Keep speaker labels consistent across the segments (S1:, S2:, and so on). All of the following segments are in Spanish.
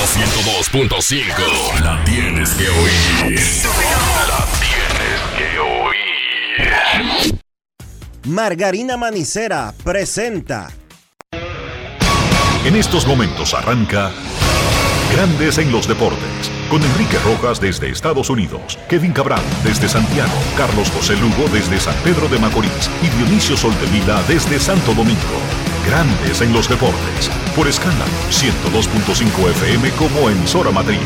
S1: 102.5. La tienes que oír. La tienes que oír.
S2: Margarina Manicera presenta.
S3: En estos momentos arranca Grandes en los Deportes, con Enrique Rojas desde Estados Unidos, Kevin Cabral desde Santiago, Carlos José Lugo desde San Pedro de Macorís y Dionisio Soltevila desde Santo Domingo. Grandes en los Deportes, por Escala 102.5 FM como emisora matriz.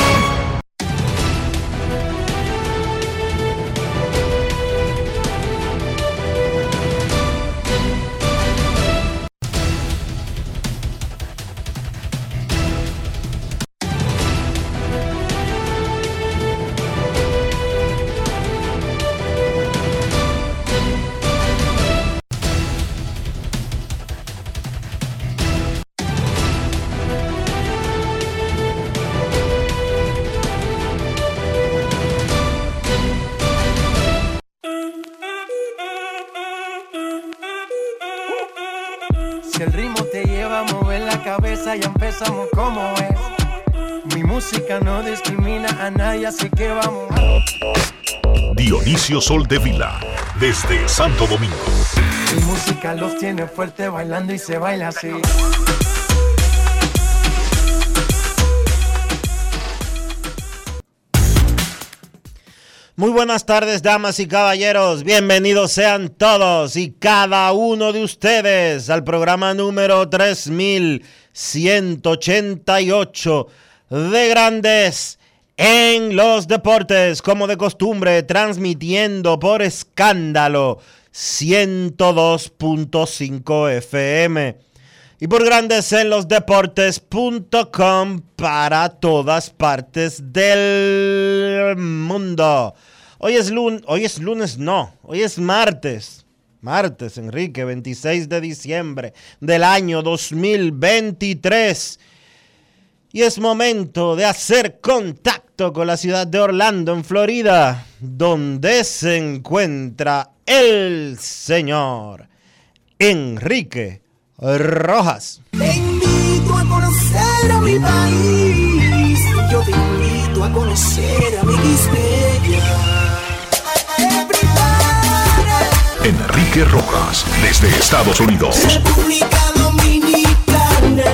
S4: Si el ritmo te lleva a mover la cabeza, ya empezamos como es. Mi música no discrimina a nadie, así que vamos.
S3: Dionisio Soltevila, desde Santo Domingo.
S4: Mi música los tiene fuerte bailando y se baila así.
S2: Muy buenas tardes, damas y caballeros. Bienvenidos sean todos y cada uno de ustedes al programa número 3188 de Grandes en los Deportes, como de costumbre, transmitiendo por Escándalo 102.5 FM y por grandesenlosdeportes.com para todas partes del mundo. Hoy es martes. Martes, Enrique, 26 de diciembre del año 2023. Y es momento de hacer contacto con la ciudad de Orlando, en Florida, donde se encuentra el señor Enrique Rojas.
S5: Te invito a conocer a mi país. Yo te invito a conocer a mi Quispeya.
S3: Enrique Rojas, desde Estados Unidos.
S5: República Dominicana.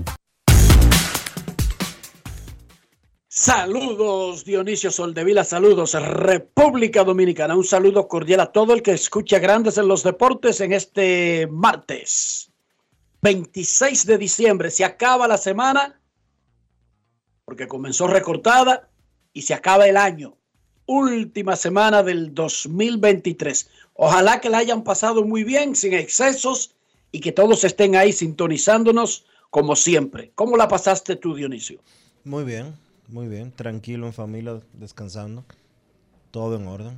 S6: Saludos Dionisio Soldevila, saludos República Dominicana, un saludo cordial a todo el que escucha Grandes en los Deportes en este martes 26 de diciembre. Se acaba la semana porque comenzó recortada y se acaba el año, última semana del 2023. Ojalá que la hayan pasado muy bien, sin excesos, y que todos estén ahí sintonizándonos como siempre. ¿Cómo la pasaste tú, Dionisio?
S2: Muy bien, tranquilo en familia, descansando, todo en orden.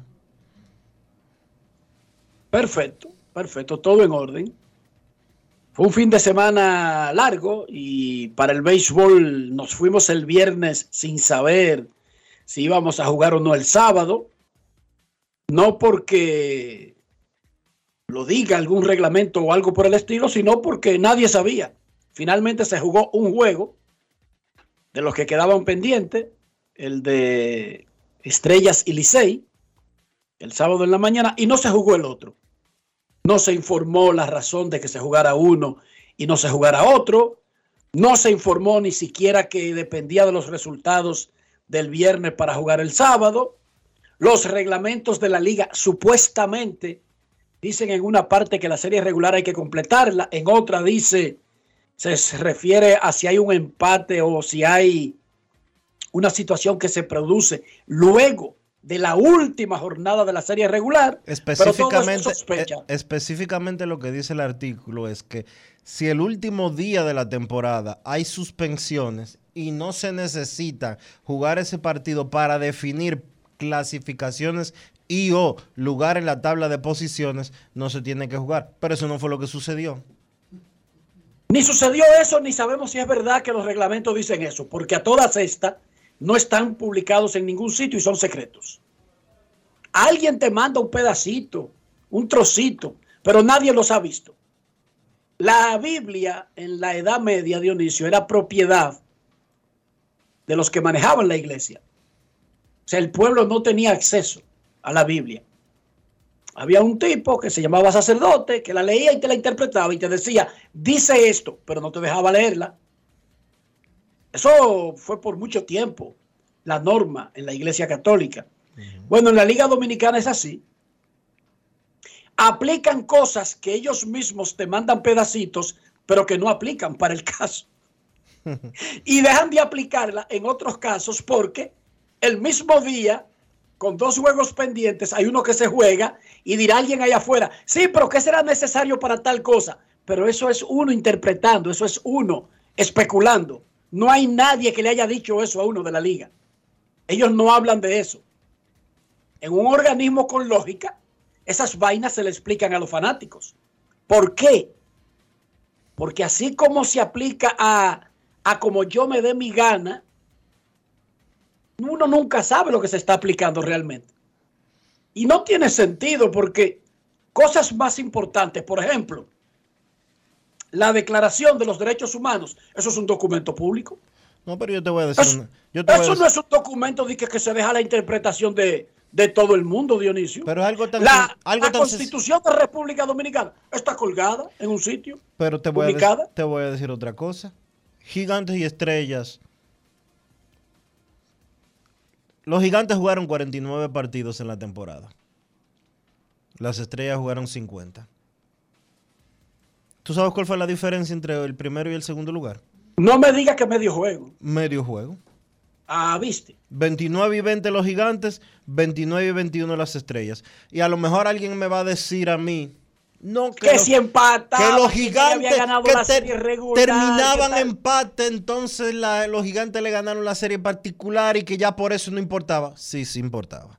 S2: Perfecto,
S6: todo en orden. Fue un fin de semana largo y para el béisbol nos fuimos el viernes sin saber si íbamos a jugar o no el sábado. No porque lo diga algún reglamento o algo por el estilo, sino porque nadie sabía. Finalmente se jugó un juego de los que quedaban pendientes, el de Estrellas y Licey, el sábado en la mañana, y no se jugó el otro. No se informó la razón de que se jugara uno y no se jugara otro. No se informó ni siquiera que dependía de los resultados del viernes para jugar el sábado. Los reglamentos de la liga supuestamente dicen en una parte que la serie regular hay que completarla, en otra dice, se refiere a si hay un empate o si hay una situación que se produce luego de la última jornada de la serie regular.
S2: Específicamente lo que dice el artículo es que si el último día de la temporada hay suspensiones y no se necesita jugar ese partido para definir clasificaciones y o lugar en la tabla de posiciones, no se tiene que jugar. Pero eso no fue lo que sucedió.
S6: Ni sucedió eso, ni sabemos si es verdad que los reglamentos dicen eso, porque a todas estas no están publicados en ningún sitio y son secretos. Alguien te manda un pedacito, un trocito, pero nadie los ha visto. La Biblia en la Edad Media, Dionisio, era propiedad de los que manejaban la iglesia. O sea, el pueblo no tenía acceso a la Biblia. Había un tipo que se llamaba sacerdote, que la leía y te la interpretaba y te decía, dice esto, pero no te dejaba leerla. Eso fue por mucho tiempo la norma en la iglesia católica. Bueno, en la Liga Dominicana es así. Aplican cosas que ellos mismos te mandan pedacitos, pero que no aplican para el caso. Y dejan de aplicarla en otros casos porque el mismo día, con 2 juegos pendientes, hay uno que se juega y dirá alguien allá afuera, sí, pero ¿qué será necesario para tal cosa? Pero eso es uno interpretando, eso es uno especulando. No hay nadie que le haya dicho eso a uno de la liga. Ellos no hablan de eso. En un organismo con lógica, esas vainas se le explican a los fanáticos. ¿Por qué? Porque así como se aplica a como yo me dé mi gana, uno nunca sabe lo que se está aplicando realmente. Y no tiene sentido porque cosas más importantes, por ejemplo, la Declaración de los Derechos Humanos, eso es un documento público.
S2: No, pero yo te voy a decir...
S6: Eso no es un documento de que se deja la interpretación de todo el mundo, Dionisio.
S2: Pero algo tan...
S6: La Constitución de República Dominicana está colgada en un sitio.
S2: Pero te voy a decir otra cosa. Gigantes y Estrellas. Los Gigantes jugaron 49 partidos en la temporada. Las Estrellas jugaron 50. ¿Tú sabes cuál fue la diferencia entre el primero y el segundo lugar?
S6: No me digas que medio juego.
S2: Medio juego.
S6: Ah, viste.
S2: 29 y 20 los Gigantes, 29 y 21 las Estrellas. Y a lo mejor alguien me va a decir a mí, no,
S6: que si empataban,
S2: que los Gigantes
S6: que
S2: terminaban empate, entonces los Gigantes le ganaron la serie particular y que ya por eso no importaba. Sí, sí importaba.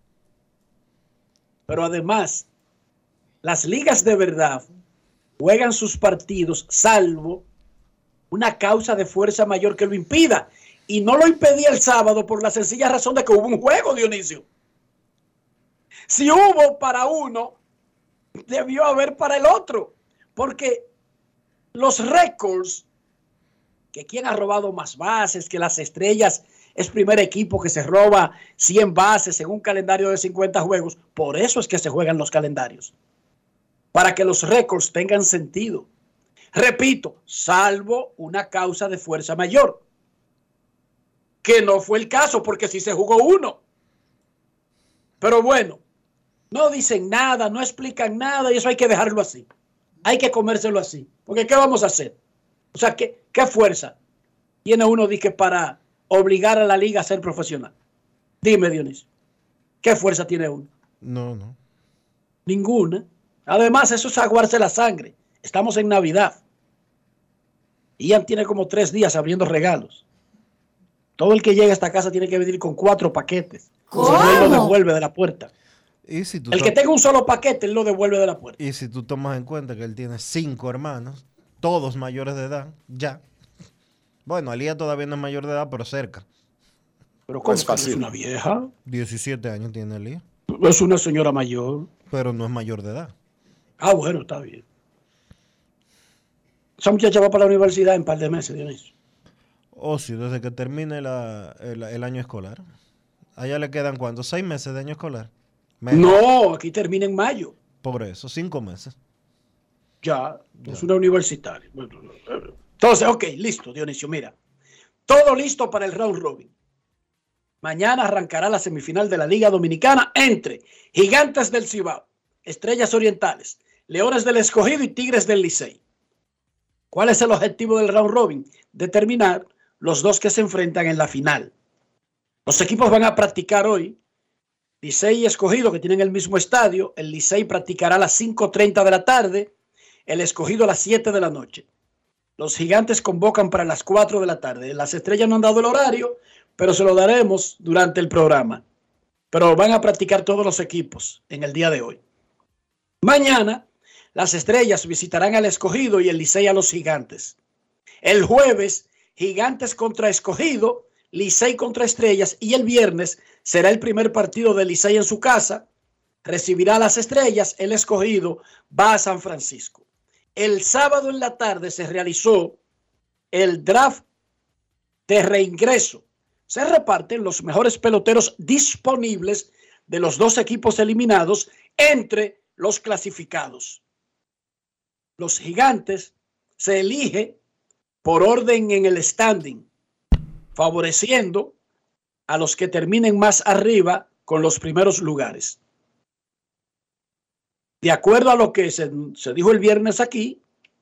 S6: Pero además, las ligas de verdad juegan sus partidos salvo una causa de fuerza mayor que lo impida. Y no lo impedía el sábado por la sencilla razón de que hubo un juego, Dionisio. Si hubo para uno, debió haber para el otro. Porque los récords, que quién ha robado más bases, que las Estrellas es primer equipo que se roba 100 bases en un calendario de 50 juegos, por eso es que se juegan los calendarios. Para que los récords tengan sentido. Repito, salvo una causa de fuerza mayor. Que no fue el caso, porque sí se jugó uno. Pero bueno, no dicen nada, no explican nada, y eso hay que dejarlo así. Hay que comérselo así. Porque ¿qué vamos a hacer? O sea, ¿qué fuerza tiene uno para obligar a la liga a ser profesional? Dime, Dionisio. ¿Qué fuerza tiene uno?
S2: No.
S6: Ninguna. Además, eso es aguarse la sangre. Estamos en Navidad. Ian tiene como 3 días abriendo regalos. Todo el que llega a esta casa tiene que venir con 4 paquetes. ¿Cómo? Si no, él lo devuelve de la puerta.
S2: ¿Y si
S6: el que tenga un solo paquete, él lo devuelve de la puerta.
S2: Y si tú tomas en cuenta que él tiene 5 hermanos, todos mayores de edad, ya. Bueno, Alía todavía no es mayor de edad, pero cerca.
S6: ¿Pero cómo es una vieja?
S2: 17 años tiene Alía.
S6: Es una señora mayor.
S2: Pero no es mayor de edad.
S6: Ah, bueno, está bien. Esa muchacha va para la universidad en un par de meses, Dionisio.
S2: Oh, sí, desde que termine el año escolar. Allá le quedan, ¿cuánto? 6 meses de año escolar.
S6: No, aquí termina en mayo.
S2: Por eso, 5 meses.
S6: Ya, es una universitaria. Entonces, ok, listo, Dionisio, mira. Todo listo para el round robin. Mañana arrancará la semifinal de la Liga Dominicana entre Gigantes del Cibao, Estrellas Orientales, Leones del Escogido y Tigres del Licey. ¿Cuál es el objetivo del round robin? Determinar los 2 que se enfrentan en la final. Los equipos van a practicar hoy. Licey y Escogido, que tienen el mismo estadio. El Licey practicará a las 5:30 de la tarde. El Escogido a las 7 de la noche. Los Gigantes convocan para las 4 de la tarde. Las Estrellas no han dado el horario, pero se lo daremos durante el programa. Pero van a practicar todos los equipos en el día de hoy. Mañana, las Estrellas visitarán al Escogido y el Licey a los Gigantes. El jueves, Gigantes contra Escogido, Licey contra Estrellas, y el viernes será el primer partido de Licey en su casa. Recibirá a las Estrellas, el Escogido va a San Francisco. El sábado en la tarde se realizó el draft de reingreso se reparten los mejores peloteros disponibles de los 2 equipos eliminados entre los clasificados. Los Gigantes se elige por orden en el standing, favoreciendo a los que terminen más arriba con los primeros lugares. De acuerdo a lo que se dijo el viernes aquí,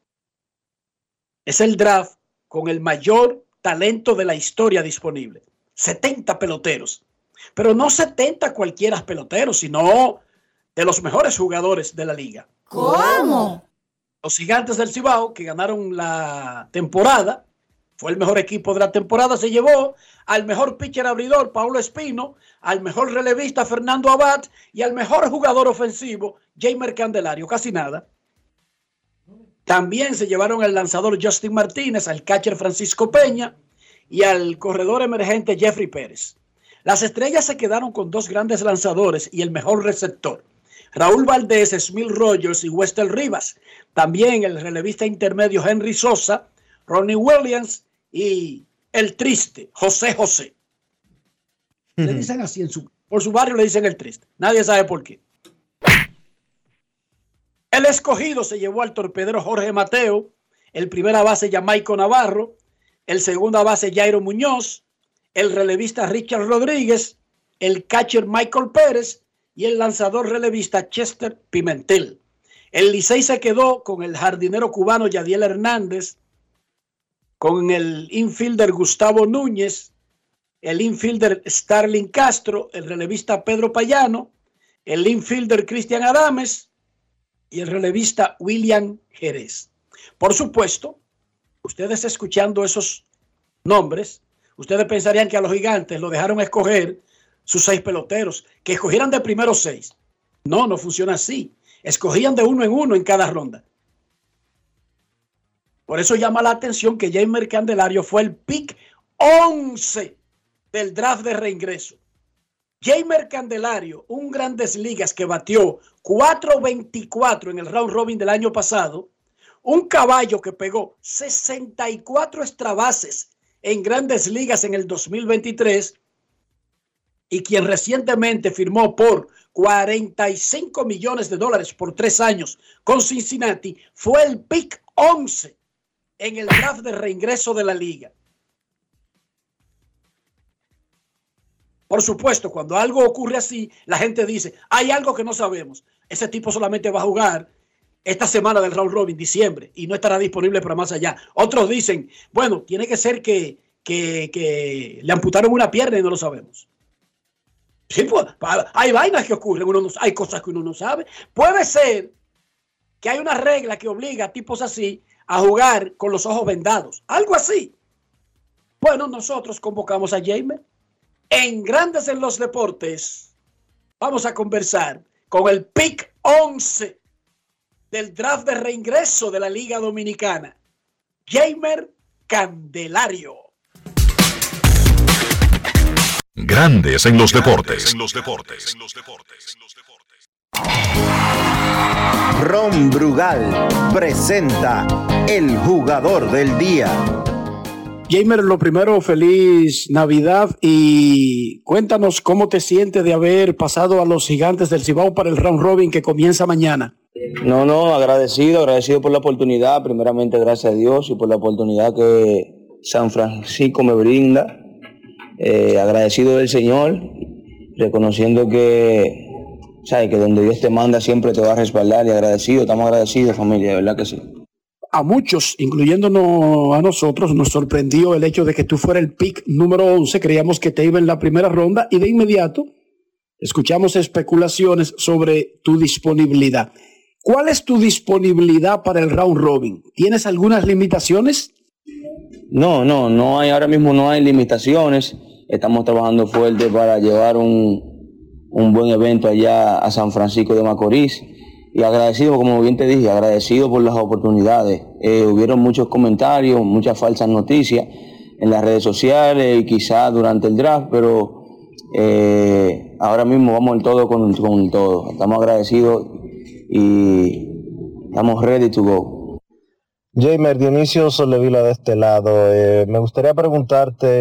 S6: es el draft con el mayor talento de la historia disponible. 70 peloteros. Pero no 70 cualquiera peloteros, sino de los mejores jugadores de la liga.
S5: ¿Cómo?
S6: Los Gigantes del Cibao, que ganaron la temporada, fue el mejor equipo de la temporada, se llevó al mejor pitcher abridor, Paulo Espino, al mejor relevista, Fernando Abad, y al mejor jugador ofensivo, Jeimer Candelario, casi nada. También se llevaron al lanzador Justin Martínez, al catcher Francisco Peña y al corredor emergente Jeffrey Pérez. Las Estrellas se quedaron con 2 grandes lanzadores y el mejor receptor, Raúl Valdés, Smil Rogers y Westel Rivas. También el relevista intermedio Henry Sosa, Ronnie Williams y el triste José José. Le dicen así, por su barrio le dicen el triste. Nadie sabe por qué. El Escogido se llevó al torpedero Jorge Mateo, el primera base Jamaico Navarro, el segunda base Jairo Muñoz, el relevista Richard Rodríguez, el catcher Michael Pérez y el lanzador relevista Chester Pimentel. El Licey se quedó con el jardinero cubano Yadiel Hernández, con el infielder Gustavo Núñez, el infielder Starling Castro, el relevista Pedro Payano, el infielder Cristian Adames y el relevista William Jerez. Por supuesto, ustedes escuchando esos nombres, ustedes pensarían que a los Gigantes lo dejaron escoger sus 6 peloteros, que escogieran de primero 6. No, no funciona así. Escogían de 1 en 1 en cada ronda. Por eso llama la atención que Jeimer Candelario fue el pick 11 del draft de reingreso. Jeimer Candelario, un Grandes Ligas que batió 4.24 en el round robin del año pasado, un caballo que pegó 64 extra bases en Grandes Ligas en el 2023 y quien recientemente firmó por $45 millones por 3 años con Cincinnati, fue el pick 11 en el draft de reingreso de la liga. Por supuesto, cuando algo ocurre así, la gente dice, hay algo que no sabemos. Ese tipo solamente va a jugar esta semana del round robin, diciembre, y no estará disponible para más allá. Otros dicen, bueno, tiene que ser que le amputaron una pierna y no lo sabemos. Sí, pues, hay vainas que ocurren, hay cosas que uno no sabe. Puede ser que hay una regla que obliga a tipos así a jugar con los ojos vendados. Algo así. Bueno, nosotros convocamos a Jeimer. En Grandes en los Deportes vamos a conversar con el pick 11 del draft de reingreso de la Liga Dominicana, Jeimer Candelario.
S3: Grandes en los Deportes.
S7: Ron Brugal presenta el jugador del día.
S6: Jeimer, lo primero, feliz Navidad y cuéntanos cómo te sientes de haber pasado a los Gigantes del Cibao para el round robin que comienza mañana.
S8: No, agradecido por la oportunidad, primeramente gracias a Dios y por la oportunidad que San Francisco me brinda. Agradecido del Señor, reconociendo que, ¿sabes?, que donde Dios te manda siempre te va a respaldar, y estamos agradecidos, familia, de verdad que sí.
S6: A muchos, incluyéndonos a nosotros, nos sorprendió el hecho de que tú fueras el pick número 11. Creíamos que te iba en la primera ronda y de inmediato escuchamos especulaciones sobre tu disponibilidad. ¿Cuál es tu disponibilidad para el round robin? ¿Tienes algunas limitaciones?
S8: No hay, ahora mismo no hay limitaciones. Estamos trabajando fuerte para llevar un buen evento allá a San Francisco de Macorís. Y agradecido, como bien te dije, agradecido por las oportunidades. Hubieron muchos comentarios, muchas falsas noticias en las redes sociales y quizás durante el draft, pero ahora mismo vamos el todo con todo. Estamos agradecidos y estamos ready to go.
S9: Jeimer, Dionisio Soldevila de este lado. Me gustaría preguntarte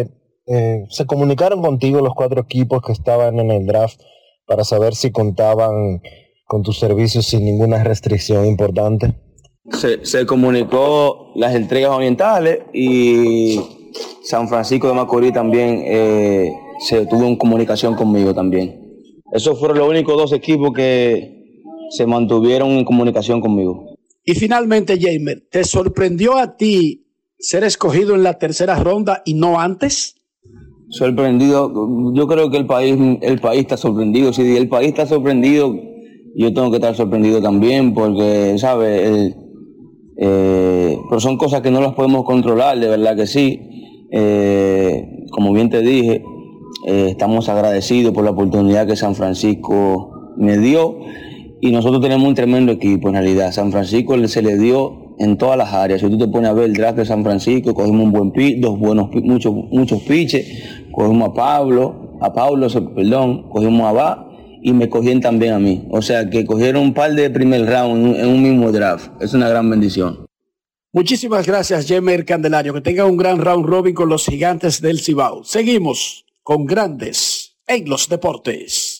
S2: se comunicaron contigo los 4 equipos que estaban en el draft para saber si contaban con tus servicios sin ninguna restricción importante.
S8: Se comunicó las Estrellas Orientales y San Francisco de Macorís también se tuvo en comunicación conmigo también. Esos fueron los únicos 2 equipos que se mantuvieron en comunicación conmigo.
S6: Y finalmente, Jamer, ¿te sorprendió a ti ser escogido en la tercera ronda y no antes?
S8: Sorprendido, yo creo que el país está sorprendido. Si el país está sorprendido, yo tengo que estar sorprendido también, porque, ¿sabes? Pero son cosas que no las podemos controlar, de verdad que sí. Como bien te dije, estamos agradecidos por la oportunidad que San Francisco me dio, y nosotros tenemos un tremendo equipo en realidad. San Francisco se le dio en todas las áreas. Si tú te pones a ver el draft de San Francisco, cogimos un buen pitch, muchos pitches, cogimos a Pablo, cogimos a Bá y me cogieron también a mí. O sea que cogieron un par de primer round en un mismo draft. Es una gran bendición.
S6: Muchísimas gracias, Jamer Candelario. Que tenga un gran round robin con los Gigantes del Cibao. Seguimos con Grandes en los Deportes.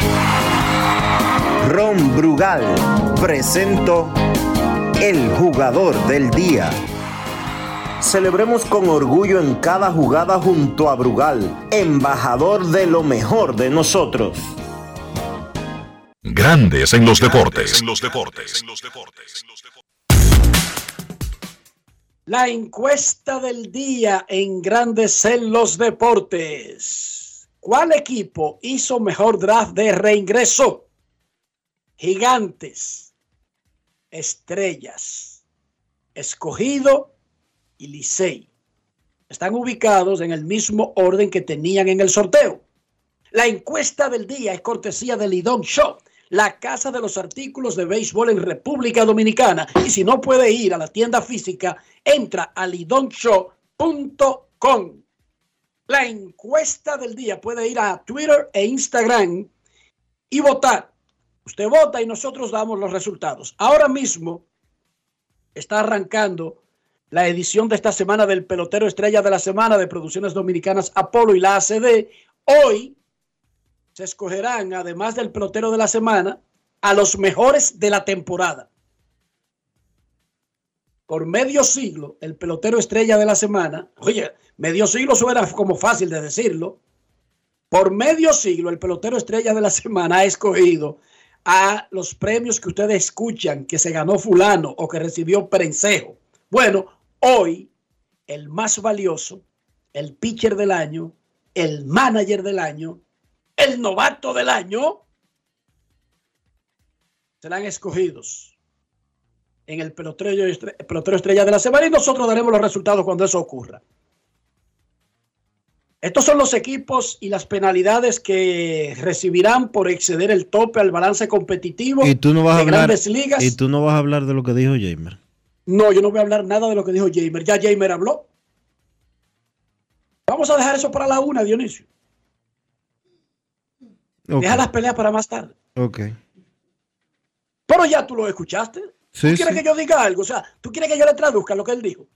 S7: Ron Brugal presentó el jugador del día. Celebremos con orgullo en cada jugada junto a Brugal, embajador de lo mejor de nosotros.
S3: Grandes en los deportes.
S6: La encuesta del día en Grandes en los Deportes. ¿Cuál equipo hizo mejor draft de reingreso? Gigantes, Estrellas, Escogido y Licey. Están ubicados en el mismo orden que tenían en el sorteo. La encuesta del día es cortesía de Lidón Shop, la casa de los artículos de béisbol en República Dominicana. Y si no puede ir a la tienda física, entra a lidonshop.com. La encuesta del día, puede ir a Twitter e Instagram y votar. Usted vota y nosotros damos los resultados. Ahora mismo está arrancando la edición de esta semana del Pelotero Estrella de la Semana de Producciones Dominicanas Apolo y la ACD. Hoy se escogerán, además del Pelotero de la Semana, a los mejores de la temporada. Por medio siglo, el Pelotero Estrella de la Semana, oye, medio siglo suena como fácil de decirlo. Por medio siglo, el Pelotero Estrella de la Semana ha escogido a los premios que ustedes escuchan, que se ganó fulano o que recibió Perencejo. Bueno, hoy el más valioso, el pitcher del año, el manager del año, el novato del año, serán escogidos en el pelotero Estrella de la Semana, y nosotros daremos los resultados cuando eso ocurra. Estos son los equipos y las penalidades que recibirán por exceder el tope al balance competitivo de Grandes Ligas.
S2: Y tú no vas a hablar de lo que dijo Jamer.
S6: No, yo no voy a hablar nada de lo que dijo Jamer. Ya Jamer habló. Vamos a dejar eso para la 1, Dionisio. Okay. Deja las peleas para más tarde.
S2: Ok.
S6: Pero ya tú lo escuchaste.
S2: Sí,
S6: ¿Tú quieres que yo diga algo? O sea, ¿tú quieres que yo le traduzca lo que él dijo?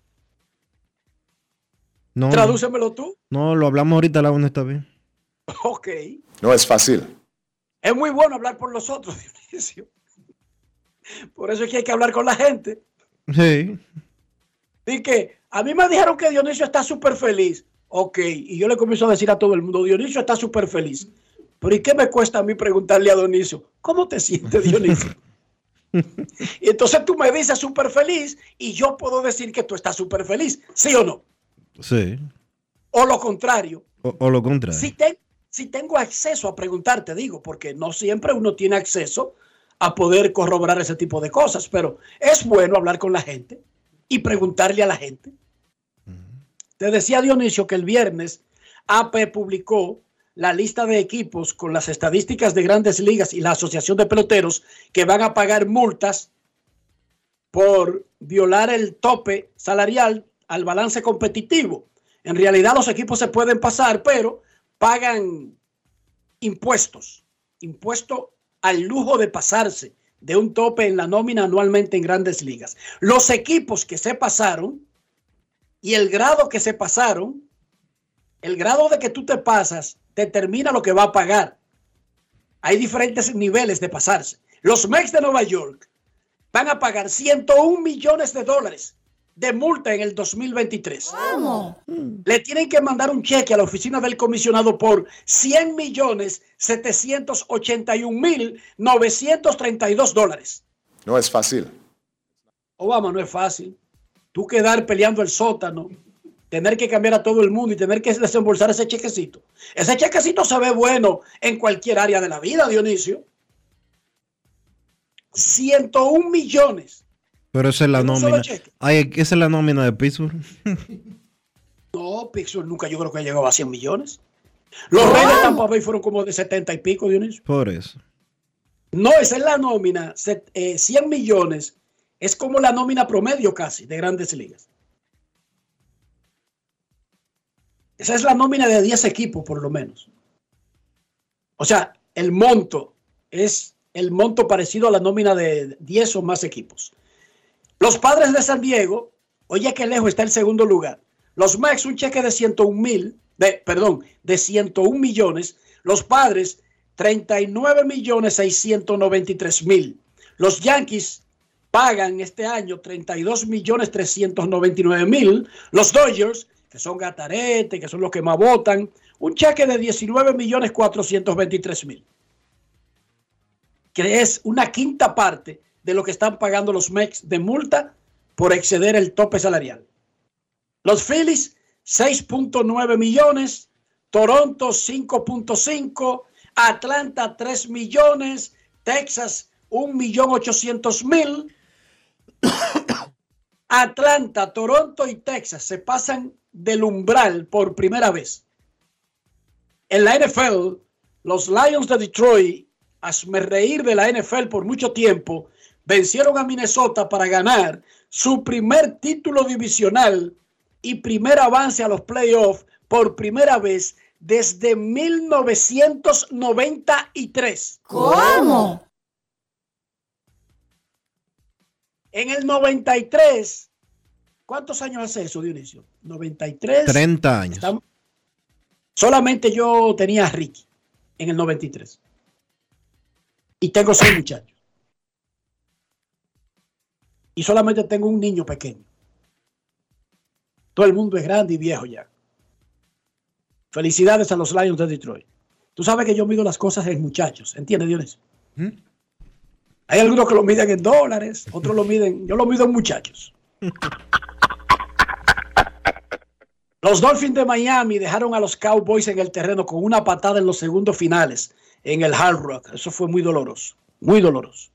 S2: No.
S6: Tradúcemelo tú.
S2: No, lo hablamos ahorita, la 1 está bien.
S6: Ok.
S1: No es fácil.
S6: Es muy bueno hablar por los otros, Dionisio. Por eso es que hay que hablar con la gente.
S2: Sí.
S6: Y que a mí me dijeron que Dionisio está súper feliz. Ok, y yo le comienzo a decir a todo el mundo, Dionisio está súper feliz. Pero ¿y qué me cuesta a mí preguntarle a Dionisio? ¿Cómo te sientes, Dionisio? Y entonces tú me dices súper feliz y yo puedo decir que tú estás súper feliz, ¿sí o no?
S2: Sí.
S6: O lo contrario.
S2: O lo contrario.
S6: Si tengo acceso a preguntarte, digo, porque no siempre uno tiene acceso a poder corroborar ese tipo de cosas, pero es bueno hablar con la gente y preguntarle a la gente. Te decía, Dionisio, que el viernes AP publicó la lista de equipos con las estadísticas de Grandes Ligas y la Asociación de Peloteros que van a pagar multas por violar el tope salarial al balance competitivo. En realidad los equipos se pueden pasar, pero pagan impuestos. Impuesto al lujo de pasarse de un tope en la nómina anualmente en Grandes Ligas. Los equipos que se pasaron y el grado que se pasaron el grado de que tú te pasas determina lo que va a pagar. Hay diferentes niveles de pasarse. Los Mets de Nueva York van a pagar $101 millones de multa en el 2023.
S9: ¿Cómo?
S6: Le tienen que mandar un cheque a la oficina del comisionado por $100,781,932.
S10: No es fácil.
S6: Obama, no es fácil. Tú quedar peleando el sótano, tener que cambiar a todo el mundo y tener que desembolsar ese chequecito. Ese chequecito se ve bueno en cualquier área de la vida, Dionisio. 101 millones.
S2: Pero esa es la nómina. Esa es la nómina de Pittsburgh.
S6: No, Pittsburgh nunca yo creo que ha llegado a 100 millones. Los Reyes de Tampa Bay fueron como de 70 y pico, Dionisio.
S2: Por eso.
S6: No, esa es la nómina. 100 millones es como la nómina promedio casi de Grandes Ligas. Esa es la nómina de 10 equipos por lo menos. O sea, el monto es el monto parecido a la nómina de 10 o más equipos. Los Padres de San Diego, oye qué lejos está el segundo lugar. Los Mets un cheque de 101 millones. Los Padres 39,693,000. Los Yankees pagan este año 32,399,000. Los Dodgers, que son gatarete, que son los que más votan, un cheque de 19,423,000. Que es una quinta parte de lo que están pagando los Mets de multa por exceder el tope salarial. Los Phillies, 6.9 millones. Toronto, 5.5. Atlanta, 3 millones. Texas, 1,800,000. Atlanta, Toronto y Texas se pasan del umbral por primera vez. En la NFL, los Lions de Detroit, hazme reír de la NFL por mucho tiempo, vencieron a Minnesota para ganar su primer título divisional y primer avance a los playoffs por primera vez desde 1993.
S9: ¿Cómo?
S6: En el 93, ¿cuántos años hace eso, Dionisio? 93.
S2: 30 años.
S6: Solamente yo tenía a Ricky en el 93. Y tengo 6 muchachos. Y solamente tengo un niño pequeño. Todo el mundo es grande y viejo ya. Felicidades a los Lions de Detroit. Tú sabes que yo mido las cosas en muchachos. ¿Entiendes, Dionisio? Hay algunos que lo miden en dólares, otros lo miden, yo lo mido en muchachos. Los Dolphins de Miami dejaron a los Cowboys en el terreno con una patada en los segundos finales en el Hard Rock. Eso fue muy doloroso, muy doloroso.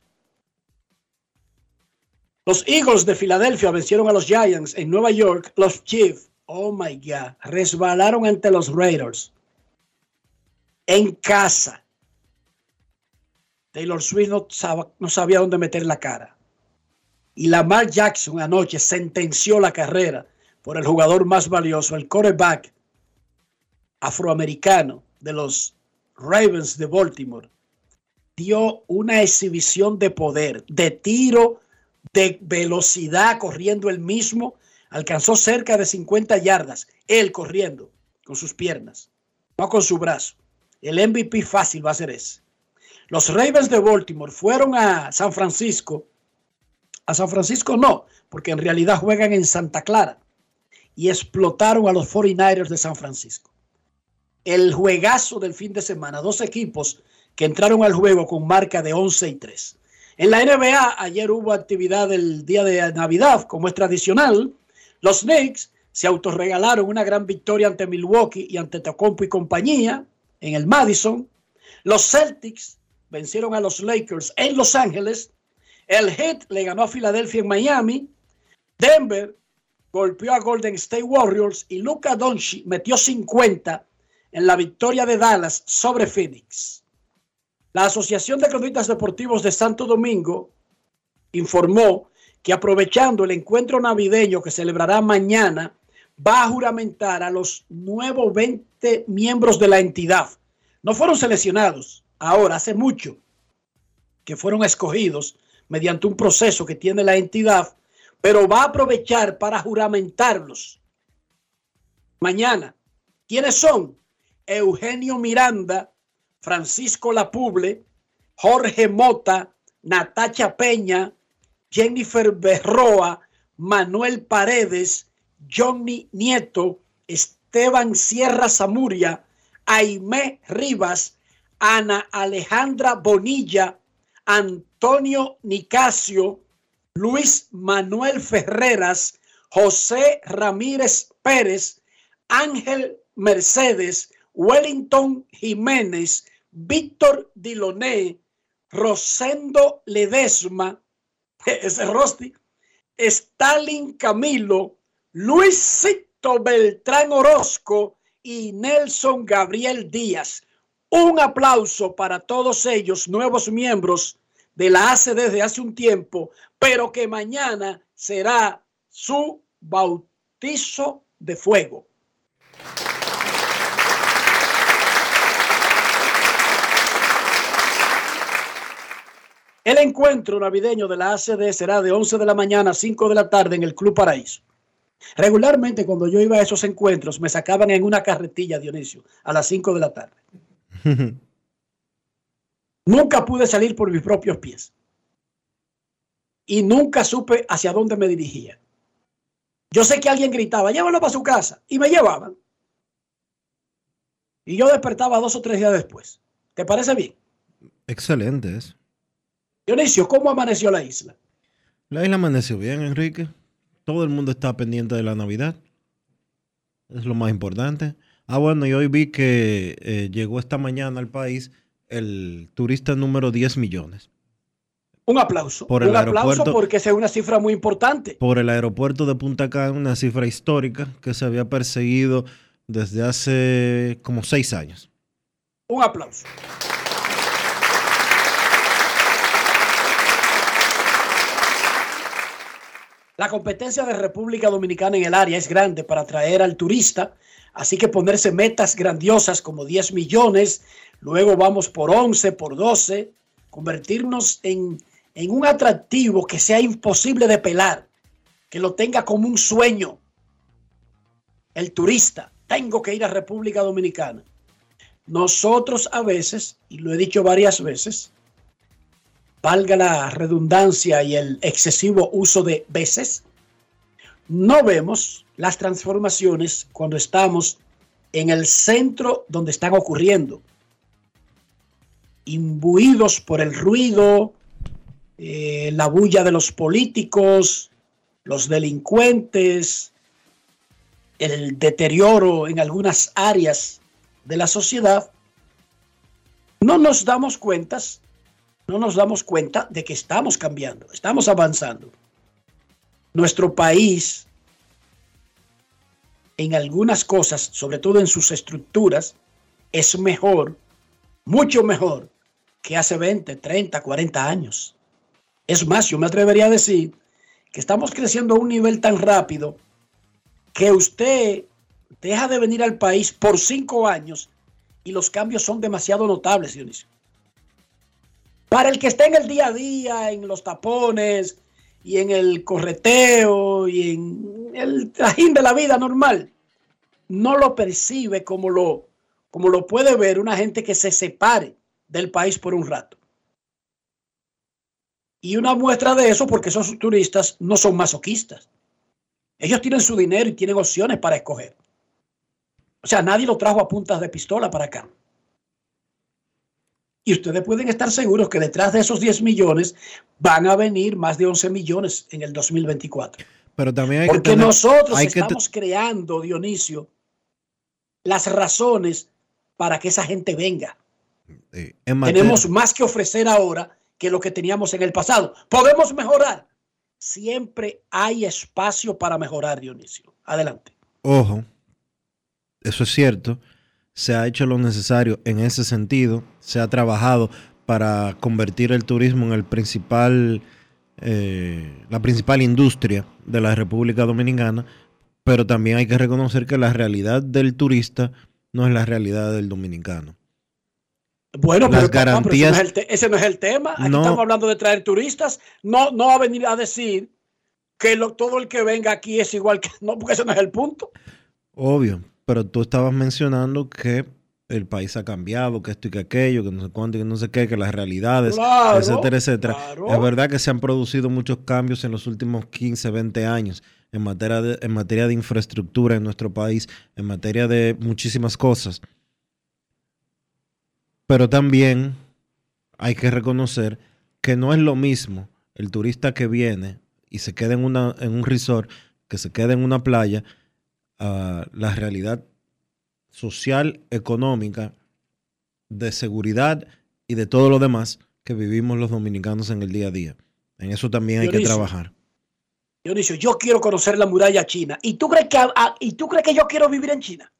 S6: Los Eagles de Filadelfia vencieron a los Giants en Nueva York. Los Chiefs, oh my God, resbalaron ante los Raiders en casa. Taylor Swift no sabía dónde meter la cara. Y Lamar Jackson anoche sentenció la carrera por el jugador más valioso, el quarterback afroamericano de los Ravens de Baltimore. Dio una exhibición de poder, de tiro, de velocidad, corriendo él mismo. Alcanzó cerca de 50 yardas, él corriendo con sus piernas, no con su brazo. El MVP fácil va a ser ese. Los Ravens de Baltimore fueron a San Francisco. A San Francisco no, porque en realidad juegan en Santa Clara. Y explotaron a los 49ers de San Francisco. El juegazo del fin de semana. 2 equipos que entraron al juego con marca de 11-3. En la NBA, ayer hubo actividad el día de Navidad, como es tradicional. Los Knicks se autorregalaron una gran victoria ante Milwaukee y ante Tocompo y compañía en el Madison. Los Celtics vencieron a los Lakers en Los Ángeles. El Heat le ganó a Filadelfia en Miami. Denver golpeó a Golden State Warriors y Luka Doncic metió 50 en la victoria de Dallas sobre Phoenix. La Asociación de Cronistas Deportivos de Santo Domingo informó que aprovechando el encuentro navideño que celebrará mañana, va a juramentar a los nuevos 20 miembros de la entidad. No fueron seleccionados ahora, hace mucho que fueron escogidos mediante un proceso que tiene la entidad, pero va a aprovechar para juramentarlos mañana ¿Quiénes son? Eugenio Miranda, Francisco Lapuble, Jorge Mota, Natacha Peña, Jennifer Berroa, Manuel Paredes, Johnny Nieto, Esteban Sierra Zamuria, Aimé Rivas, Ana Alejandra Bonilla, Antonio Nicasio, Luis Manuel Ferreras, José Ramírez Pérez, Ángel Mercedes, Wellington Jiménez, Víctor Diloné, Rosendo Ledesma, ese Rosti, Stalin Camilo, Luisito Beltrán Orozco y Nelson Gabriel Díaz. Un aplauso para todos ellos, nuevos miembros de la ACE desde hace un tiempo, pero que mañana será su bautizo de fuego. El encuentro navideño de la ACD será de 11 de la mañana a 5 de la tarde en el Club Paraíso. Regularmente cuando yo iba a esos encuentros me sacaban en una carretilla, Dionisio, a las 5 de la tarde. Nunca pude salir por mis propios pies. Y nunca supe hacia dónde me dirigía. Yo sé que alguien gritaba, llévalo para su casa. Y me llevaban. Y yo despertaba 2 o 3 días después. ¿Te parece bien?
S2: Excelente eso.
S6: Dionisio, ¿cómo amaneció la isla?
S2: La isla amaneció bien, Enrique. Todo el mundo está pendiente de la Navidad. Es lo más importante. Bueno, y hoy vi que llegó esta mañana al país el turista número 10 millones.
S6: Un aplauso. Un aplauso porque esa es una cifra muy importante.
S2: Por el aeropuerto de Punta Cana, una cifra histórica que se había perseguido desde hace como 6 años.
S6: Un aplauso. La competencia de República Dominicana en el área es grande para atraer al turista, así que ponerse metas grandiosas como 10 millones, luego vamos por 11, por 12, convertirnos en un atractivo que sea imposible de pelar, que lo tenga como un sueño. El turista, tengo que ir a República Dominicana. Nosotros a veces, y lo he dicho varias veces, valga la redundancia y el excesivo uso de veces, no vemos las transformaciones cuando estamos en el centro donde están ocurriendo, imbuidos por el ruido, la bulla de los políticos, los delincuentes, el deterioro en algunas áreas de la sociedad. No nos damos cuenta de que estamos cambiando, estamos avanzando. Nuestro país, en algunas cosas, sobre todo en sus estructuras, es mejor, mucho mejor que hace 20, 30, 40 años. Es más, yo me atrevería a decir que estamos creciendo a un nivel tan rápido que usted deja de venir al país por 5 años y los cambios son demasiado notables, Dionisio. Para el que está en el día a día, en los tapones y en el correteo y en el trajín de la vida normal, no lo percibe como lo puede ver una gente que se separe del país por un rato. Y una muestra de eso, porque esos turistas no son masoquistas. Ellos tienen su dinero y tienen opciones para escoger. O sea, nadie lo trajo a puntas de pistola para acá. Y ustedes pueden estar seguros que detrás de esos 10 millones van a venir más de 11 millones en el 2024.
S2: Pero también
S6: porque nosotros estamos creando, Dionisio, las razones para que esa gente venga. Tenemos más que ofrecer ahora que lo que teníamos en el pasado. Podemos mejorar. Siempre hay espacio para mejorar, Dionisio. Adelante.
S2: Ojo, eso es cierto. Se ha hecho lo necesario en ese sentido. Se ha trabajado para convertir el turismo en la principal industria de la República Dominicana, pero también hay que reconocer que la realidad del turista no es la realidad del dominicano.
S6: Bueno, pero, garantías, pero ese no es el tema. Aquí no, estamos hablando de traer turistas. No va a venir a decir que todo el que venga aquí es igual que... No, porque ese no es el punto.
S2: Obvio. Pero tú estabas mencionando que el país ha cambiado, que esto y que aquello, que no sé cuánto y que no sé qué, que las realidades,
S6: Claro,
S2: etcétera, etcétera.
S6: claro.
S2: Es verdad que se han producido muchos cambios en los últimos 15, 20 años en materia de infraestructura en nuestro país, en materia de muchísimas cosas. Pero también hay que reconocer que no es lo mismo el turista que viene y se queda en un resort, que se queda en una playa, la realidad social, económica, de seguridad y de todo lo demás que vivimos los dominicanos en el día a día. En eso también hay que trabajar.
S6: Dionisio, yo quiero conocer la muralla china. ¿Y tú crees que yo quiero vivir en China?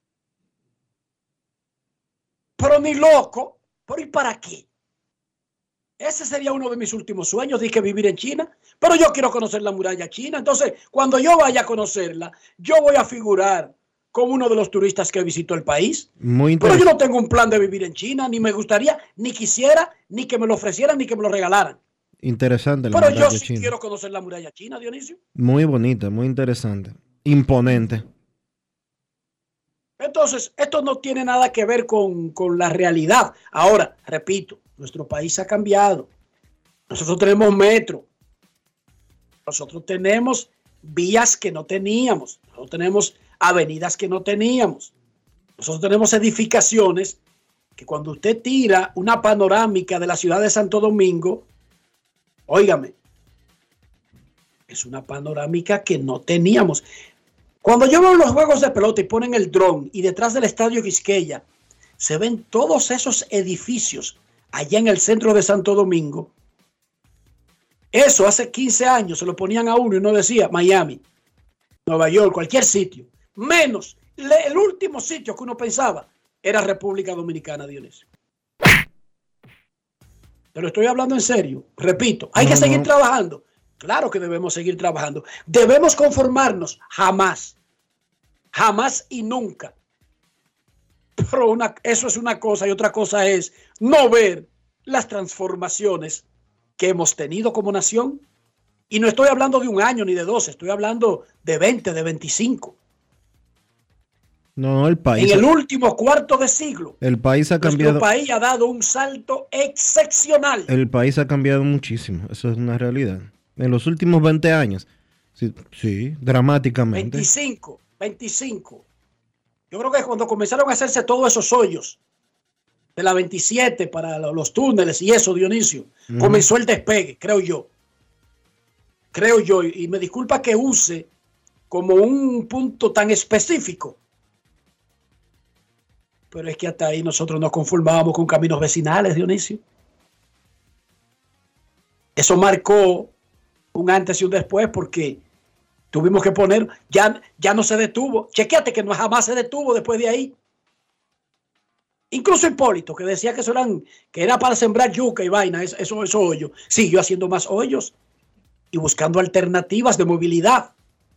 S6: Pero ni loco. ¿Pero y para qué? Ese sería uno de mis últimos sueños, de que vivir en China. Pero yo quiero conocer la muralla china. Entonces, cuando yo vaya a conocerla, yo voy a figurar como uno de los turistas que visitó el país. Pero yo no tengo un plan de vivir en China, ni me gustaría, ni quisiera, ni que me lo ofrecieran, ni que me lo regalaran.
S2: Interesante la
S6: Pero
S2: muralla
S6: yo sí
S2: china.
S6: quiero conocer la muralla china, Dionisio.
S2: Muy bonita, muy interesante. Imponente.
S6: Entonces, esto no tiene nada que ver con la realidad. Ahora, repito, nuestro país ha cambiado. Nosotros tenemos metro. Nosotros tenemos vías que no teníamos. Nosotros tenemos avenidas que no teníamos. Nosotros tenemos edificaciones que cuando usted tira una panorámica de la ciudad de Santo Domingo, óigame, es una panorámica que no teníamos. Cuando yo veo los juegos de pelota y ponen el dron y detrás del estadio Quisqueya se ven todos esos edificios allá en el centro de Santo Domingo, eso hace 15 años se lo ponían a uno y uno decía Miami, Nueva York, cualquier sitio. Menos el último sitio que uno pensaba era República Dominicana, Dionisio. Te lo estoy hablando en serio. Repito, hay que seguir trabajando. Claro que debemos seguir trabajando. Debemos conformarnos. Jamás. Jamás y nunca. Pero eso es una cosa y otra cosa es no ver las transformaciones que hemos tenido como nación. Y no estoy hablando de un año ni de 12, estoy hablando de 20, de 25.
S2: No, el país.
S6: En el último cuarto de siglo.
S2: El país ha cambiado.
S6: Nuestro país ha dado un salto excepcional.
S2: El país ha cambiado muchísimo. Eso es una realidad. En los últimos 20 años. Sí, dramáticamente.
S6: 25. Yo creo que cuando comenzaron a hacerse todos esos hoyos de la 27 para los túneles y eso, Dionisio, comenzó el despegue, creo yo. Y me disculpa que use como un punto tan específico. Pero es que hasta ahí nosotros nos conformábamos con caminos vecinales, Dionisio. Eso marcó un antes y un después porque tuvimos que poner, ya no se detuvo. Chequéate que no jamás se detuvo después de ahí. Incluso Hipólito, que decía que era para sembrar yuca y vaina, esos hoyos, siguió haciendo más hoyos y buscando alternativas de movilidad.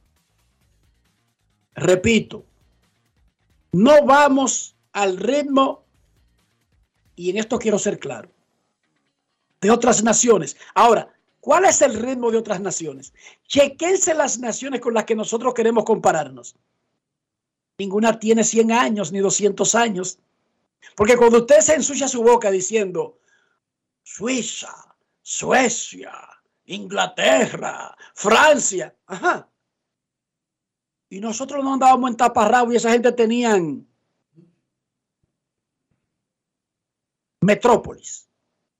S6: Repito, no vamos al ritmo, y en esto quiero ser claro, de otras naciones. Ahora, ¿cuál es el ritmo de otras naciones? Chequense las naciones con las que nosotros queremos compararnos. Ninguna tiene 100 años ni 200 años. Porque cuando usted se ensucia su boca diciendo Suiza, Suecia, Inglaterra, Francia, ajá. Y nosotros no andábamos en taparrabo y esa gente tenían metrópolis.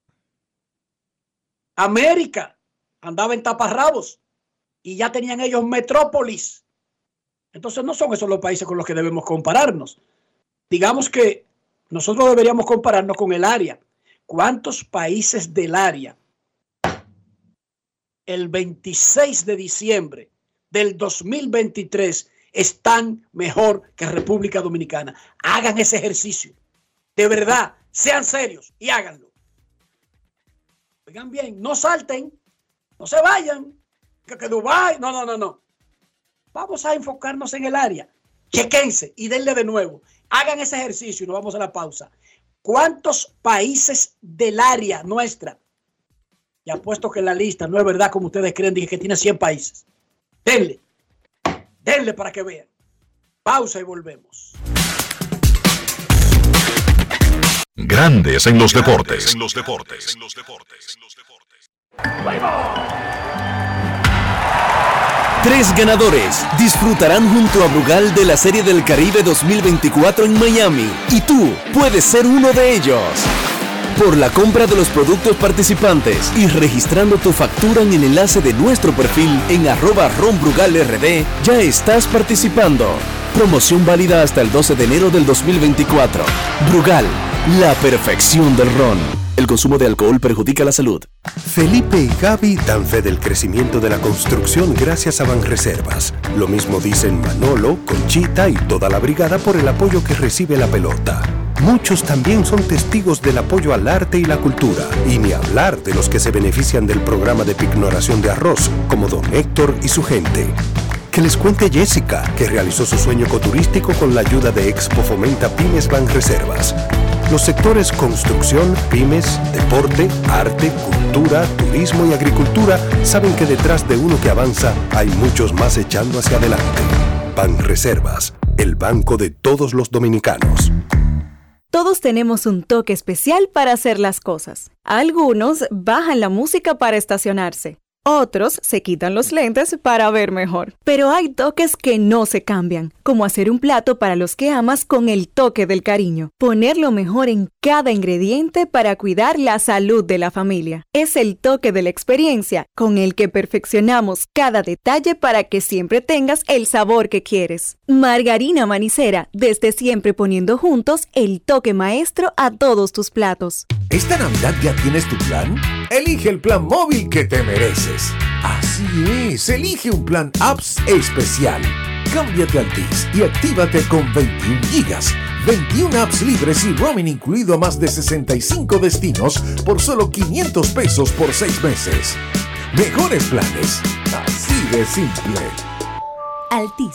S6: América andaba en taparrabos y ya tenían ellos metrópolis. Entonces no son esos los países con los que debemos compararnos. Digamos que nosotros deberíamos compararnos con el área. ¿Cuántos países del área el 26 de diciembre del 2023 están mejor que República Dominicana? Hagan ese ejercicio. De verdad, sean serios y háganlo. Oigan bien, no salten, no se vayan, que Dubái, no. Vamos a enfocarnos en el área. Chequense y denle de nuevo. Hagan ese ejercicio y nos vamos a la pausa. ¿Cuántos países del área nuestra? Y apuesto que la lista no es verdad como ustedes creen, dije que tiene 100 países. Denle para que vean. Pausa y volvemos.
S3: Grandes en los deportes.
S9: Tres ganadores disfrutarán junto a Brugal de la Serie del Caribe 2024 en Miami y tú puedes ser uno de ellos. Por la compra de los productos participantes y registrando tu factura en el enlace de nuestro perfil en @ronbrugalrd, ya estás participando. Promoción válida hasta el 12 de enero del 2024. Brugal, la perfección del ron. El consumo de alcohol perjudica la salud.
S10: Felipe y Gaby dan fe del crecimiento de la construcción gracias a Banreservas. Lo mismo dicen Manolo, Conchita y toda la brigada por el apoyo que recibe la pelota. Muchos también son testigos del apoyo al arte y la cultura, y ni hablar de los que se benefician del programa de pignoración de arroz, como don Héctor y su gente. Que les cuente Jessica, que realizó su sueño ecoturístico con la ayuda de Expo Fomenta Pymes Banreservas. Los sectores construcción, pymes, deporte, arte, cultura, turismo y agricultura saben que detrás de uno que avanza hay muchos más echando hacia adelante. Banreservas, el banco de todos los dominicanos.
S11: Todos tenemos un toque especial para hacer las cosas. Algunos bajan la música para estacionarse. Otros se quitan los lentes para ver mejor. Pero hay toques que no se cambian, como hacer un plato para los que amas con el toque del cariño. Poner lo mejor en cada ingrediente para cuidar la salud de la familia. Es el toque de la experiencia con el que perfeccionamos cada detalle para que siempre tengas el sabor que quieres. Margarina Manicera, desde siempre poniendo juntos el toque maestro a todos tus platos.
S12: ¿Esta Navidad ya tienes tu plan? Elige el plan móvil que te mereces. Así es, elige un plan apps especial. Cámbiate a Altis y actívate con 21 gigas, 21 apps libres y roaming incluido a más de 65 destinos por solo 500 pesos por 6 meses. Mejores planes, así de simple.
S11: Altis.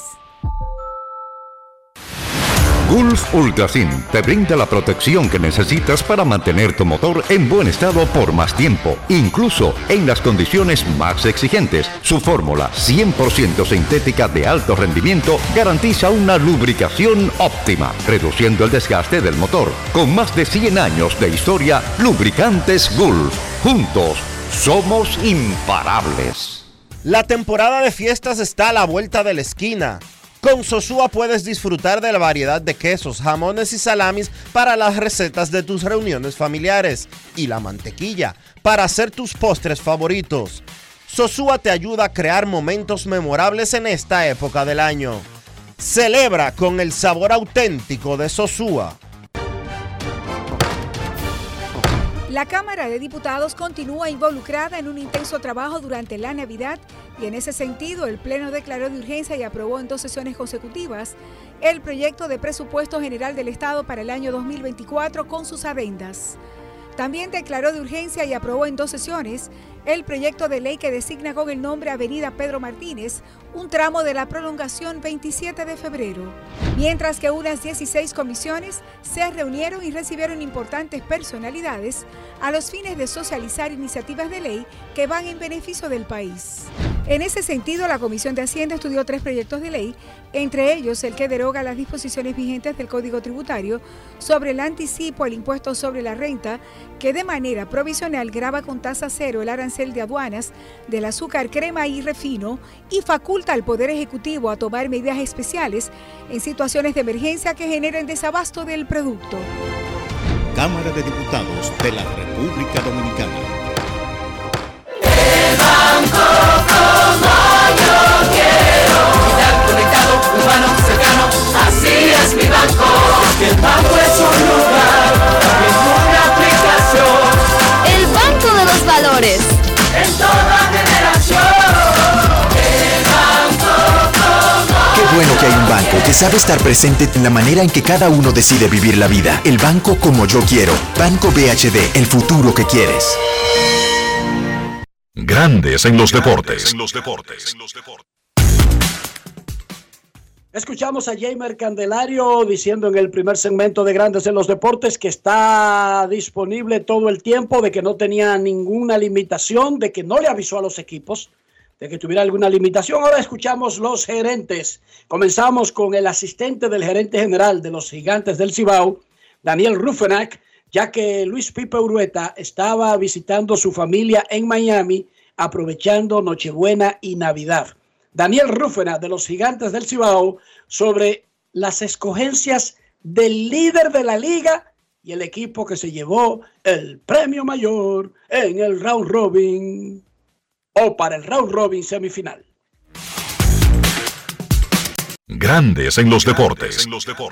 S13: Gulf Ultrasin te brinda la protección que necesitas para mantener tu motor en buen estado por más tiempo, incluso en las condiciones más exigentes. Su fórmula 100% sintética de alto rendimiento garantiza una lubricación óptima, reduciendo el desgaste del motor. Con más de 100 años de historia, Lubricantes Gulf. Juntos, somos imparables.
S2: La temporada de fiestas está a la vuelta de la esquina. Con Sosúa puedes disfrutar de la variedad de quesos, jamones y salamis para las recetas de tus reuniones familiares y la mantequilla para hacer tus postres favoritos. Sosúa te ayuda a crear momentos memorables en esta época del año. Celebra con el sabor auténtico de Sosúa.
S14: La Cámara de Diputados continúa involucrada en un intenso trabajo durante la Navidad y en ese sentido el Pleno declaró de urgencia y aprobó en 2 sesiones consecutivas el proyecto de presupuesto general del Estado para el año 2024 con sus adendas. También declaró de urgencia y aprobó en 2 sesiones el proyecto de ley que designa con el nombre Avenida Pedro Martínez un tramo de la prolongación 27 de febrero. Mientras que unas 16 comisiones se reunieron y recibieron importantes personalidades a los fines de socializar iniciativas de ley que van en beneficio del país. En ese sentido, la Comisión de Hacienda estudió 3 proyectos de ley, entre ellos el que deroga las disposiciones vigentes del Código Tributario sobre el anticipo al impuesto sobre la renta, que de manera provisional grava con tasa cero el arancel de aduanas del azúcar, crema y refino y faculta al Poder Ejecutivo a tomar medidas especiales en situaciones de emergencia que generen desabasto del producto.
S15: Cámara de Diputados de la República Dominicana.
S5: El banco como yo quiero. Estar conectado, humano, cercano, así es mi banco. Que el banco es un lugar, es una aplicación.
S16: El Banco de los Valores.
S5: En toda generación. El banco como
S17: Qué bueno que hay un banco que sabe estar presente en la manera en que cada uno decide vivir la vida. El banco como yo quiero. Banco BHD, el futuro que quieres.
S3: Grandes en los deportes.
S6: Escuchamos a Jamer Candelario diciendo en el primer segmento de Grandes en los Deportes que está disponible todo el tiempo, de que no tenía ninguna limitación, de que no le avisó a los equipos de que tuviera alguna limitación. Ahora escuchamos los gerentes. Comenzamos con el asistente del gerente general de los Gigantes del Cibao, Daniel Rufenac, ya que Luis Pipe Urueta estaba visitando su familia en Miami, aprovechando Nochebuena y Navidad. Daniel Rufenac de los Gigantes del Cibao sobre las escogencias del líder de la liga y el equipo que se llevó el premio mayor en el round robin o para el round robin semifinal.
S3: Grandes en los deportes.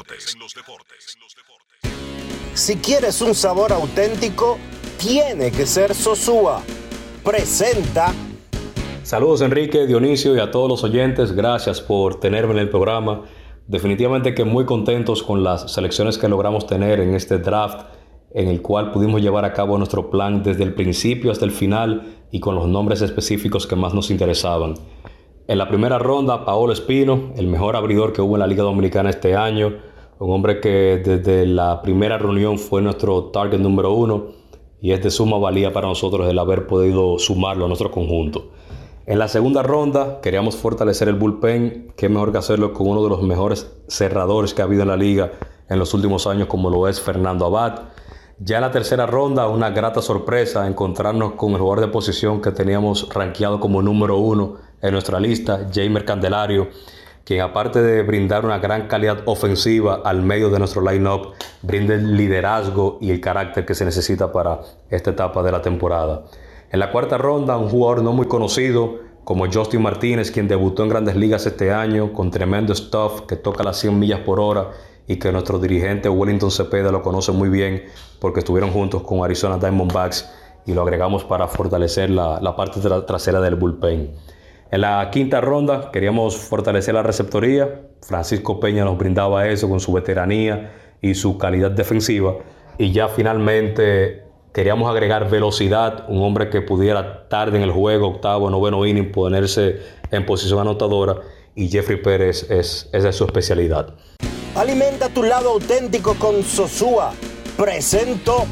S7: Si quieres un sabor auténtico, tiene que ser Sosúa. Presenta.
S18: Saludos Enrique, Dionisio y a todos los oyentes. Gracias por tenerme en el programa. Definitivamente que muy contentos con las selecciones que logramos tener en este draft, en el cual pudimos llevar a cabo nuestro plan desde el principio hasta el final y con los nombres específicos que más nos interesaban. En la primera ronda, Paolo Espino, el mejor abridor que hubo en la Liga Dominicana este año, un hombre que desde la primera reunión fue nuestro target número 1 y es de suma valía para nosotros el haber podido sumarlo a nuestro conjunto. En la segunda ronda queríamos fortalecer el bullpen, qué mejor que hacerlo con uno de los mejores cerradores que ha habido en la liga en los últimos años, como lo es Fernando Abad. Ya en la tercera ronda, una grata sorpresa encontrarnos con el jugador de posición que teníamos rankeado como número 1 en nuestra lista, Jeimer Candelario, quien aparte de brindar una gran calidad ofensiva al medio de nuestro line-up, brinda el liderazgo y el carácter que se necesita para esta etapa de la temporada. En la cuarta ronda, un jugador no muy conocido como Justin Martínez, quien debutó en Grandes Ligas este año con tremendo stuff que toca las 100 millas por hora y que nuestro dirigente Wellington Cepeda lo conoce muy bien porque estuvieron juntos con Arizona Diamondbacks y lo agregamos para fortalecer la parte trasera del bullpen. En la quinta ronda queríamos fortalecer la receptoría. Francisco Peña nos brindaba eso con su veteranía y su calidad defensiva. Y ya finalmente queríamos agregar velocidad, un hombre que pudiera tarde en el juego, octavo, noveno inning, ponerse en posición anotadora, y Jeffrey Pérez es de su especialidad.
S7: Alimenta tu lado auténtico con Sosúa. Presento.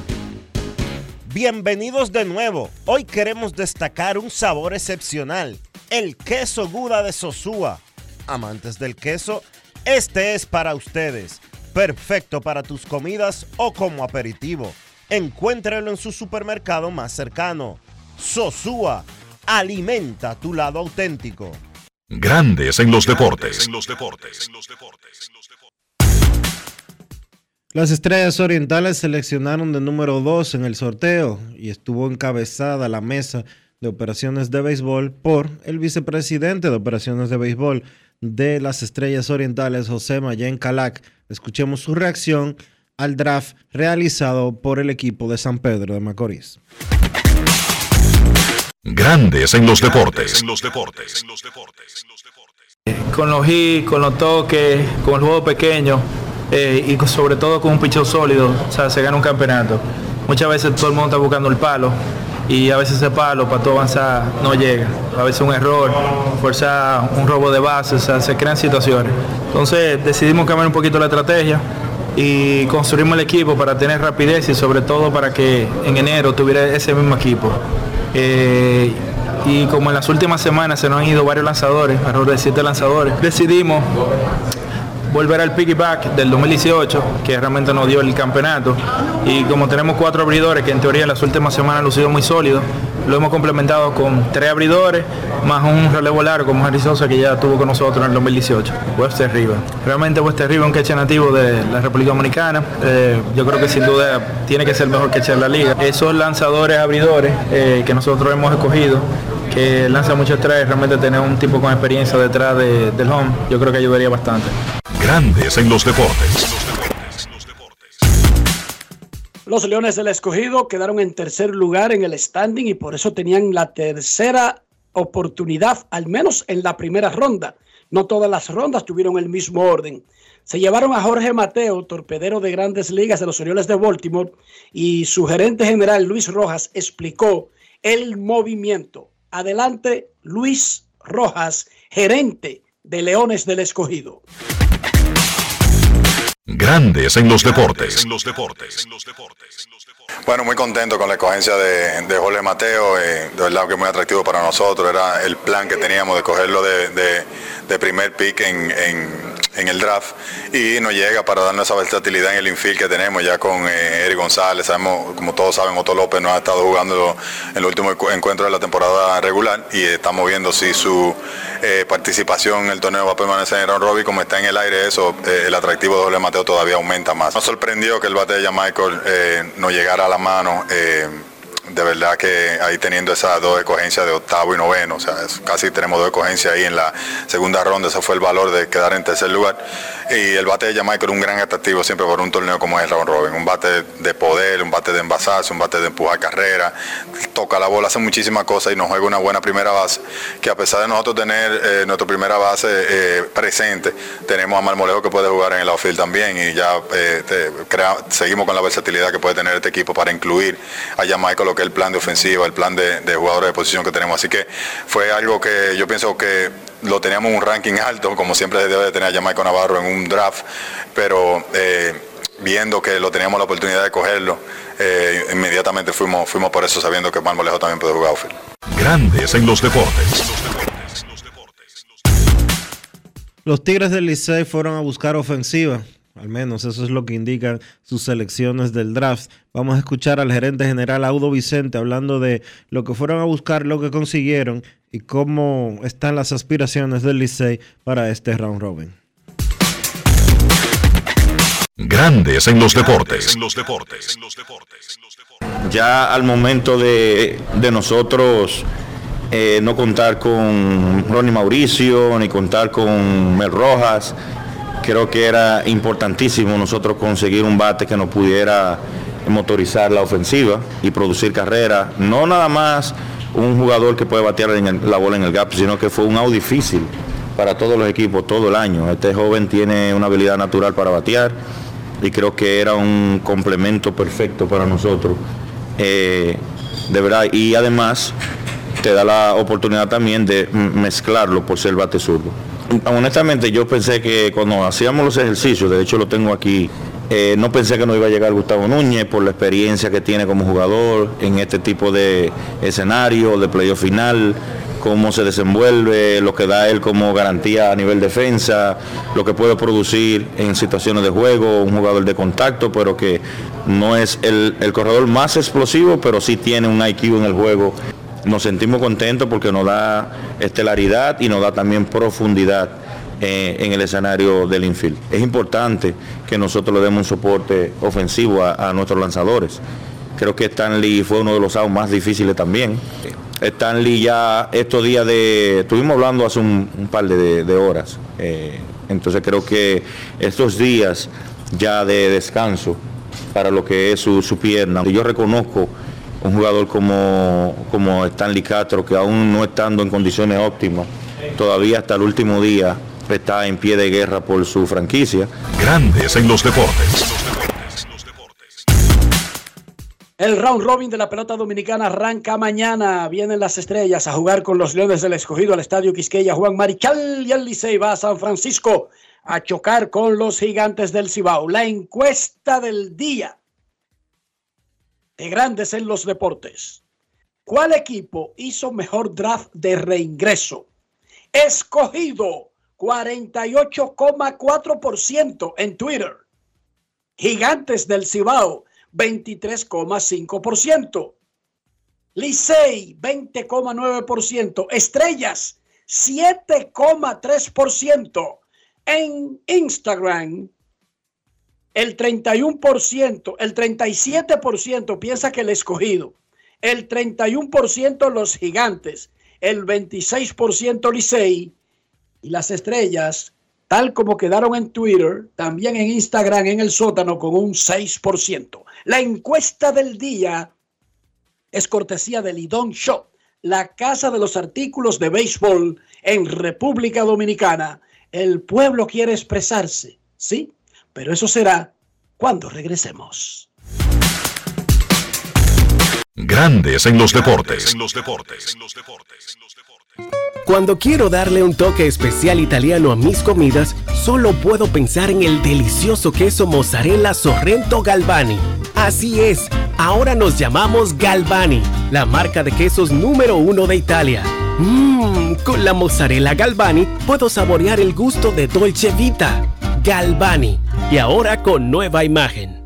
S2: Bienvenidos de nuevo. Hoy queremos destacar un sabor excepcional, el queso Gouda de Sosúa. Amantes del queso, este es para ustedes. Perfecto para tus comidas o como aperitivo. Encuéntralo en su supermercado más cercano. Sosúa, alimenta tu lado auténtico.
S3: Grandes en los deportes.
S2: Las Estrellas Orientales seleccionaron de número 2 en el sorteo y estuvo encabezada la mesa de operaciones de béisbol por el vicepresidente de operaciones de béisbol de las Estrellas Orientales, José Mayén Calac. Escuchemos su reacción al draft realizado por el equipo de San Pedro de Macorís.
S3: Grandes en los deportes.
S19: Con los hits, con los toques, con el juego pequeño y sobre todo con un picheo sólido, o sea, se gana un campeonato. Muchas veces todo el mundo está buscando el palo y a veces ese palo para todo avanzar no llega. A veces un error, forzar un robo de base, o sea, se crean situaciones. Entonces decidimos cambiar un poquito la estrategia y construimos el equipo para tener rapidez y sobre todo para que en enero tuviera ese mismo equipo. Y como en las últimas semanas se nos han ido varios lanzadores, alrededor de 7 lanzadores, decidimos volver al piggyback del 2018, que realmente nos dio el campeonato, y como tenemos 4 abridores que en teoría en las últimas semanas han lucido muy sólidos, lo hemos complementado con 3 abridores más un relevo largo como Henry Sosa, que ya estuvo con nosotros en el 2018. Webster Rivas, realmente Webster Rivas es un catcher nativo de la República Dominicana. Yo creo que sin duda tiene que ser el mejor catcher de la liga. Esos lanzadores abridores que nosotros hemos escogido, que lanza mucho strike, realmente tener un tipo con experiencia detrás del home, yo creo que ayudaría bastante.
S3: Grandes en los deportes.
S6: Los Leones del Escogido quedaron en tercer lugar en el standing y por eso tenían la tercera oportunidad, al menos en la primera ronda. No todas las rondas tuvieron el mismo orden. Se llevaron a Jorge Mateo, torpedero de Grandes Ligas de los Orioles de Baltimore, y su gerente general Luis Rojas explicó el movimiento. Adelante, Luis Rojas, gerente de Leones del Escogido.
S3: Grandes en los deportes.
S20: Bueno, muy contento con la escogencia de Jorge Mateo, de verdad que muy atractivo para nosotros, era el plan que teníamos de cogerlo de primer pick en el draft y nos llega para darnos esa versatilidad en el infield que tenemos ya con Eric González. Sabemos, como todos saben, Otto López no ha estado jugando en el último encuentro de la temporada regular y estamos viendo si su participación en el torneo va a permanecer en el round robin. Como está en el aire eso, el atractivo de Jorge Mateo todavía aumenta más. Nos sorprendió que el bate de Jamichael no llegara a la mano. De verdad que ahí teniendo esas dos escogencias de octavo y noveno, o sea, casi tenemos dos escogencias ahí en la segunda ronda, ese fue el valor de quedar en tercer lugar. Y el bate de Jamaica era un gran atractivo siempre por un torneo como es el round robin, un bate de poder, un bate de envasarse, un bate de empujar carrera, toca la bola, hace muchísimas cosas y nos juega una buena primera base, que a pesar de nosotros tener nuestra primera base presente, tenemos a Marmolejo que puede jugar en el outfield también y ya seguimos con la versatilidad que puede tener este equipo para incluir a Jamaica lo que es el plan de ofensiva, el plan de jugadores de posición que tenemos. Así que fue algo que yo pienso que lo teníamos en un ranking alto, como siempre se debe de tener a Jamaica Navarro en un draft, pero viendo que lo teníamos la oportunidad de cogerlo, inmediatamente fuimos por eso, sabiendo que Marmolejo también puede jugar outfield.
S3: Grandes en los deportes.
S2: Los Tigres del Licey fueron a buscar ofensiva. Al menos eso es lo que indican sus selecciones del draft. Vamos a escuchar al gerente general Audo Vicente hablando de lo que fueron a buscar, lo que consiguieron y cómo están las aspiraciones del Licey para este round robin.
S3: Grandes en los deportes.
S21: Ya al momento de nosotros no contar con Ronnie Mauricio ni contar con Mel Rojas, creo que era importantísimo nosotros conseguir un bate que nos pudiera motorizar la ofensiva y producir carrera. No nada más un jugador que puede batear la bola en el gap, sino que fue un out difícil para todos los equipos todo el año. Este joven tiene una habilidad natural para batear y creo que era un complemento perfecto para nosotros. De verdad, y además te da la oportunidad también de mezclarlo por ser bate zurdo. Honestamente yo pensé que cuando hacíamos los ejercicios, de hecho lo tengo aquí, no pensé que nos iba a llegar Gustavo Núñez por la experiencia que tiene como jugador en este tipo de escenario, de playoff final, cómo se desenvuelve, lo que da él como garantía a nivel defensa, lo que puede producir en situaciones de juego, un jugador de contacto, pero que no es el corredor más explosivo, pero sí tiene un IQ en el juego. Nos sentimos contentos porque nos da estelaridad y nos da también profundidad en el escenario del infield. Es importante que nosotros le demos un soporte ofensivo a nuestros lanzadores. Creo que Stanley fue uno de los outs más difíciles también. Stanley ya estos días estuvimos hablando hace un par de horas, entonces creo que estos días ya de descanso para lo que es su pierna. Yo reconozco un jugador como Stanley Castro, que aún no estando en condiciones óptimas, todavía hasta el último día está en pie de guerra por su franquicia.
S3: Grandes en los deportes.
S6: El round robin de la pelota dominicana arranca mañana. Vienen las Estrellas a jugar con los Leones del Escogido al Estadio Quisqueya Juan Marichal, y el Licey va a San Francisco a chocar con los Gigantes del Cibao. La encuesta del día de Grandes en los Deportes. ¿Cuál equipo hizo mejor draft de reingreso? Escogido, 48,4% en Twitter. Gigantes del Cibao, 23,5%. Licey, 20,9%. Estrellas, 7,3%. En Instagram, el 31%, el 37% piensa que el Escogido, el 31% los Gigantes, el 26% Licey, y las Estrellas, tal como quedaron en Twitter, también en Instagram, en el sótano, con un 6%. La encuesta del día es cortesía de Lidón Shop, la casa de los artículos de béisbol en República Dominicana. El pueblo quiere expresarse, ¿sí? Pero eso será cuando regresemos.
S3: Grandes en los deportes.
S4: Cuando quiero darle un toque especial italiano a mis comidas, solo puedo pensar en el delicioso queso mozzarella Sorrento Galvani. Así es, ahora nos llamamos Galvani, la marca de quesos número 1 de Italia. Con la mozzarella Galvani puedo saborear el gusto de Dolce Vita. Galvani, y ahora con nueva imagen.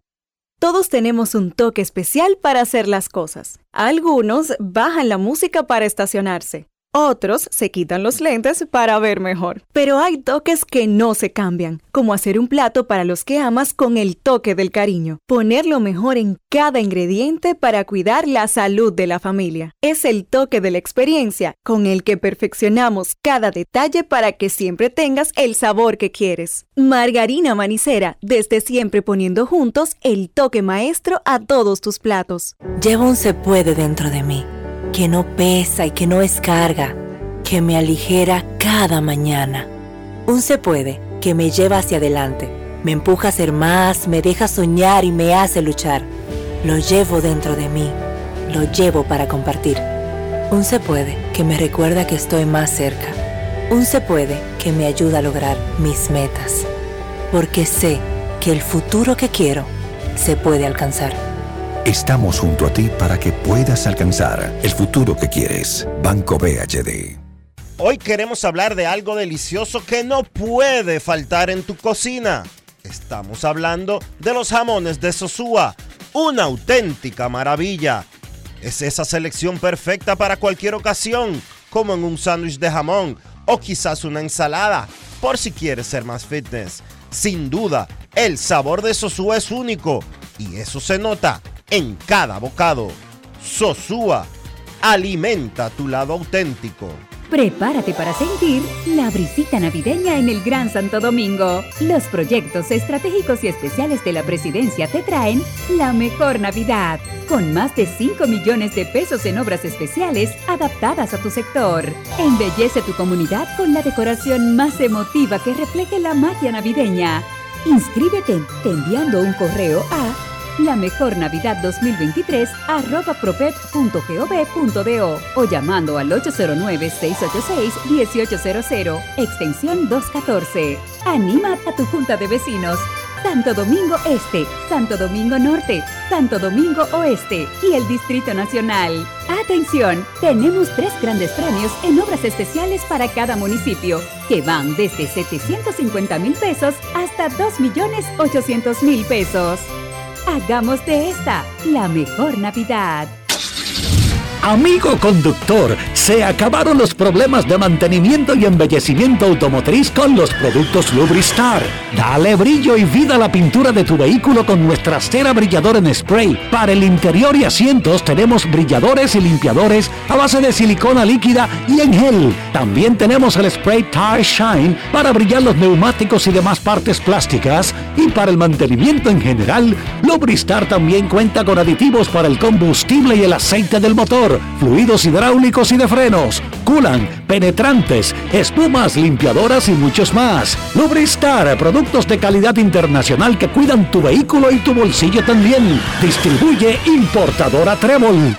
S11: Todos tenemos un toque especial para hacer las cosas. Algunos bajan la música para estacionarse. Otros se quitan los lentes para ver mejor. Pero hay toques que no se cambian, como hacer un plato para los que amas con el toque del cariño. Poner lo mejor en cada ingrediente para cuidar la salud de la familia. Es el toque de la experiencia con el que perfeccionamos cada detalle para que siempre tengas el sabor que quieres. Margarina Manicera, desde siempre poniendo juntos el toque maestro a todos tus platos.
S22: Llevo un se puede dentro de mí, que no pesa y que no es carga, que me aligera cada mañana. Un se puede que me lleva hacia adelante, me empuja a ser más, me deja soñar y me hace luchar. Lo llevo dentro de mí, lo llevo para compartir. Un se puede que me recuerda que estoy más cerca. Un se puede que me ayuda a lograr mis metas. Porque sé que el futuro que quiero se puede alcanzar.
S12: Estamos junto a ti para que puedas alcanzar el futuro que quieres. Banco BHD.
S2: Hoy queremos hablar de algo delicioso que no puede faltar en tu cocina. Estamos hablando de los jamones de Sosúa, una auténtica maravilla. Es esa selección perfecta para cualquier ocasión, como en un sándwich de jamón o quizás una ensalada, por si quieres ser más fitness. Sin duda, el sabor de Sosúa es único y eso se nota en cada bocado. Sosúa, alimenta tu lado auténtico.
S23: Prepárate para sentir la brisita navideña en el Gran Santo Domingo. Los proyectos estratégicos y especiales de la Presidencia te traen la mejor Navidad, con más de 5 millones de pesos en obras especiales adaptadas a tu sector. Embellece tu comunidad con la decoración más emotiva que refleje la magia navideña. Inscríbete enviando un correo a lamejornavidad2023@propep.gov.do o llamando al 809-686-1800, extensión 214. Anima a tu junta de vecinos. Santo Domingo Este, Santo Domingo Norte, Santo Domingo Oeste y el Distrito Nacional. ¡Atención! Tenemos 3 grandes premios en obras especiales para cada municipio, que van desde 750,000 pesos hasta 2,800,000 pesos. Hagamos de esta la mejor Navidad.
S24: Amigo conductor, se acabaron los problemas de mantenimiento y embellecimiento automotriz con los productos Lubristar. Dale brillo y vida a la pintura de tu vehículo con nuestra cera brilladora en spray. Para el interior y asientos tenemos brilladores y limpiadores a base de silicona líquida y en gel. También tenemos el spray Tire Shine para brillar los neumáticos y demás partes plásticas. Y para el mantenimiento en general, Lubristar también cuenta con aditivos para el combustible y el aceite del motor, fluidos hidráulicos y de frenos, culan, penetrantes, espumas, limpiadoras y muchos más. Lubristar, productos de calidad internacional que cuidan tu vehículo y tu bolsillo también. Distribuye importadora Trébol.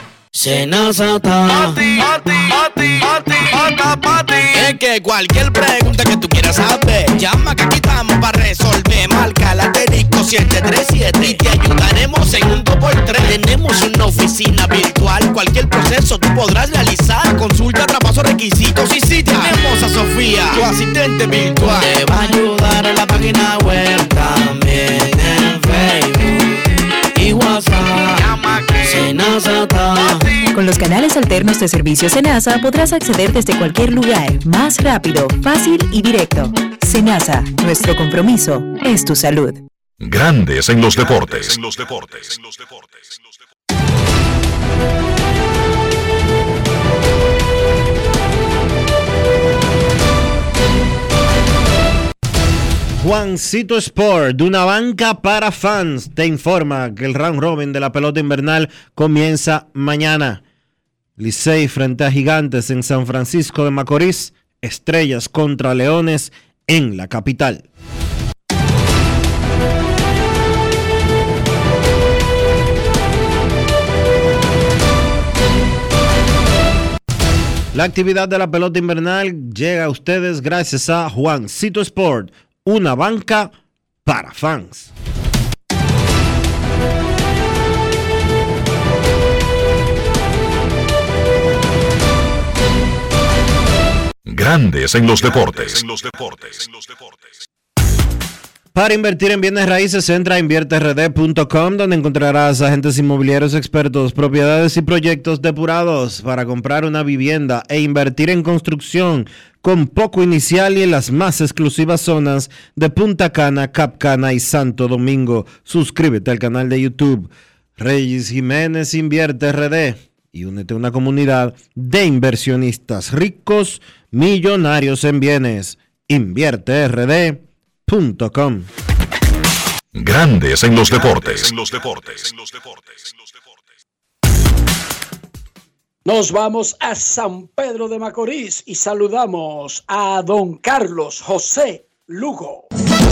S25: Es que cualquier pregunta que tú quieras saber, llama que aquí estamos para resolver. Marca la asterisco 737 y te ayudaremos en un 2x3. Tenemos una oficina virtual, cualquier proceso tú podrás realizar. Consulta, traspaso, requisitos y sí, tenemos a Sofía, tu asistente virtual. Te va a ayudar en la página web, también en Facebook y WhatsApp. Llama que Senasa está.
S26: Con los canales alternos de servicio Senasa podrás acceder desde cualquier lugar, más rápido, fácil y directo. Senasa, nuestro compromiso es tu salud.
S3: Grandes en los deportes.
S2: Juancito Sport, de una banca para fans, te informa que el round robin de la pelota invernal comienza mañana. Licey frente a Gigantes en San Francisco de Macorís, Estrellas contra Leones en la capital. La actividad de la pelota invernal llega a ustedes gracias a Juancito Sport, una banca para fans.
S3: Grandes en los deportes.
S2: Para invertir en bienes raíces, entra a invierterd.com, donde encontrarás agentes inmobiliarios expertos, propiedades y proyectos depurados para comprar una vivienda e invertir en construcción con poco inicial y en las más exclusivas zonas de Punta Cana, Cap Cana y Santo Domingo. Suscríbete al canal de YouTube Reyes Jiménez Invierte RD y únete a una comunidad de inversionistas ricos, millonarios en bienes. InvierteRD.com.
S3: Grandes en los deportes.
S6: Nos vamos a San Pedro de Macorís y saludamos a don Carlos José Lugo.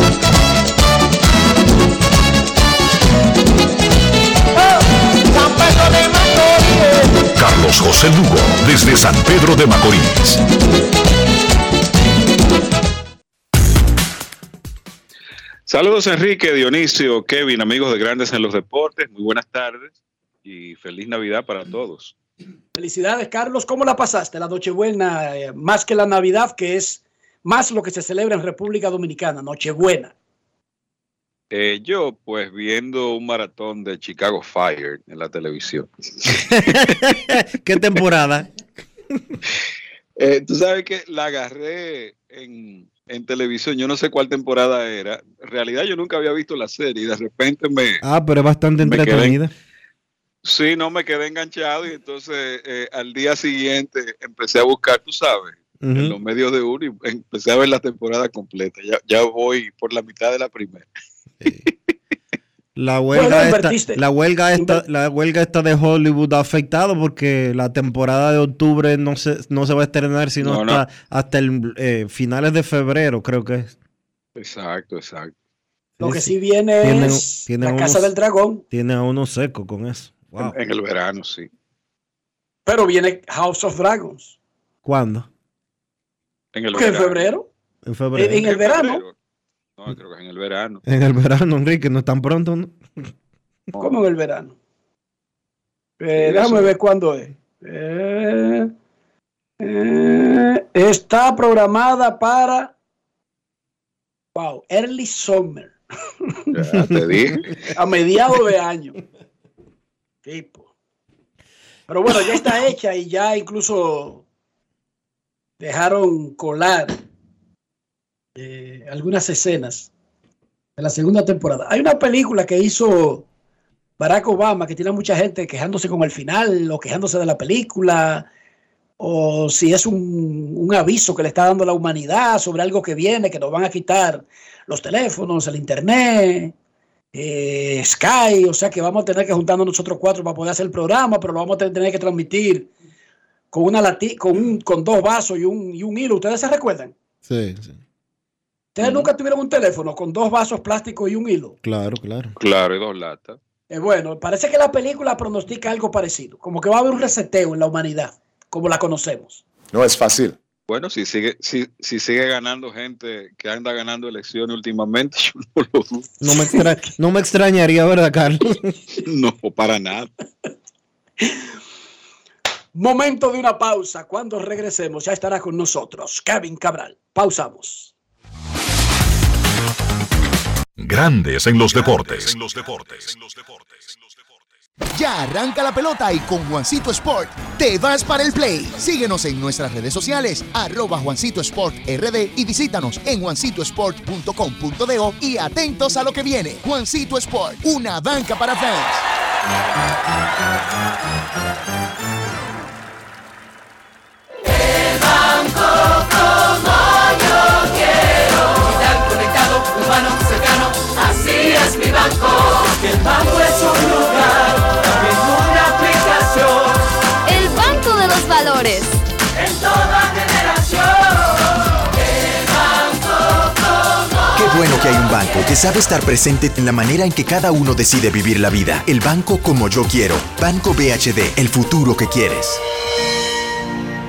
S5: San Pedro de Macorís.
S3: Carlos José Lugo, desde San Pedro de Macorís.
S1: Saludos Enrique, Dionisio, Kevin, amigos de Grandes en los Deportes, muy buenas tardes y feliz Navidad para todos.
S6: Felicidades, Carlos. ¿Cómo la pasaste la Nochebuena? Más que la Navidad, que es más lo que se celebra en República Dominicana, Nochebuena.
S1: Yo, pues, viendo un maratón de Chicago Fire en la televisión.
S2: ¿Qué temporada?
S1: Tú sabes que la agarré en televisión, yo no sé cuál temporada era. En realidad yo nunca había visto la serie y de repente
S2: pero es bastante entretenida.
S1: Sí, no, me quedé enganchado y entonces al día siguiente empecé a buscar, tú sabes, en los medios de uno y empecé a ver la temporada completa. Ya voy por la mitad de la primera.
S2: La huelga esta de Hollywood ha afectado porque la temporada de octubre no se va a estrenar sino hasta el finales de febrero, creo que es.
S1: Exacto.
S6: Lo que sí viene es la Casa del Dragón.
S2: Tiene a uno seco con eso. Wow.
S1: En el verano, sí.
S6: Pero viene House of Dragons.
S2: ¿Cuándo?
S1: En febrero.
S2: En febrero.
S6: En el verano.
S1: No, creo que es en el verano.
S2: En el verano, Enrique, no es tan pronto, ¿no?
S6: ¿Cómo en el verano? Déjame ver cuándo es. Está programada para early summer.
S1: Ya te dije.
S6: A mediados de año. Tipo. Pero bueno, ya está hecha y ya incluso dejaron colar algunas escenas de la segunda temporada. Hay una película que hizo Barack Obama que tiene mucha gente quejándose con el final o quejándose de la película, o si es un aviso que le está dando la humanidad sobre algo que viene, que nos van a quitar los teléfonos, el internet, Sky, o sea que vamos a tener que juntarnos nosotros cuatro para poder hacer el programa, pero lo vamos a tener que transmitir con con dos vasos y un hilo. ¿Ustedes se recuerdan?
S2: Sí.
S6: ¿Ustedes nunca tuvieron un teléfono con dos vasos plásticos y un hilo?
S2: Claro.
S1: Claro, y dos latas.
S6: Bueno, parece que la película pronostica algo parecido, como que va a haber un reseteo en la humanidad, como la conocemos.
S8: No es fácil.
S1: Bueno, si sigue ganando gente que anda ganando elecciones últimamente, yo no lo dudo.
S2: No me extrañaría, ¿verdad, Carlos?
S1: No, para nada.
S6: Momento de una pausa. Cuando regresemos ya estará con nosotros Kevin Cabral. Pausamos.
S3: Grandes en los deportes.
S9: Ya arranca la pelota y con Juancito Sport te vas para el play. Síguenos en nuestras redes sociales, @JuancitoSportRD y visítanos en juancitosport.com.do y atentos a lo que viene. Juancito Sport, una banca para fans.
S5: El banco como yo quiero. Digital, conectado, humano, cercano. Así es mi banco. Que el banco es un lugar, también una aplicación.
S16: El Banco de los Valores.
S5: En toda generación. El banco como
S17: Qué bueno que hay un banco que sabe estar presente en la manera en que cada uno decide vivir la vida. El banco como yo quiero. Banco BHD, el futuro que quieres.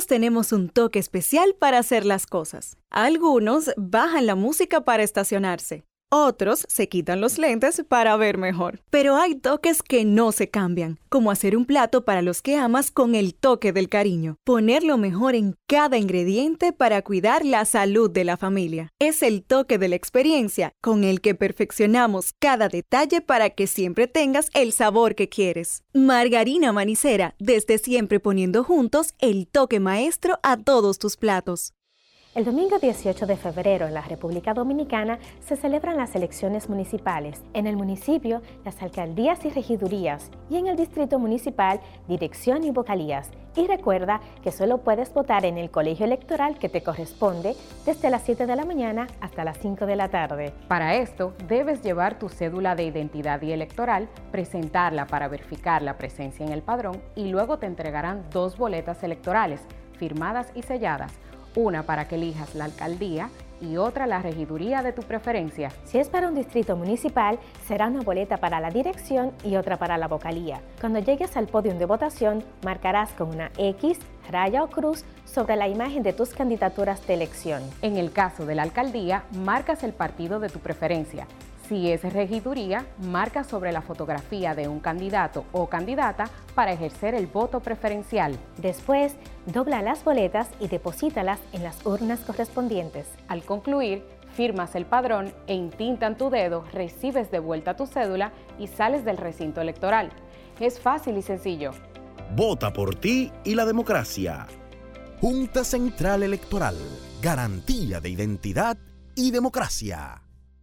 S11: Todos tenemos un toque especial para hacer las cosas. Algunos bajan la música para estacionarse. Otros se quitan los lentes para ver mejor. Pero hay toques que no se cambian, como hacer un plato para los que amas con el toque del cariño. Poner lo mejor en cada ingrediente para cuidar la salud de la familia. Es el toque de la experiencia con el que perfeccionamos cada detalle para que siempre tengas el sabor que quieres. Margarina Manicera, desde siempre poniendo juntos el toque maestro a todos tus platos.
S8: El domingo 18 de febrero en la República Dominicana se celebran las elecciones municipales. En el municipio, las alcaldías y regidurías, y en el distrito municipal, dirección y vocalías. Y recuerda que solo puedes votar en el colegio electoral que te corresponde desde las 7 de la mañana hasta las 5 de la tarde.
S10: Para esto, debes llevar tu cédula de identidad y electoral, presentarla para verificar la presencia en el padrón y luego te entregarán 2 boletas electorales, firmadas y selladas. Una para que elijas la alcaldía y otra la regiduría de tu preferencia.
S8: Si es para un distrito municipal, será una boleta para la dirección y otra para la vocalía. Cuando llegues al podio de votación, marcarás con una X, raya o cruz sobre la imagen de tus candidaturas de elección.
S10: En el caso de la alcaldía, marcas el partido de tu preferencia. Si es regiduría, marca sobre la fotografía de un candidato o candidata para ejercer el voto preferencial.
S8: Después, dobla las boletas y deposítalas en las urnas correspondientes.
S10: Al concluir, firmas el padrón e intintan tu dedo, recibes de vuelta tu cédula y sales del recinto electoral. Es fácil y sencillo.
S13: Vota por ti y la democracia. Junta Central Electoral. Garantía de identidad y democracia.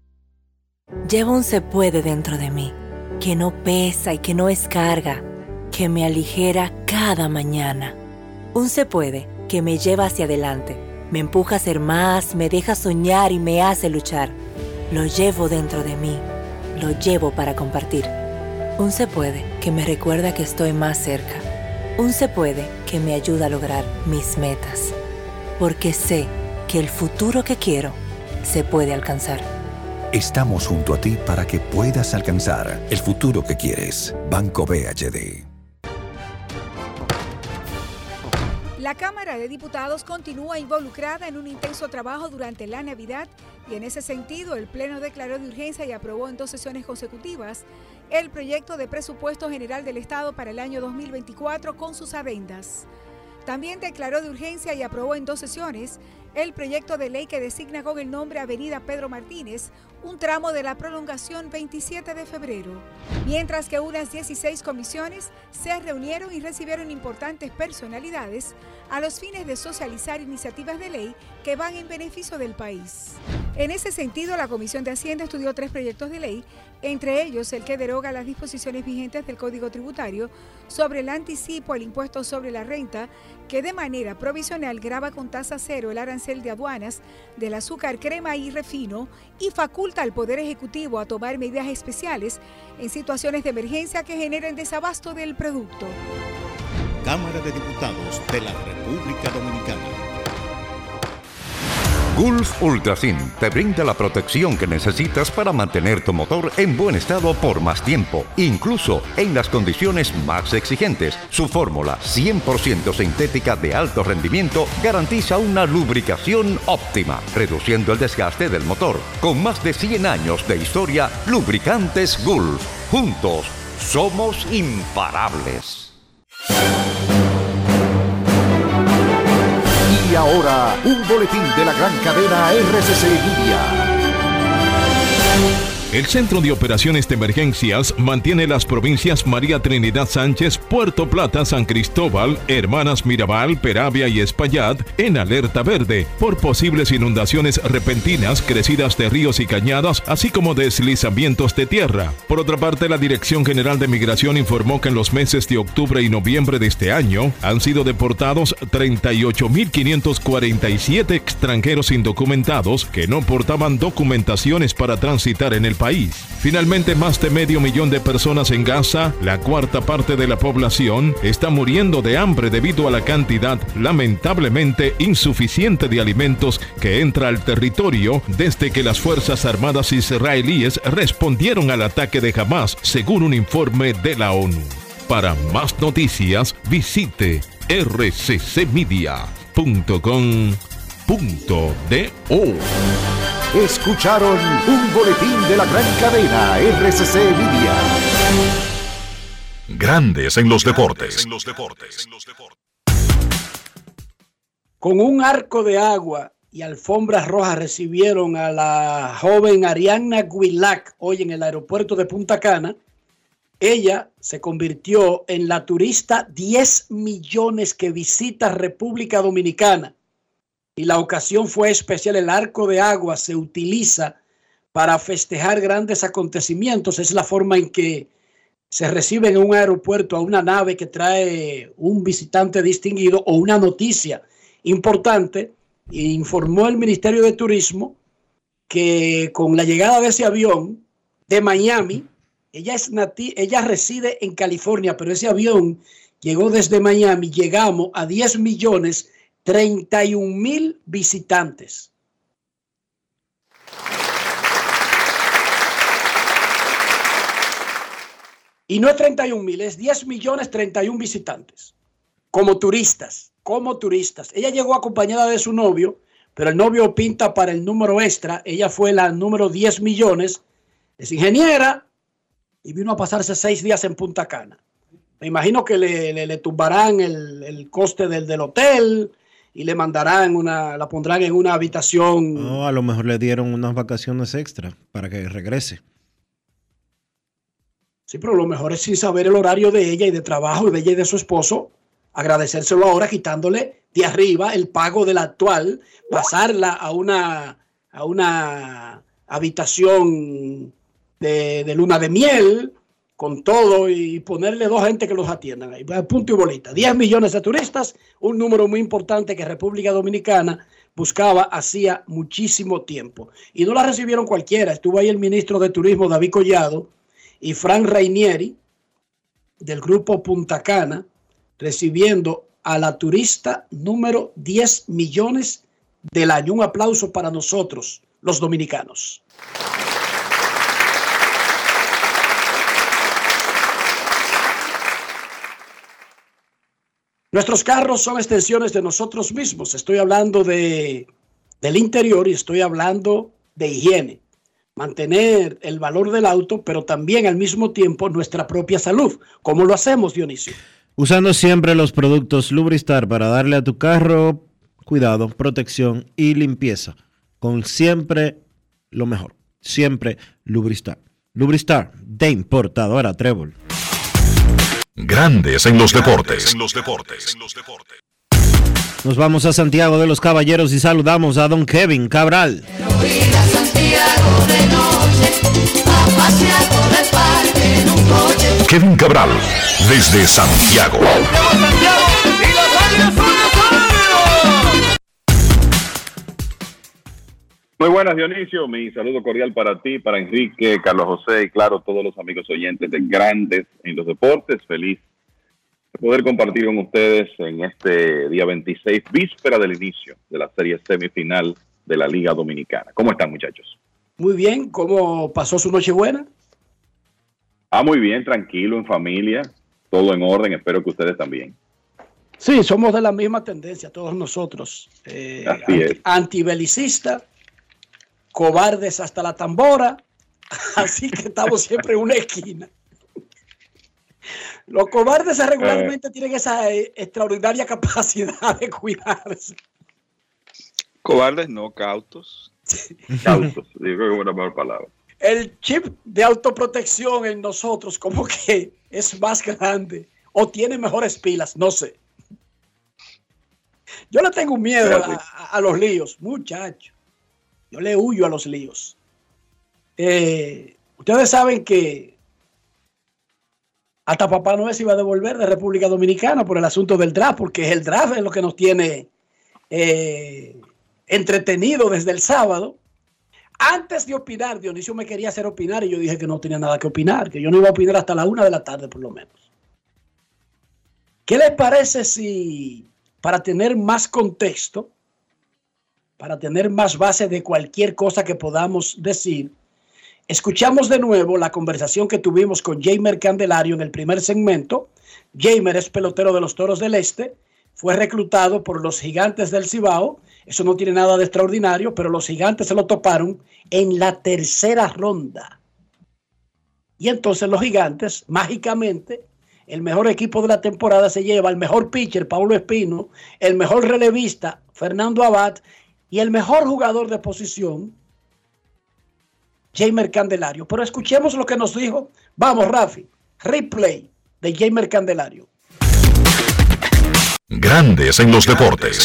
S22: Llevo un se puede dentro de mí, que no pesa y que no es carga, que me aligera cada mañana. Un se puede que me lleva hacia adelante, me empuja a ser más, me deja soñar y me hace luchar. Lo llevo dentro de mí, lo llevo para compartir. Un se puede que me recuerda que estoy más cerca. Un se puede que me ayuda a lograr mis metas. Porque sé que el futuro que quiero se puede alcanzar.
S14: Estamos junto a ti para que puedas alcanzar el futuro que quieres. Banco BHD.
S15: La Cámara de Diputados continúa involucrada en un intenso trabajo durante la Navidad y en ese sentido el Pleno declaró de urgencia y aprobó en 2 sesiones consecutivas el proyecto de presupuesto general del Estado para el año 2024 con sus adendas. También declaró de urgencia y aprobó en 2 sesiones el proyecto de ley que designa con el nombre Avenida Pedro Martínez un tramo de la prolongación 27 de febrero, mientras que unas 16 comisiones se reunieron y recibieron importantes personalidades a los fines de socializar iniciativas de ley que van en beneficio del país. En ese sentido, la Comisión de Hacienda estudió 3 proyectos de ley, entre ellos el que deroga las disposiciones vigentes del Código Tributario sobre el anticipo al impuesto sobre la renta, que de manera provisional grava con tasa cero el arancel de aduanas del azúcar, crema y refino y faculta al Poder Ejecutivo a tomar medidas especiales en situaciones de emergencia que generen desabasto del producto.
S13: Cámara de Diputados de la República Dominicana.
S18: Gulf Ultrasin te brinda la protección que necesitas para mantener tu motor en buen estado por más tiempo, incluso en las condiciones más exigentes. Su fórmula 100% sintética de alto rendimiento garantiza una lubricación óptima, reduciendo el desgaste del motor. Con más de 100 años de historia, Lubricantes Gulf. Juntos, somos imparables.
S12: Y ahora, un boletín de la gran cadena RCC Media.
S27: El Centro de Operaciones de Emergencias mantiene las provincias María Trinidad Sánchez, Puerto Plata, San Cristóbal, Hermanas Mirabal, Peravia y Espaillat en alerta verde por posibles inundaciones repentinas, crecidas de ríos y cañadas, así como deslizamientos de tierra. Por otra parte, la Dirección General de Migración informó que en los meses de octubre y noviembre de este año han sido deportados 38.547 extranjeros indocumentados que no portaban documentaciones para transitar en el país. Finalmente, más de 500.000 de personas en Gaza, la cuarta parte de la población, está muriendo de hambre debido a la cantidad lamentablemente insuficiente de alimentos que entra al territorio desde que las Fuerzas Armadas israelíes respondieron al ataque de Hamás, según un informe de la ONU. Para más noticias, visite
S12: Escucharon un boletín de la gran cadena RCC Media.
S3: Grandes en los deportes.
S6: Con un arco de agua y alfombras rojas recibieron a la joven Arianna Huilach hoy en el aeropuerto de Punta Cana. Ella se convirtió en la turista 10 millones que visita República Dominicana. Y la ocasión fue especial. El arco de agua se utiliza para festejar grandes acontecimientos. Es la forma en que se recibe en un aeropuerto a una nave que trae un visitante distinguido o una noticia importante. Informó el Ministerio de Turismo que con la llegada de ese avión de Miami, ella reside en California, pero ese avión llegó desde Miami, llegamos a 10 millones 31 mil visitantes. Y no es 31 mil, es 10 millones 31 visitantes. Como turistas. Ella llegó acompañada de su novio, pero el novio pinta para el número extra. Ella fue la número 10 millones. Es ingeniera y vino a pasarse 6 días en Punta Cana. Me imagino que le tumbarán el coste del hotel y le mandarán la pondrán en una habitación.
S2: No, a lo mejor le dieron unas vacaciones extra para que regrese.
S6: Sí, pero lo mejor es sin saber el horario de ella y de trabajo de ella y de su esposo, agradecérselo ahora quitándole de arriba el pago de la actual, pasarla a una habitación de luna de miel con todo y ponerle 2 gente que los atiendan ahí, punto y bolita. 10 millones de turistas, un número muy importante que República Dominicana buscaba hacía muchísimo tiempo. Y no la recibieron cualquiera. Estuvo ahí el ministro de Turismo, David Collado, y Frank Rainieri, del grupo Punta Cana, recibiendo a la turista número 10 millones del año. Un aplauso para nosotros, los dominicanos. Nuestros carros son extensiones de nosotros mismos. Estoy hablando del interior y estoy hablando de higiene. Mantener el valor del auto, pero también al mismo tiempo nuestra propia salud. ¿Cómo lo hacemos, Dionisio?
S2: Usando siempre los productos Lubristar para darle a tu carro cuidado, protección y limpieza. Con siempre lo mejor. Siempre Lubristar. Lubristar, de importadora Trébol.
S3: Grandes en los deportes.
S2: Nos vamos a Santiago de los Caballeros y saludamos a don Kevin Cabral.
S3: Kevin Cabral, desde Santiago.
S4: Muy buenas, Dionisio. Mi saludo cordial para ti, para Enrique, Carlos José y claro, todos los amigos oyentes de Grandes en los Deportes. Feliz de poder compartir con ustedes en este día 26, víspera del inicio de la serie semifinal de la Liga Dominicana. ¿Cómo están, muchachos?
S6: Muy bien. ¿Cómo pasó su Nochebuena?
S4: Muy bien, tranquilo, en familia, todo en orden. Espero que ustedes también.
S6: Sí, somos de la misma tendencia, todos nosotros.
S4: Así es.
S6: Antibelicista, cobardes hasta la tambora, así que estamos siempre en una esquina. Los cobardes regularmente tienen esa extraordinaria capacidad de cuidarse.
S1: Cobardes no, cautos.
S4: Cautos, digo que es una mejor palabra.
S6: El chip de autoprotección en nosotros como que es más grande o tiene mejores pilas, no sé. Yo le tengo miedo a los líos, muchachos. Yo le huyo a los líos. Ustedes saben que hasta Papá Noel se iba a devolver de República Dominicana por el asunto del draft, porque el draft es lo que nos tiene entretenido desde el sábado. Antes de opinar, Dionisio me quería hacer opinar y yo dije que no tenía nada que opinar, que yo no iba a opinar hasta la 1 de la tarde por lo menos. ¿Qué les parece si, para tener más contexto, para tener más base de cualquier cosa que podamos decir, escuchamos de nuevo la conversación que tuvimos con Jeimer Candelario en el primer segmento? Jeimer es pelotero de los Toros del Este, fue reclutado por los Gigantes del Cibao. Eso no tiene nada de extraordinario, pero los Gigantes se lo toparon en la tercera ronda. Y entonces los Gigantes, mágicamente, el mejor equipo de la temporada se lleva el mejor pitcher, Paulo Espino, el mejor relevista, Fernando Abad, y el mejor jugador de posición, Jeimer Candelario. Pero escuchemos lo que nos dijo. Vamos, Rafi, replay de Jeimer Candelario.
S3: Grandes en los deportes.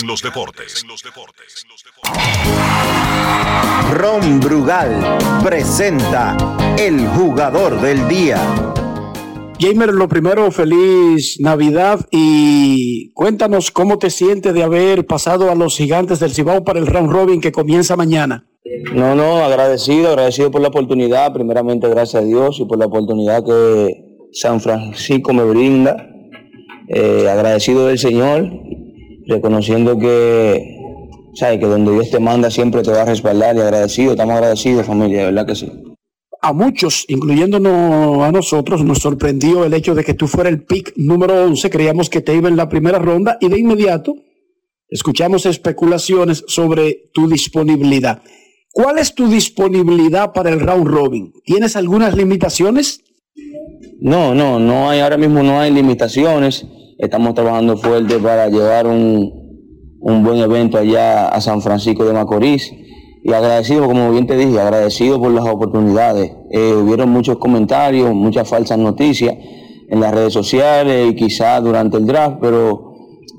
S7: Ron Brugal presenta el jugador del día.
S6: Jeimer, lo primero, feliz Navidad y cuéntanos cómo te sientes de haber pasado a los Gigantes del Cibao para el round robin que comienza mañana.
S19: No, agradecido por la oportunidad, primeramente gracias a Dios y por la oportunidad que San Francisco me brinda. Agradecido del Señor, reconociendo que donde Dios te manda siempre te va a respaldar y estamos agradecidos, familia, de verdad que sí.
S6: A muchos, incluyéndonos a nosotros, nos sorprendió el hecho de que tú fueras el pick número 11. Creíamos que te iba en la primera ronda y de inmediato escuchamos especulaciones sobre tu disponibilidad. ¿Cuál es tu disponibilidad para el round robin? ¿Tienes algunas limitaciones?
S19: No hay, ahora mismo no hay limitaciones. Estamos trabajando fuerte para llevar un buen evento allá a San Francisco de Macorís. Y agradecido, como bien te dije, agradecido por las oportunidades. Hubieron muchos comentarios, muchas falsas noticias en las redes sociales y quizás durante el draft, pero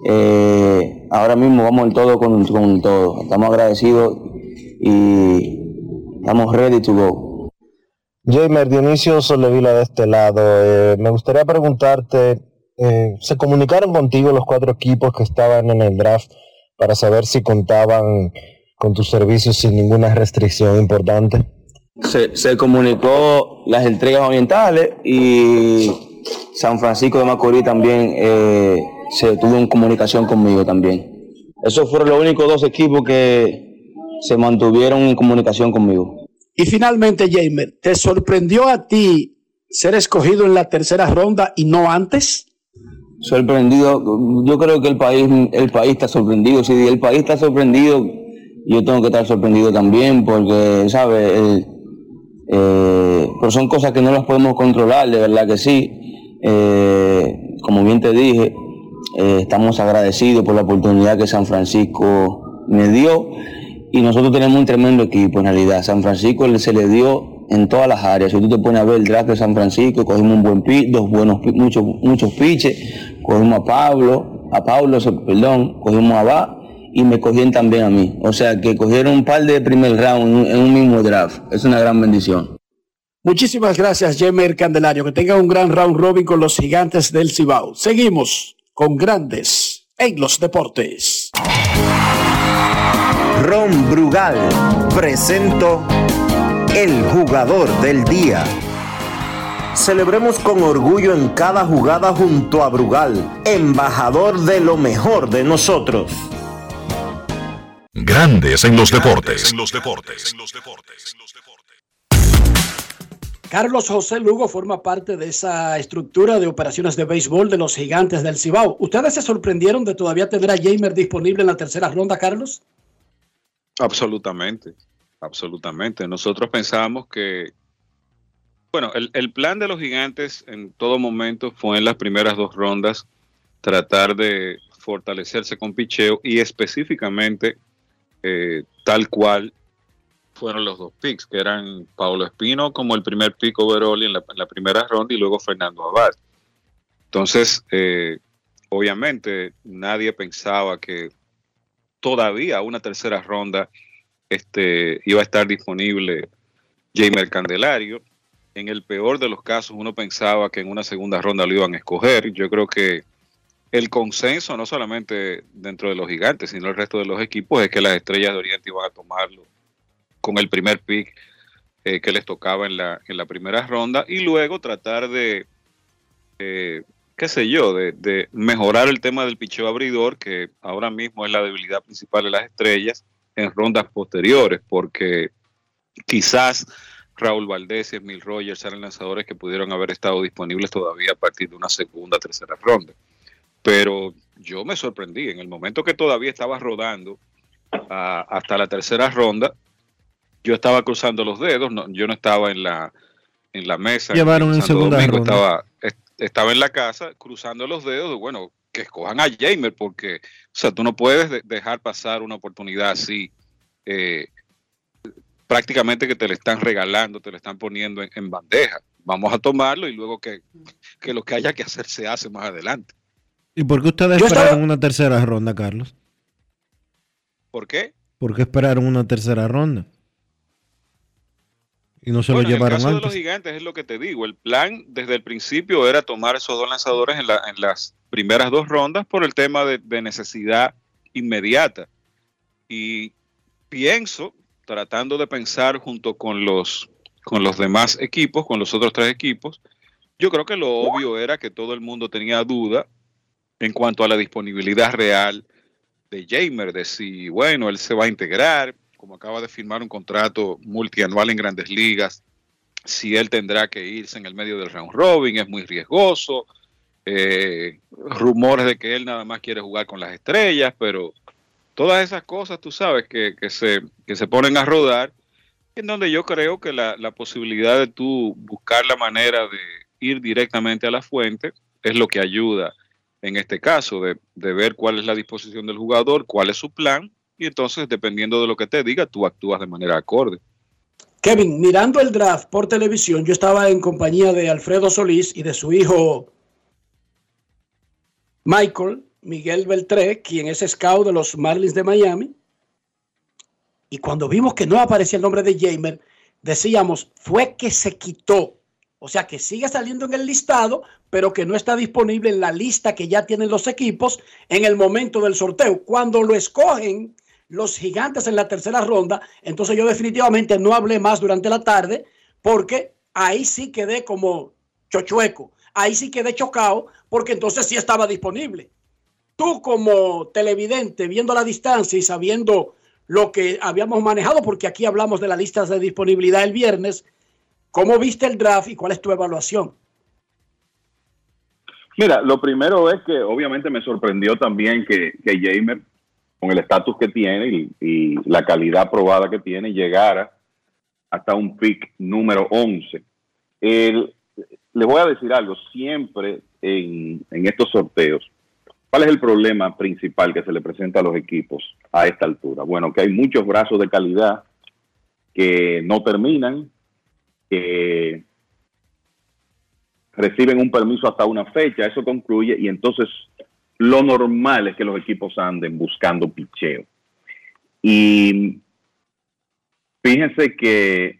S19: ahora mismo vamos el todo con el todo. Estamos agradecidos y estamos ready to go.
S20: Jeimer, Dionisio Soldevila de este lado. Me gustaría preguntarte, ¿se comunicaron contigo los 4 equipos que estaban en el draft para saber si contaban con tus servicios sin ninguna restricción importante?
S19: Se comunicó las entregas orientales y San Francisco de Macorís también se tuvo en comunicación conmigo también. Esos fueron los únicos 2 equipos que se mantuvieron en comunicación conmigo.
S6: Y finalmente, Jeimer, ¿te sorprendió a ti ser escogido en la tercera ronda y no antes?
S19: Sorprendido, yo creo que el país está sorprendido. Si el país está sorprendido, yo tengo que estar sorprendido también, porque, ¿sabes? Pero son cosas que no las podemos controlar, de verdad que sí. Como bien te dije, estamos agradecidos por la oportunidad que San Francisco me dio, y nosotros tenemos un tremendo equipo en realidad. San Francisco se le dio en todas las áreas. Si tú te pones a ver el draft de San Francisco, cogimos un buen pitch, muchos pitches, cogimos a Pablo, cogimos a Abad, y me cogieron también a mí. O sea que cogieron un par de primer round en un mismo draft. Es una gran bendición.
S6: Muchísimas gracias, Jeimer Candelario. Que tenga un gran round robin con los Gigantes del Cibao. Seguimos con Grandes en los Deportes.
S7: Ron Brugal presentó el jugador del día. Celebremos con orgullo en cada jugada junto a Brugal, embajador de lo mejor de nosotros.
S3: Grandes en los deportes.
S6: Carlos José Lugo forma parte de esa estructura de operaciones de béisbol de los Gigantes del Cibao. ¿Ustedes se sorprendieron de todavía tener a Jeimer disponible en la tercera ronda, Carlos?
S1: Absolutamente. Nosotros pensábamos que, bueno, el plan de los Gigantes en todo momento fue en las primeras 2 rondas tratar de fortalecerse con picheo y específicamente tal cual fueron los 2 picks, que eran Paulo Espino como el primer pick overall en la primera ronda y luego Fernando Abad. Entonces, obviamente, nadie pensaba que todavía una tercera ronda iba a estar disponible Jeimer Candelario. En el peor de los casos, uno pensaba que en una segunda ronda lo iban a escoger. Yo creo que el consenso, no solamente dentro de los Gigantes, sino el resto de los equipos, es que las Estrellas de Oriente iban a tomarlo con el primer pick que les tocaba en la primera ronda, y luego tratar de de mejorar el tema del picheo abridor, que ahora mismo es la debilidad principal de las Estrellas, en rondas posteriores, porque quizás Raúl Valdés y Emil Rogers eran lanzadores que pudieron haber estado disponibles todavía a partir de una segunda, tercera ronda. pero yo me sorprendí. En el momento que todavía estaba rodando hasta la tercera ronda, yo estaba cruzando los dedos, yo no estaba en la mesa.
S2: Llevaron en segunda ronda.
S1: Estaba en la casa cruzando los dedos, bueno, que escojan a Jeimer, porque, o sea, tú no puedes dejar pasar una oportunidad así, prácticamente que te le están regalando, te le están poniendo en bandeja. Vamos a tomarlo y luego que lo que haya que hacer se hace más adelante.
S2: ¿Y por qué ustedes esperaron una tercera ronda, Carlos?
S1: ¿Por qué?
S2: ¿Por qué esperaron una tercera ronda? Y no se lo llevaron
S1: antes. En el caso
S2: antes.
S1: de los Gigantes es lo que te digo. El plan desde el principio era tomar esos dos lanzadores en las primeras dos rondas por el tema de necesidad inmediata. Y pienso, tratando de pensar junto con los demás equipos, con los otros tres equipos, yo creo que lo obvio era que todo el mundo tenía duda en cuanto a la disponibilidad real de Jeimer, de si, bueno, él se va a integrar, como acaba de firmar un contrato multianual en Grandes Ligas, si él tendrá que irse en el medio del round robin, es muy riesgoso, rumores de que él nada más quiere jugar con las estrellas, pero todas esas cosas, tú sabes, que se ponen a rodar, en donde yo creo que la posibilidad de tú buscar la manera de ir directamente a la fuente es lo que ayuda en este caso, de ver cuál es la disposición del jugador, cuál es su plan, y entonces, dependiendo de lo que te diga, tú actúas de manera acorde.
S6: Kevin, mirando el draft por televisión, yo estaba en compañía de Alfredo Solís y de su hijo Miguel Beltré, quien es scout de los Marlins de Miami. Y cuando vimos que no aparecía el nombre de Jeimer, decíamos, fue que se quitó. O sea, que sigue saliendo en el listado, pero que no está disponible en la lista que ya tienen los equipos en el momento del sorteo. Cuando lo escogen los Gigantes en la tercera ronda, entonces yo definitivamente no hablé más durante la tarde, porque ahí sí quedé como chochueco, ahí sí quedé chocado, porque entonces sí estaba disponible. Tú como televidente, viendo la distancia y sabiendo lo que habíamos manejado, porque aquí hablamos de las listas de disponibilidad el viernes, ¿cómo viste el draft y cuál es tu evaluación?
S4: Mira, lo primero es que obviamente me sorprendió también que Jeimer, con el estatus que tiene y la calidad probada que tiene, llegara hasta un pick número 11. Le voy a decir algo, siempre en estos sorteos, ¿cuál es el problema principal que se le presenta a los equipos a esta altura? Bueno, que hay muchos brazos de calidad que no terminan, que reciben un permiso hasta una fecha, eso concluye, y entonces lo normal es que los equipos anden buscando picheo. Y fíjense que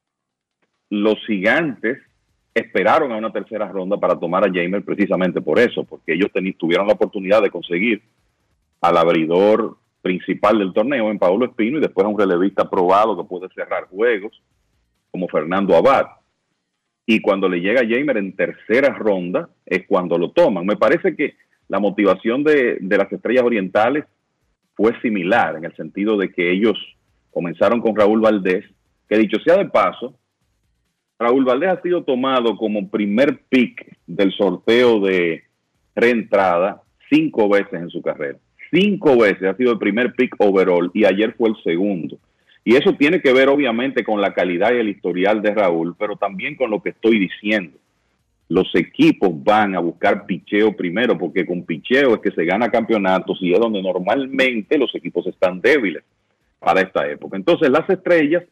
S4: los Gigantes esperaron a una tercera ronda para tomar a Jeimer precisamente por eso, porque ellos tuvieron la oportunidad de conseguir al abridor principal del torneo en Paolo Espino y después a un relevista probado que puede cerrar juegos como Fernando Abad. Y cuando le llega a Jeimer en tercera ronda es cuando lo toman. Me parece que la motivación de las Estrellas Orientales fue similar, en el sentido de que ellos comenzaron con Raúl Valdés, que dicho sea de paso, Raúl Valdés ha sido tomado como primer pick del sorteo de reentrada 5 veces en su carrera. 5 veces ha sido el primer pick overall y ayer fue el segundo. Y eso tiene que ver obviamente con la calidad y el historial de Raúl, pero también con lo que estoy diciendo. Los equipos van a buscar picheo primero, porque con picheo es que se gana campeonatos y es donde normalmente los equipos están débiles para esta época. Entonces las Estrellas,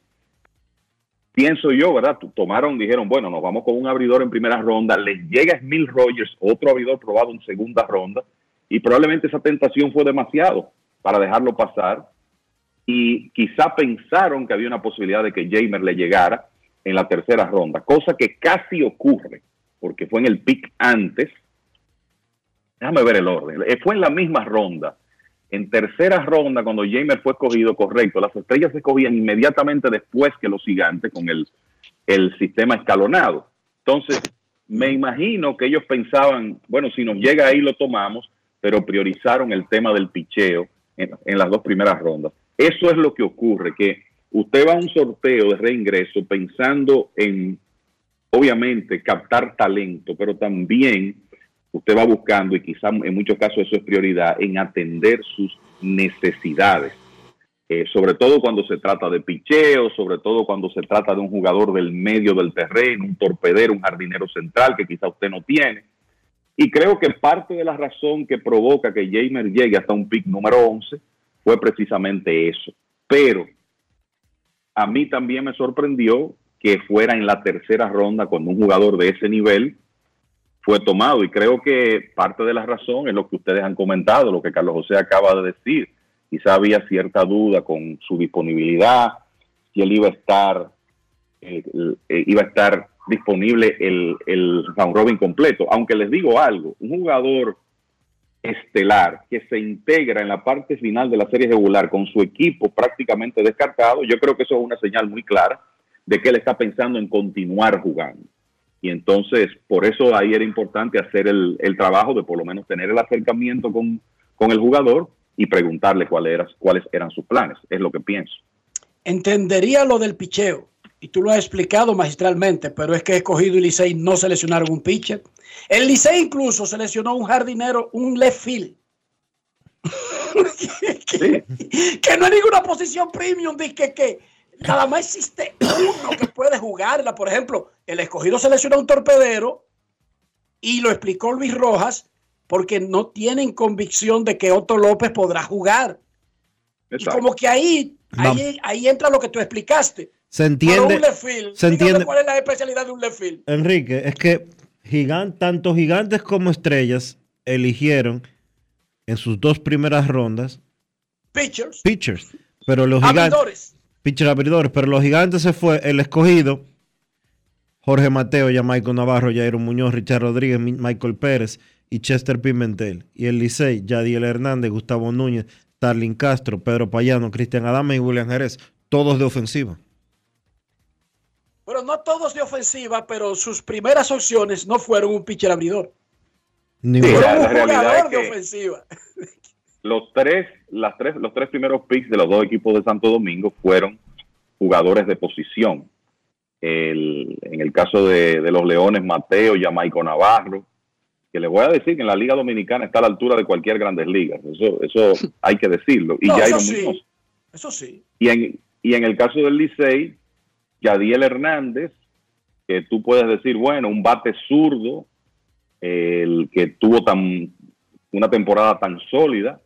S4: pienso yo, ¿verdad? Dijeron, bueno, nos vamos con un abridor en primera ronda, les llega Smil Rogers, otro abridor probado en segunda ronda, y probablemente esa tentación fue demasiado para dejarlo pasar, y quizá pensaron que había una posibilidad de que Jeimer le llegara en la tercera ronda, cosa que casi ocurre, porque fue en el pick antes. Déjame ver el orden. Fue en la misma ronda. En tercera ronda, cuando Jeimer fue escogido, correcto, las Estrellas se escogían inmediatamente después que los Gigantes con el sistema escalonado. Entonces, me imagino que ellos pensaban, bueno, si nos llega ahí lo tomamos, pero priorizaron el tema del picheo en las dos primeras rondas. Eso es lo que ocurre, que usted va a un sorteo de reingreso pensando en, obviamente, captar talento, pero también usted va buscando, y quizá en muchos casos eso es prioridad, en atender sus necesidades. Sobre todo cuando se trata de picheo, sobre todo cuando se trata de un jugador del medio del terreno, un torpedero, un jardinero central que quizá usted no tiene. Y creo que parte de la razón que provoca que Jeimer llegue hasta un pick número 11 fue precisamente eso. Pero a mí también me sorprendió que fuera en la tercera ronda cuando un jugador de ese nivel fue tomado. Y creo que parte de la razón es lo que ustedes han comentado, lo que Carlos José acaba de decir. Quizá había cierta duda con su disponibilidad, si él iba a estar disponible el round robin completo. Aunque les digo algo, un jugador estelar que se integra en la parte final de la serie regular con su equipo prácticamente descartado, yo creo que eso es una señal muy clara de que él está pensando en continuar jugando. Y entonces, por eso ahí era importante hacer el trabajo de por lo menos tener el acercamiento con el jugador y preguntarle cuáles eran sus planes. Es lo que pienso.
S6: Entendería lo del picheo, y tú lo has explicado magistralmente, pero es que Escogido y Licey no seleccionaron un pitcher. El Licey incluso seleccionó un jardinero, un left field. que no hay ninguna posición premium, de que nada más existe uno que puede jugarla. Por ejemplo, el Escogido seleccionó un torpedero, y lo explicó Luis Rojas, porque no tienen convicción de que Otto López podrá jugar. Exacto. Y como que ahí entra lo que tú explicaste.
S2: Se entiende.
S6: Un left field,
S2: se entiende.
S6: ¿Cuál es la especialidad de un left field?
S2: Enrique, es que tanto Gigantes como Estrellas eligieron en sus dos primeras rondas pitchers. Pero los Gigantes, pitchers abridores, pero los Gigantes se fue el Escogido, Jorge Mateo, Jamaico Navarro, Jairo Muñoz, Richard Rodríguez, Michael Pérez y Chester Pimentel. Y el Licey, Yadiel Hernández, Gustavo Núñez, Starling Castro, Pedro Payano, Cristian Adame y William Jerez, todos de ofensiva.
S6: Pero no todos de ofensiva, pero sus primeras opciones no fueron un pitcher abridor.
S4: Sí, la realidad es
S6: que de ofensiva.
S4: Los tres primeros picks de los dos equipos de Santo Domingo fueron jugadores de posición. En el caso de los Leones, Mateo, Jamaico Navarro, que les voy a decir que en la Liga Dominicana está a la altura de cualquier Grandes Ligas. Eso hay que decirlo. Y Jairo Muñoz.
S6: Eso sí.
S4: Y en el caso del Licey, Yadiel Hernández, que tú puedes decir, bueno, un bate zurdo, el que tuvo una temporada tan sólida,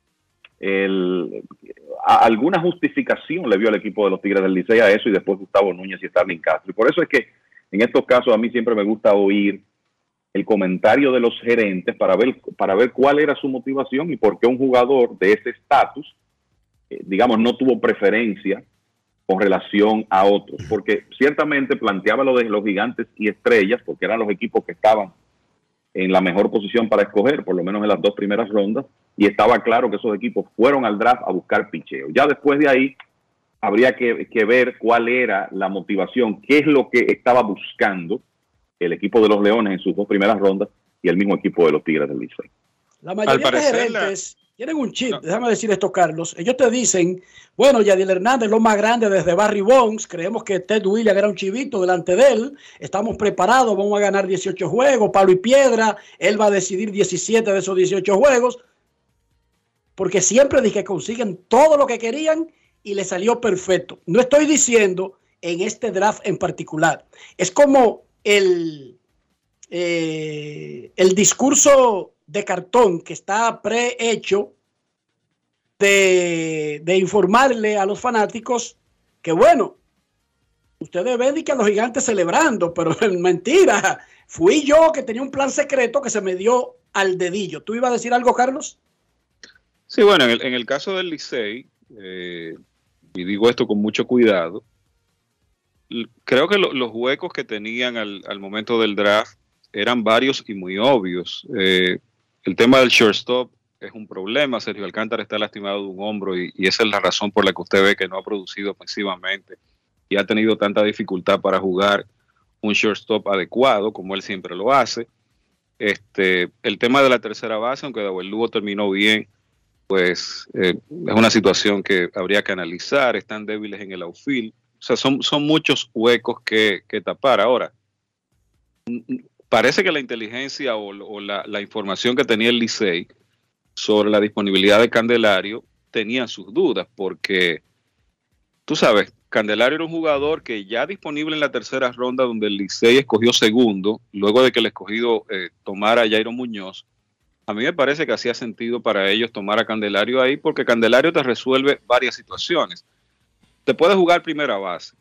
S4: alguna justificación le vio al equipo de los Tigres del Licey a eso, y después Gustavo Núñez y Starling Castro. Y por eso es que en estos casos a mí siempre me gusta oír el comentario de los gerentes para ver cuál era su motivación y por qué un jugador de ese estatus, digamos, no tuvo preferencia con relación a otros. Porque ciertamente planteaba lo de los Gigantes y Estrellas, porque eran los equipos que estaban en la mejor posición para escoger, por lo menos en las dos primeras rondas, y estaba claro que esos equipos fueron al draft a buscar picheo. Ya después de ahí, habría que ver cuál era la motivación, qué es lo que estaba buscando el equipo de los Leones en sus dos primeras rondas y el mismo equipo de los Tigres del Licey.
S6: La mayoría de gerentes tienen un chip, déjame decir esto, Carlos. Ellos te dicen, bueno, Yadiel Hernández es lo más grande desde Barry Bonds, creemos que Ted Williams era un chivito delante de él, estamos preparados, vamos a ganar 18 juegos, palo y piedra, él va a decidir 17 de esos 18 juegos, porque siempre dije que consiguen todo lo que querían y le salió perfecto. No estoy diciendo en este draft en particular, es como el discurso de cartón que está prehecho de informarle a los fanáticos que, bueno, ustedes ven y que a los Gigantes celebrando, pero mentira, fui yo que tenía un plan secreto que se me dio al dedillo. ¿Tú ibas a decir algo, Carlos?
S1: Sí, bueno, en el caso del Licey, y digo esto con mucho cuidado, creo que los huecos que tenían al momento del draft eran varios y muy obvios. El tema del shortstop es un problema. Sergio Alcántara está lastimado de un hombro y esa es la razón por la que usted ve que no ha producido ofensivamente y ha tenido tanta dificultad para jugar un shortstop adecuado como él siempre lo hace. El tema de la tercera base, aunque David Lugo terminó bien, pues es una situación que habría que analizar. Están débiles en el outfield. O sea, son muchos huecos que tapar. Ahora, parece que la inteligencia o la información que tenía el Licey sobre la disponibilidad de Candelario tenían sus dudas, porque tú sabes, Candelario era un jugador que ya disponible en la tercera ronda, donde el Licey escogió segundo, luego de que el escogido tomara a Jairo Muñoz. A mí me parece que hacía sentido para ellos tomar a Candelario ahí, porque Candelario te resuelve varias situaciones. Te puede jugar primera base.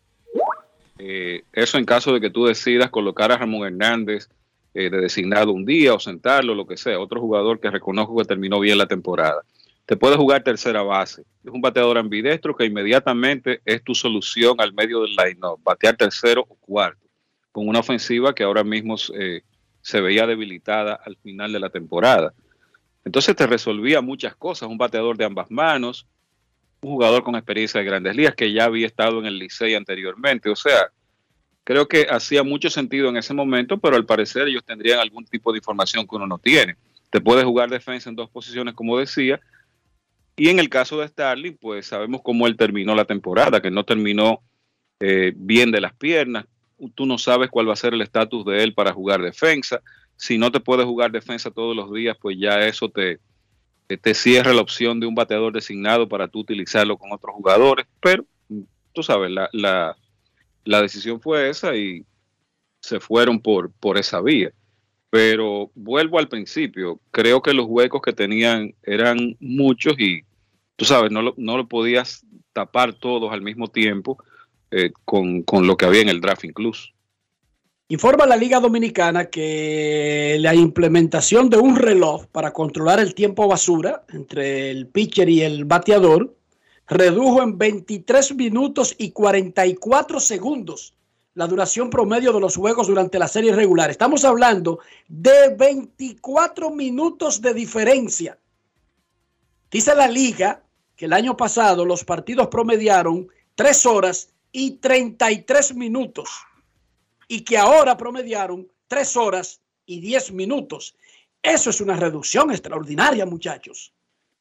S1: Eso en caso de que tú decidas colocar a Ramón Hernández de designado un día o sentarlo, lo que sea. Otro jugador que reconozco que terminó bien la temporada. Te puede jugar tercera base. Es un bateador ambidestro que inmediatamente es tu solución al medio del line-up. Batear tercero o cuarto. Con una ofensiva que ahora mismo se veía debilitada al final de la temporada. Entonces te resolvía muchas cosas. Un bateador de ambas manos. Un jugador con experiencia de Grandes Ligas que ya había estado en el Licey anteriormente. O sea, creo que hacía mucho sentido en ese momento, pero al parecer ellos tendrían algún tipo de información que uno no tiene. Te puede jugar defensa en dos posiciones, como decía. Y en el caso de Starling, pues sabemos cómo él terminó la temporada, que no terminó bien de las piernas. Tú no sabes cuál va a ser el estatus de él para jugar defensa. Si no te puede jugar defensa todos los días, pues ya eso te cierra la opción de un bateador designado para tú utilizarlo con otros jugadores. Pero tú sabes, la decisión fue esa y se fueron por esa vía. Pero vuelvo al principio, creo que los huecos que tenían eran muchos y tú sabes, no lo podías tapar todos al mismo tiempo con lo que había en el draft incluso.
S6: Informa la Liga Dominicana que la implementación de un reloj para controlar el tiempo basura entre el pitcher y el bateador redujo en 23 minutos y 44 segundos la duración promedio de los juegos durante la serie regular. Estamos hablando de 24 minutos de diferencia. Dice la liga que el año pasado los partidos promediaron 3 horas y 33 minutos y que ahora promediaron 3 horas y 10 minutos. Eso es una reducción extraordinaria, muchachos.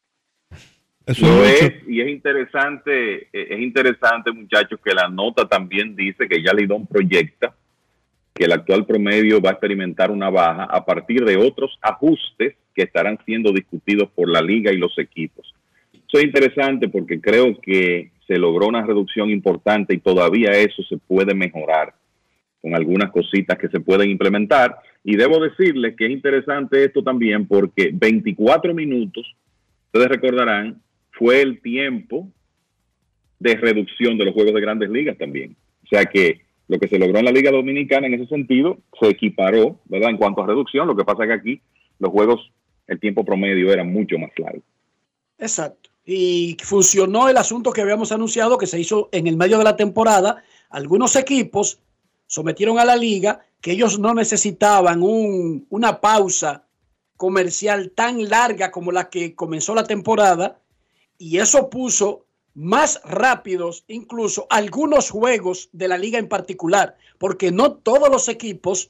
S4: Lo es, y es interesante, muchachos, que la nota también dice que ya Lidón proyecta que el actual promedio va a experimentar una baja a partir de otros ajustes que estarán siendo discutidos por la liga y los equipos. Eso es interesante porque creo que se logró una reducción importante y todavía eso se puede mejorar con algunas cositas que se pueden implementar. Y debo decirles que es interesante esto también porque 24 minutos, ustedes recordarán, fue el tiempo de reducción de los juegos de Grandes Ligas también. O sea que lo que se logró en la Liga Dominicana en ese sentido se equiparó, ¿verdad? En cuanto a reducción, lo que pasa es que aquí los juegos, el tiempo promedio era mucho más largo.
S6: Exacto. Y funcionó el asunto que habíamos anunciado que se hizo en el medio de la temporada. Algunos equipos sometieron a la liga que ellos no necesitaban una pausa comercial tan larga como la que comenzó la temporada. Y eso puso más rápidos incluso algunos juegos de la liga en particular, porque no todos los equipos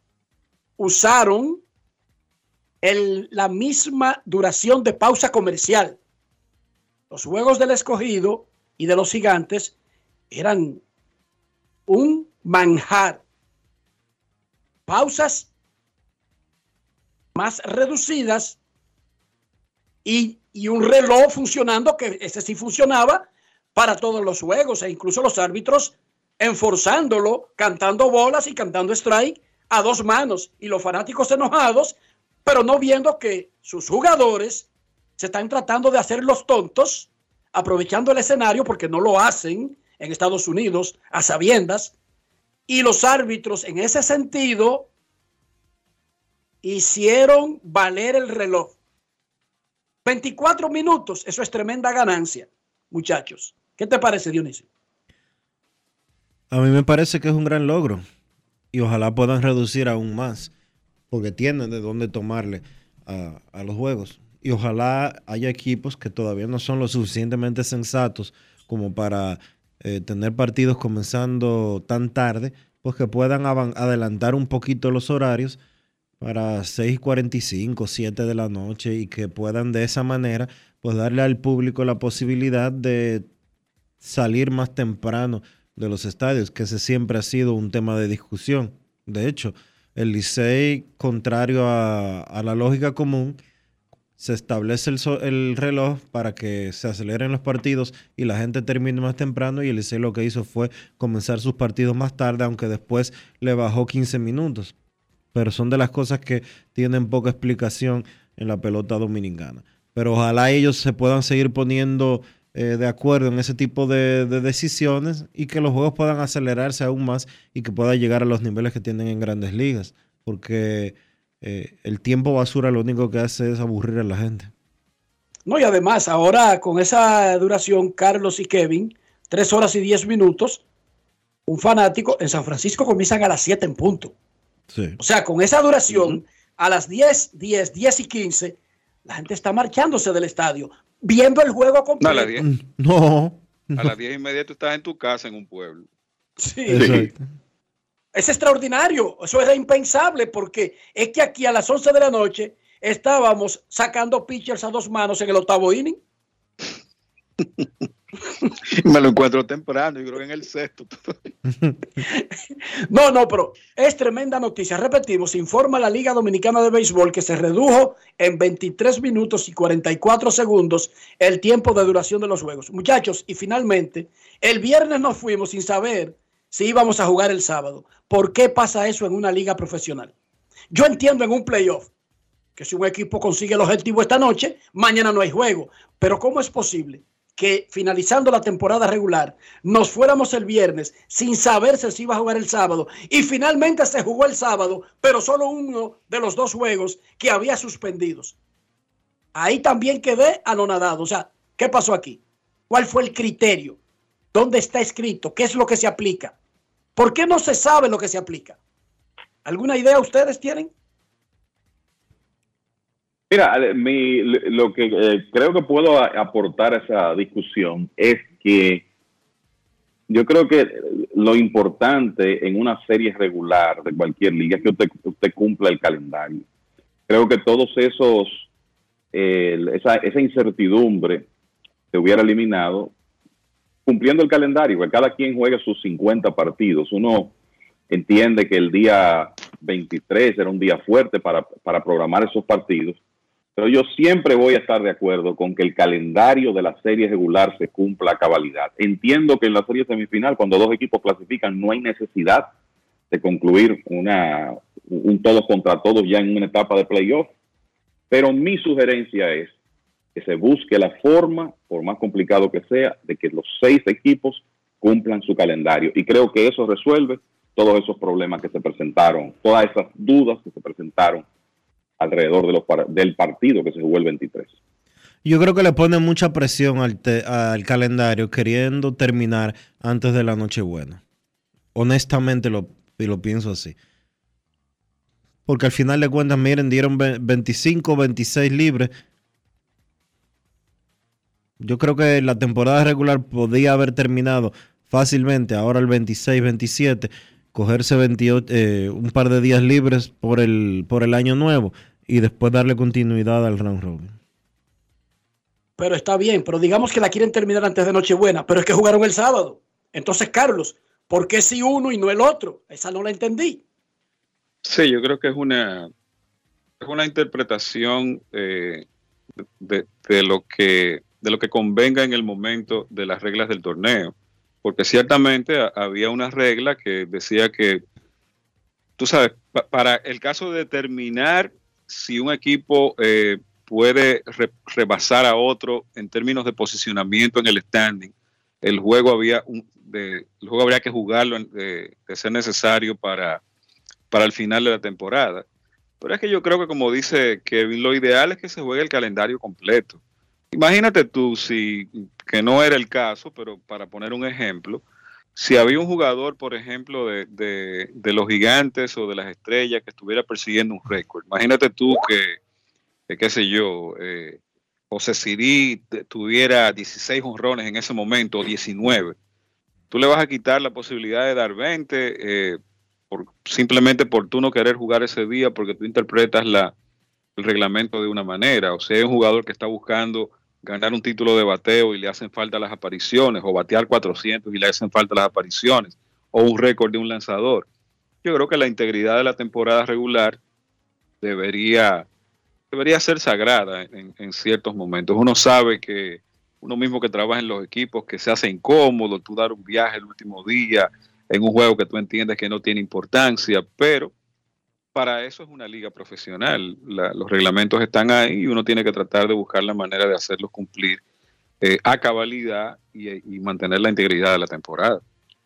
S6: usaron la misma duración de pausa comercial. Los juegos del Escogido y de los Gigantes eran un manjar. Pausas más reducidas y un reloj funcionando, que ese sí funcionaba para todos los juegos, e incluso los árbitros enforzándolo, cantando bolas y cantando strike a 2 manos, y los fanáticos enojados, pero no viendo que sus jugadores se están tratando de hacer los tontos, aprovechando el escenario, porque no lo hacen en Estados Unidos a sabiendas, y los árbitros en ese sentido hicieron valer el reloj. 24 minutos, eso es tremenda ganancia, muchachos. ¿Qué te parece, Dionisio?
S2: A mí me parece que es un gran logro y ojalá puedan reducir aún más, porque tienen de dónde tomarle a los juegos. Y ojalá haya equipos que todavía no son lo suficientemente sensatos como para tener partidos comenzando tan tarde, pues que puedan adelantar un poquito los horarios para 6:45, 7 de la noche, y que puedan de esa manera pues darle al público la posibilidad de salir más temprano de los estadios, que ese siempre ha sido un tema de discusión. De hecho, El Licey, contrario a la lógica común, se establece el reloj para que se aceleren los partidos y la gente termine más temprano, y el Licey lo que hizo fue comenzar sus partidos más tarde, aunque después le bajó 15 minutos. Pero son de las cosas que tienen poca explicación en la pelota dominicana. Pero ojalá ellos se puedan seguir poniendo de acuerdo en ese tipo de decisiones y que los juegos puedan acelerarse aún más y que puedan llegar a los niveles que tienen en Grandes Ligas. Porque el tiempo basura lo único que hace es aburrir a la gente.
S6: No, y además ahora con esa duración, Carlos y Kevin, 3 horas y 10 minutos, un fanático en San Francisco comienzan a las 7 en punto.
S2: Sí.
S6: O sea, con esa duración, a las 10 y 15, la gente está marchándose del estadio, viendo el juego completo.
S1: No, a las 10.
S2: No.
S1: A las 10:30 tú estás en tu casa en un pueblo.
S6: Sí. Exacto. Es extraordinario, eso era impensable, porque es que aquí a las 11 de la noche estábamos sacando pitchers a 2 manos en el 8º inning.
S1: Me lo encuentro temprano, yo creo que en el 6º.
S6: No, pero es tremenda noticia. Repetimos, informa la Liga Dominicana de Béisbol que se redujo en 23 minutos y 44 segundos el tiempo de duración de los juegos. Muchachos, y finalmente, el viernes nos fuimos sin saber si íbamos a jugar el sábado. ¿Por qué pasa eso en una liga profesional? Yo entiendo en un playoff que si un equipo consigue el objetivo esta noche, mañana no hay juego. Pero ¿cómo es posible que finalizando la temporada regular nos fuéramos el viernes sin saberse si iba a jugar el sábado y finalmente se jugó el sábado, pero solo uno de los 2 juegos que había suspendidos? Ahí también quedé anonadado. O sea, ¿qué pasó aquí? ¿Cuál fue el criterio? ¿Dónde está escrito? ¿Qué es lo que se aplica? ¿Por qué no se sabe lo que se aplica? ¿Alguna idea ustedes tienen?
S4: Mira, lo que creo que puedo aportar a esa discusión es que yo creo que lo importante en una serie regular de cualquier liga es que usted cumpla el calendario. Creo que todos esa incertidumbre se hubiera eliminado cumpliendo el calendario, que cada quien juegue sus 50 partidos. Uno entiende que el día 23 era un día fuerte para programar esos partidos, pero yo siempre voy a estar de acuerdo con que el calendario de la serie regular se cumpla a cabalidad. Entiendo que en la serie semifinal, cuando 2 equipos clasifican, no hay necesidad de concluir un todos contra todos ya en una etapa de playoff, pero mi sugerencia es que se busque la forma, por más complicado que sea, de que los 6 equipos cumplan su calendario. Y creo que eso resuelve todos esos problemas que se presentaron, todas esas dudas que se presentaron alrededor del partido que se jugó el 23.
S2: Yo creo que le pone mucha presión al calendario queriendo terminar antes de la Nochebuena. Honestamente lo pienso así. Porque al final de cuentas, miren, dieron 25, 26 libres. Yo creo que la temporada regular podía haber terminado fácilmente. Ahora el 26, 27, cogerse 28, un par de días libres por el año nuevo y después darle continuidad al round robin.
S6: Pero está bien, pero digamos que la quieren terminar antes de Nochebuena, pero es que jugaron el sábado. Entonces, Carlos, ¿por qué si uno y no el otro? Esa no la entendí.
S1: Sí, yo creo que es una interpretación de lo que convenga en el momento de las reglas del torneo, porque ciertamente había una regla que decía que, tú sabes, para el caso de determinar si un equipo puede rebasar a otro en términos de posicionamiento en el standing, el juego habría que jugarlo de ser necesario para el final de la temporada. Pero es que yo creo que, como dice Kevin, lo ideal es que se juegue el calendario completo. Imagínate tú, que no era el caso, pero para poner un ejemplo, si había un jugador, por ejemplo, de los Gigantes o de las Estrellas que estuviera persiguiendo un récord. Imagínate tú que qué sé yo, José Sirí tuviera 16 jonrones en ese momento, o 19. Tú le vas a quitar la posibilidad de dar 20 simplemente por tú no querer jugar ese día porque tú interpretas el reglamento de una manera. O sea, hay un jugador que está buscando ganar un título de bateo y le hacen falta las apariciones, o batear 400 y le hacen falta las apariciones, o un récord de un lanzador. yo creo que la integridad de la temporada regular debería ser sagrada en ciertos momentos. Uno sabe que uno mismo que trabaja en los equipos, que se hace incómodo tú dar un viaje el último día en un juego que tú entiendes que no tiene importancia, pero para eso es una liga profesional. Los reglamentos están ahí y uno tiene que tratar de buscar la manera de hacerlos cumplir a cabalidad y mantener la integridad de la temporada.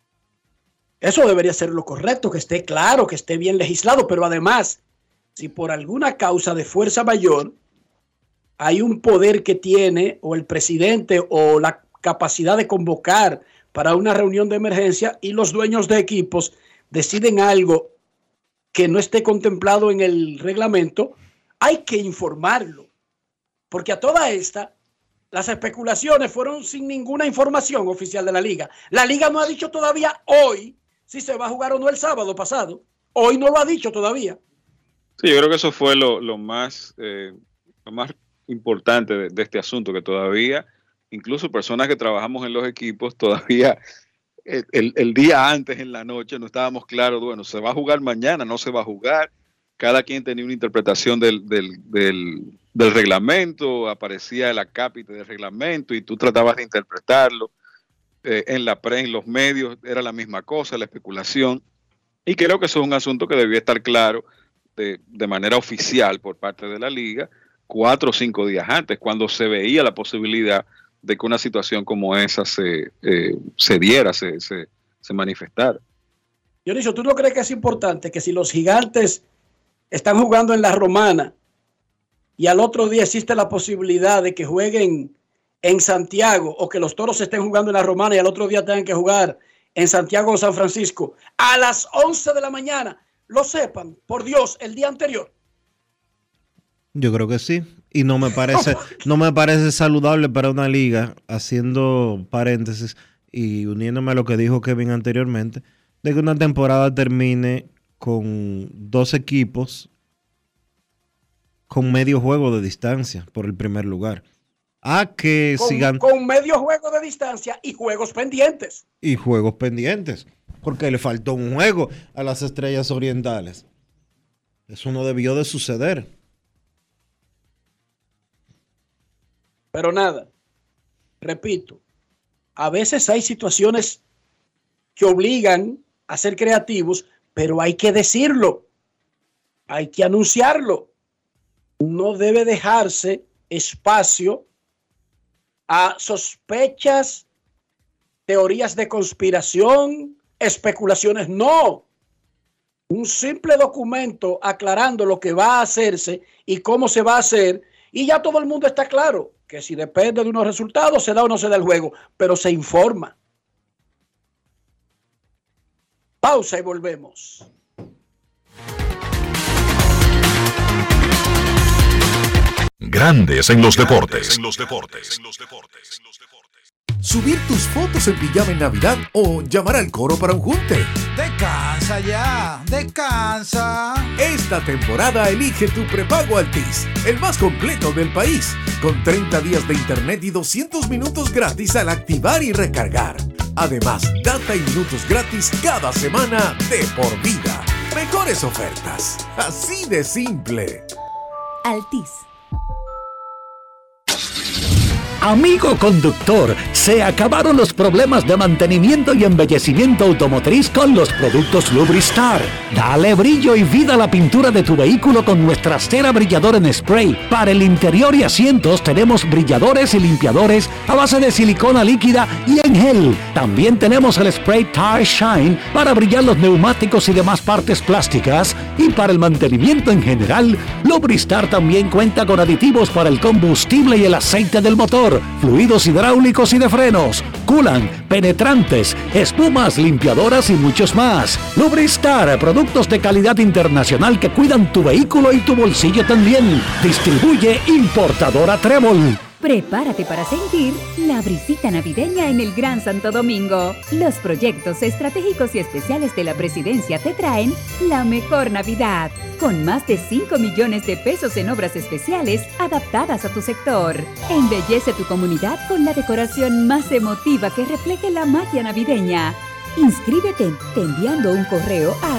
S6: Eso debería ser lo correcto, que esté claro, que esté bien legislado, pero además, si por alguna causa de fuerza mayor hay un poder que tiene o el presidente o la capacidad de convocar para una reunión de emergencia y los dueños de equipos deciden algo que no esté contemplado en el reglamento, hay que informarlo. Porque a toda esta, las especulaciones fueron sin ninguna información oficial de la liga. La liga no ha dicho todavía hoy si se va a jugar o no el sábado pasado. Hoy no lo ha dicho todavía.
S1: Sí, yo creo que eso fue lo más importante de este asunto, que todavía, incluso personas que trabajamos en los equipos, todavía el día antes, en la noche, no estábamos claros, bueno, ¿se va a jugar mañana? ¿No se va a jugar? Cada quien tenía una interpretación del reglamento, aparecía el acápite del reglamento y tú tratabas de interpretarlo. En los medios era la misma cosa, la especulación, y creo que eso es un asunto que debía estar claro de manera oficial por parte de la liga 4 o 5 días antes, cuando se veía la posibilidad de que una situación como esa se diera, se manifestara.
S6: Dionisio, ¿tú no crees que es importante que si los Gigantes están jugando en la Romana y al otro día existe la posibilidad de que jueguen en Santiago, o que los Toros estén jugando en la Romana y al otro día tengan que jugar en Santiago o San Francisco a las 11 de la mañana, lo sepan, por Dios, el día anterior?
S2: Yo creo que sí, y no me parece saludable para una liga, haciendo paréntesis y uniéndome a lo que dijo Kevin anteriormente, de que una temporada termine con 2 equipos con medio juego de distancia por el primer lugar. Con
S6: medio juego de distancia y juegos pendientes.
S2: Porque le faltó un juego a las Estrellas Orientales. Eso no debió de suceder.
S6: Pero nada, repito, a veces hay situaciones que obligan a ser creativos, pero hay que decirlo, hay que anunciarlo. No debe dejarse espacio a sospechas, teorías de conspiración, especulaciones. No. Un simple documento aclarando lo que va a hacerse y cómo se va a hacer, y ya todo el mundo está claro que si depende de unos resultados se da o no se da el juego, pero se informa. Pausa y volvemos.
S3: Grandes en los deportes.
S12: Subir tus fotos en pijama en Navidad o llamar al coro para un junte.
S9: Descansa ya, descansa.
S12: Esta temporada elige tu prepago Altis, el más completo del país, con 30 días de internet y 200 minutos gratis al activar y recargar. Además, data y minutos gratis cada semana de por vida. Mejores ofertas, así de simple.
S22: Altis.
S16: Amigo conductor, se acabaron los problemas de mantenimiento y embellecimiento automotriz con los productos Lubristar. Dale brillo y vida a la pintura de tu vehículo con nuestra cera brilladora en spray. Para el interior y asientos tenemos brilladores y limpiadores a base de silicona líquida y en gel. También tenemos el spray Tire Shine para brillar los neumáticos y demás partes plásticas. Y para el mantenimiento en general, Lubristar también cuenta con aditivos para el combustible y el aceite del motor, fluidos hidráulicos y de frenos, culan, penetrantes, espumas, limpiadoras y muchos más. Lubristar, productos de calidad internacional que cuidan tu vehículo y tu bolsillo también. Distribuye importadora Trébol.
S21: Prepárate para sentir la brisita navideña en el Gran Santo Domingo. Los proyectos estratégicos y especiales de la Presidencia te traen la mejor Navidad, con más de 5 millones de pesos en obras especiales adaptadas a tu sector. Embellece tu comunidad con la decoración más emotiva que refleje la magia navideña. Inscríbete enviando un correo a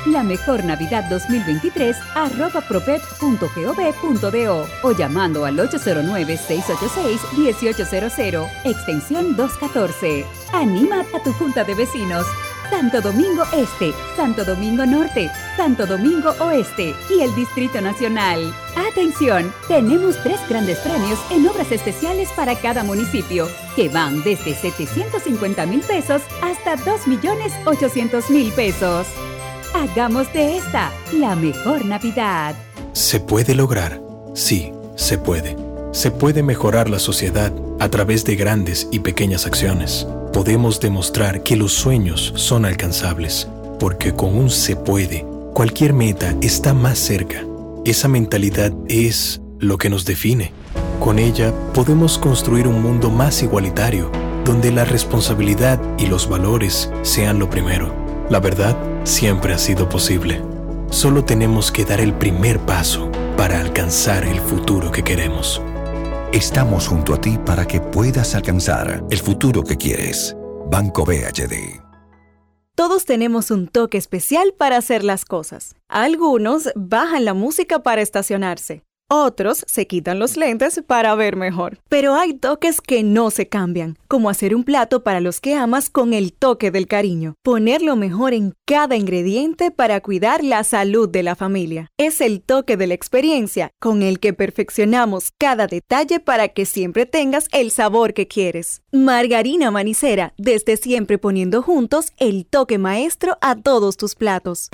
S21: la mejor Navidad 2023 @propet.gov.do o llamando al 809-686-1800, extensión 214. Anima a tu junta de vecinos. Santo Domingo Este, Santo Domingo Norte, Santo Domingo Oeste y el Distrito Nacional. ¡Atención! Tenemos 3 grandes premios en obras especiales para cada municipio, que van desde 750,000 pesos hasta 2,800,000 pesos. Hagamos de esta la mejor Navidad.
S5: ¿Se puede lograr? Sí, se puede. Se puede mejorar la sociedad a través de grandes y pequeñas acciones. Podemos demostrar que los sueños son alcanzables, porque con un se puede, cualquier meta está más cerca. Esa mentalidad es lo que nos define. Con ella podemos construir un mundo más igualitario, donde la responsabilidad y los valores sean lo primero. La verdad siempre ha sido posible. Solo tenemos que dar el primer paso para alcanzar el futuro que queremos.
S14: Estamos junto a ti para que puedas alcanzar el futuro que quieres. Banco BHD.
S11: Todos tenemos un toque especial para hacer las cosas. Algunos bajan la música para estacionarse. Otros se quitan los lentes para ver mejor. Pero hay toques que no se cambian, como hacer un plato para los que amas con el toque del cariño. Poner lo mejor en cada ingrediente para cuidar la salud de la familia. Es el toque de la experiencia con el que perfeccionamos cada detalle para que siempre tengas el sabor que quieres. Margarina Manicera, desde siempre poniendo juntos el toque maestro a todos tus platos.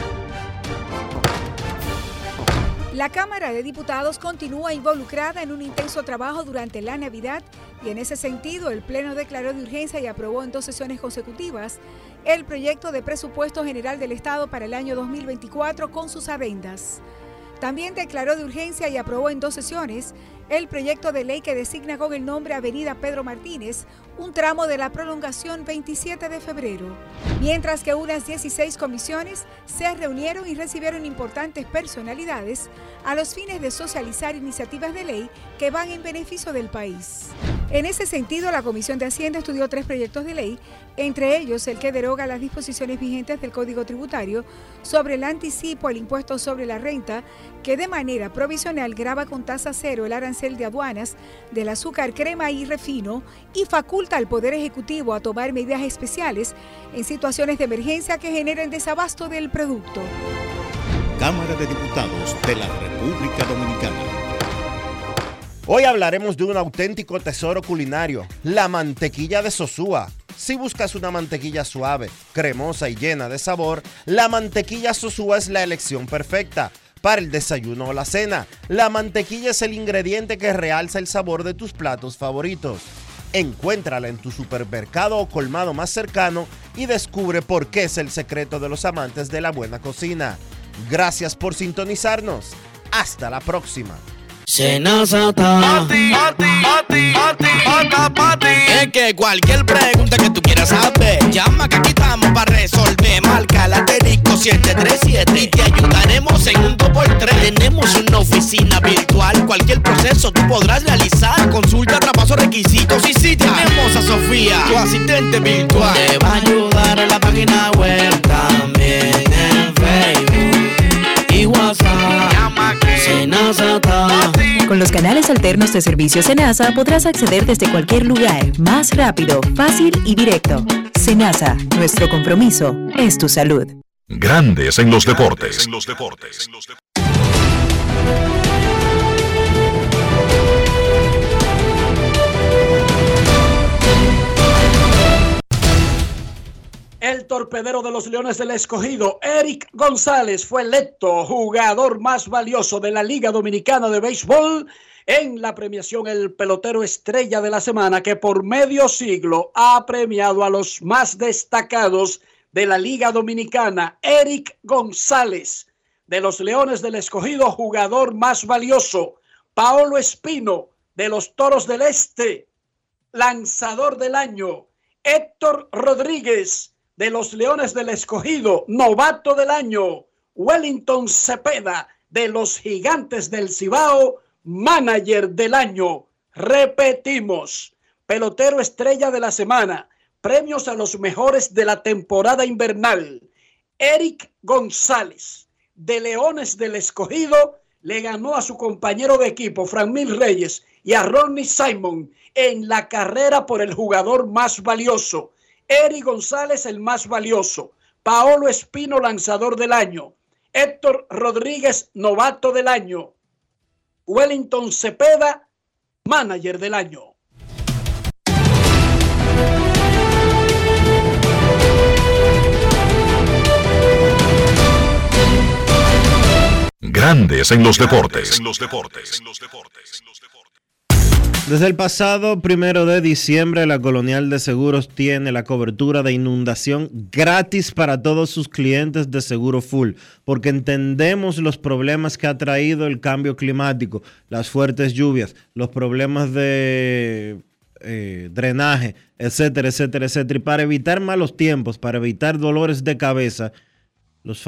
S15: La Cámara de Diputados continúa involucrada en un intenso trabajo durante la Navidad y en ese sentido el Pleno declaró de urgencia y aprobó en 2 sesiones consecutivas el proyecto de presupuesto general del Estado para el año 2024 con sus adendas. También declaró de urgencia y aprobó en 2 sesiones el proyecto de ley que designa con el nombre Avenida Pedro Martínez un tramo de la prolongación 27 de febrero. Mientras que unas 16 comisiones se reunieron y recibieron importantes personalidades a los fines de socializar iniciativas de ley que van en beneficio del país. En ese sentido, la Comisión de Hacienda estudió 3 proyectos de ley, entre ellos el que deroga las disposiciones vigentes del Código Tributario sobre el anticipo al impuesto sobre la renta, que de manera provisional grava con tasa cero el arancel de aduanas del azúcar, crema y refino y faculta al Poder Ejecutivo a tomar medidas especiales en situaciones de emergencia que generen desabasto del producto.
S13: Cámara de Diputados de la República Dominicana.
S2: Hoy hablaremos de un auténtico tesoro culinario, la mantequilla de Sosúa. Si buscas una mantequilla suave, cremosa y llena de sabor, la mantequilla Sosúa es la elección perfecta. Para el desayuno o la cena, la mantequilla es el ingrediente que realza el sabor de tus platos favoritos. Encuéntrala en tu supermercado o colmado más cercano y descubre por qué es el secreto de los amantes de la buena cocina. Gracias por sintonizarnos. Hasta la próxima.
S17: Senazata. Es que cualquier pregunta que tú quieras saber, llama que aquí estamos para resolver. Marca la asterisco 737 y te ayudaremos en un 2x3. Tenemos una oficina virtual, cualquier proceso tú podrás realizar. Consulta, traspaso, requisitos y si tenemos a Sofía, tu asistente virtual. Te va a ayudar en la página web, también en Facebook y WhatsApp. Llama que Senazata.
S21: Con los canales alternos de servicio Senasa podrás acceder desde cualquier lugar, más rápido, fácil y directo. Senasa, nuestro compromiso es tu salud.
S3: Grandes en los deportes.
S6: El torpedero de los Leones del Escogido, Eric González, fue electo jugador más valioso de la Liga Dominicana de Béisbol en la premiación El Pelotero Estrella de la Semana, que por medio siglo ha premiado a los más destacados de la Liga Dominicana. Eric González, de los Leones del Escogido, jugador más valioso. Paolo Espino, de los Toros del Este, lanzador del año. Héctor Rodríguez, de los Leones del Escogido, novato del año. Wellington Cepeda, de los Gigantes del Cibao, manager del año. Repetimos, pelotero estrella de la semana, premios a los mejores de la temporada invernal. Eric González, de Leones del Escogido, le ganó a su compañero de equipo, Franmil Reyes, y a Ronnie Simon en la carrera por el jugador más valioso. Eric González, el más valioso. Paolo Espino, lanzador del año. Héctor Rodríguez, novato del año. Wellington Cepeda, manager del año.
S3: Grandes en los deportes.
S2: Desde el pasado 1 de diciembre, la Colonial de Seguros tiene la cobertura de inundación gratis para todos sus clientes de Seguro Full, porque entendemos los problemas que ha traído el cambio climático, las fuertes lluvias, los problemas de drenaje, etcétera, etcétera, etcétera. Y para evitar malos tiempos, para evitar dolores de cabeza, los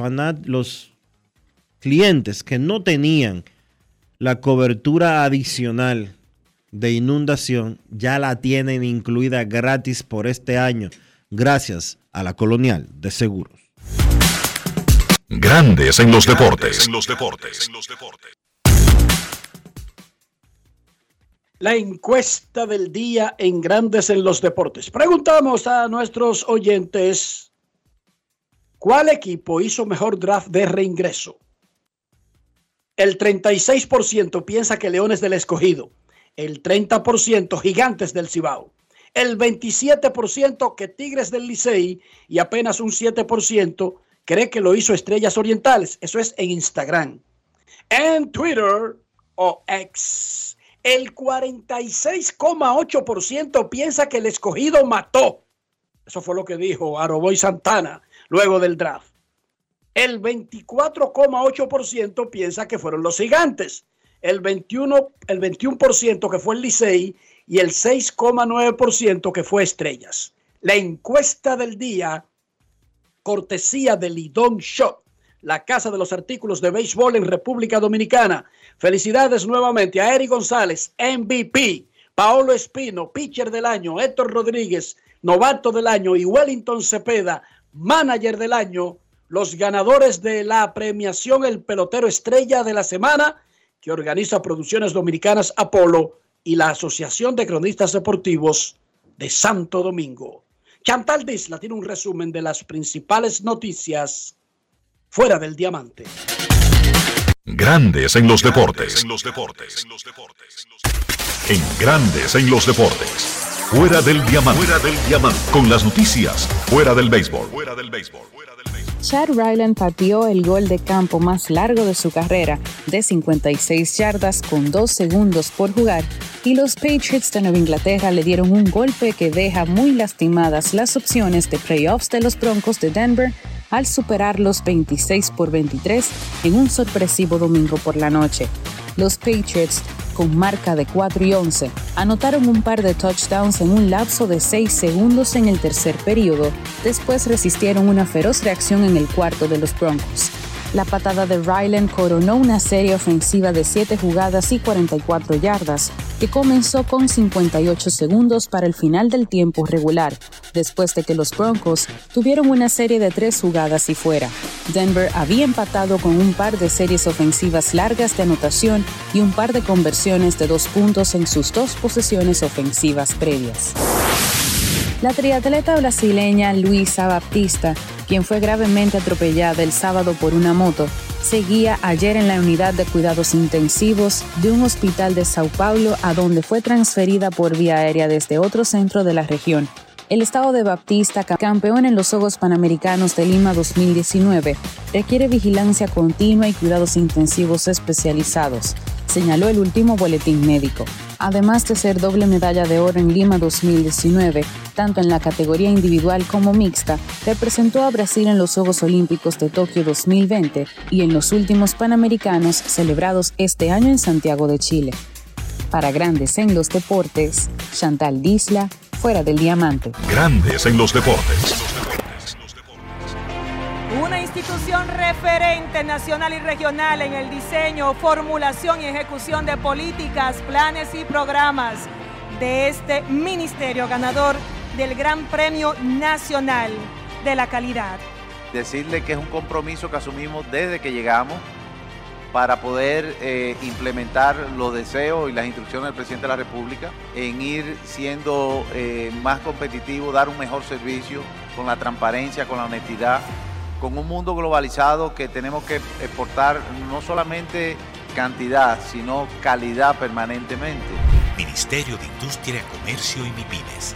S2: clientes que no tenían la cobertura adicional de inundación ya la tienen incluida gratis por este año, gracias a la Colonial de Seguros.
S3: Grandes en los deportes.
S6: La encuesta del día en Grandes en los Deportes. Preguntamos a nuestros oyentes, ¿cuál equipo hizo mejor draft de reingreso? El 36% piensa que Leones del Escogido, el 30% Gigantes del Cibao, el 27% que Tigres del Licey y apenas un 7% cree que lo hizo Estrellas Orientales. Eso es en Instagram. En Twitter o X, el 46,8% piensa que el Escogido mató. Eso fue lo que dijo Aroboy Santana luego del draft. El 24,8% piensa que fueron los Gigantes. El 21% que fue el Licey y el 6,9% que fue Estrellas. La encuesta del día, cortesía de Lidón Shop, la casa de los artículos de béisbol en República Dominicana. Felicidades nuevamente a Eric González, MVP, Paolo Espino, pitcher del año, Héctor Rodríguez, novato del año, y Wellington Cepeda, manager del año, los ganadores de la premiación El Pelotero Estrella de la Semana, que organiza Producciones Dominicanas Apolo y la Asociación de Cronistas Deportivos de Santo Domingo. Chantal Disla tiene un resumen de las principales noticias fuera del diamante.
S3: Grandes en los deportes. En Grandes en los deportes. Fuera del diamante. Con las noticias fuera del béisbol.
S8: Chad Ryland pateó el gol de campo más largo de su carrera, de 56 yardas con 2 segundos por jugar, y los Patriots de Nueva Inglaterra le dieron un golpe que deja muy lastimadas las opciones de playoffs de los Broncos de Denver al superarlos 26-23 en un sorpresivo domingo por la noche. Los Patriots, con marca de 4-11, anotaron un par de touchdowns en un lapso de 6 segundos en el tercer período. Después resistieron una feroz reacción en el cuarto de los Broncos. La patada de Ryland coronó una serie ofensiva de 7 jugadas y 44 yardas, que comenzó con 58 segundos para el final del tiempo regular, después de que los Broncos tuvieron una serie de 3 jugadas y fuera. Denver había empatado con un par de series ofensivas largas de anotación y un par de conversiones de 2 puntos en sus 2 posesiones ofensivas previas. La triatleta brasileña Luisa Baptista, quien fue gravemente atropellada el sábado por una moto, seguía ayer en la unidad de cuidados intensivos de un hospital de Sao Paulo, a donde fue transferida por vía aérea desde otro centro de la región. El estado de Baptista, campeón en los Juegos Panamericanos de Lima 2019, requiere vigilancia continua y cuidados intensivos especializados, señaló el último boletín médico. Además de ser doble medalla de oro en Lima 2019, tanto en la categoría individual como mixta, representó a Brasil en los Juegos Olímpicos de Tokio 2020 y en los últimos Panamericanos celebrados este año en Santiago de Chile. Para Grandes en los Deportes, Chantal Disla, fuera del diamante.
S3: Grandes en los deportes.
S10: Una institución referente nacional y regional en el diseño, formulación y ejecución de políticas, planes y programas de este ministerio ganador del Gran Premio Nacional de la Calidad.
S18: decirle que es un compromiso que asumimos desde que llegamos para poder implementar los deseos y las instrucciones del presidente de la República en ir siendo más competitivo, dar un mejor servicio con la transparencia, con la honestidad, con un mundo globalizado que tenemos que exportar no solamente cantidad, sino calidad permanentemente.
S20: Ministerio de Industria, Comercio y MIPYMES.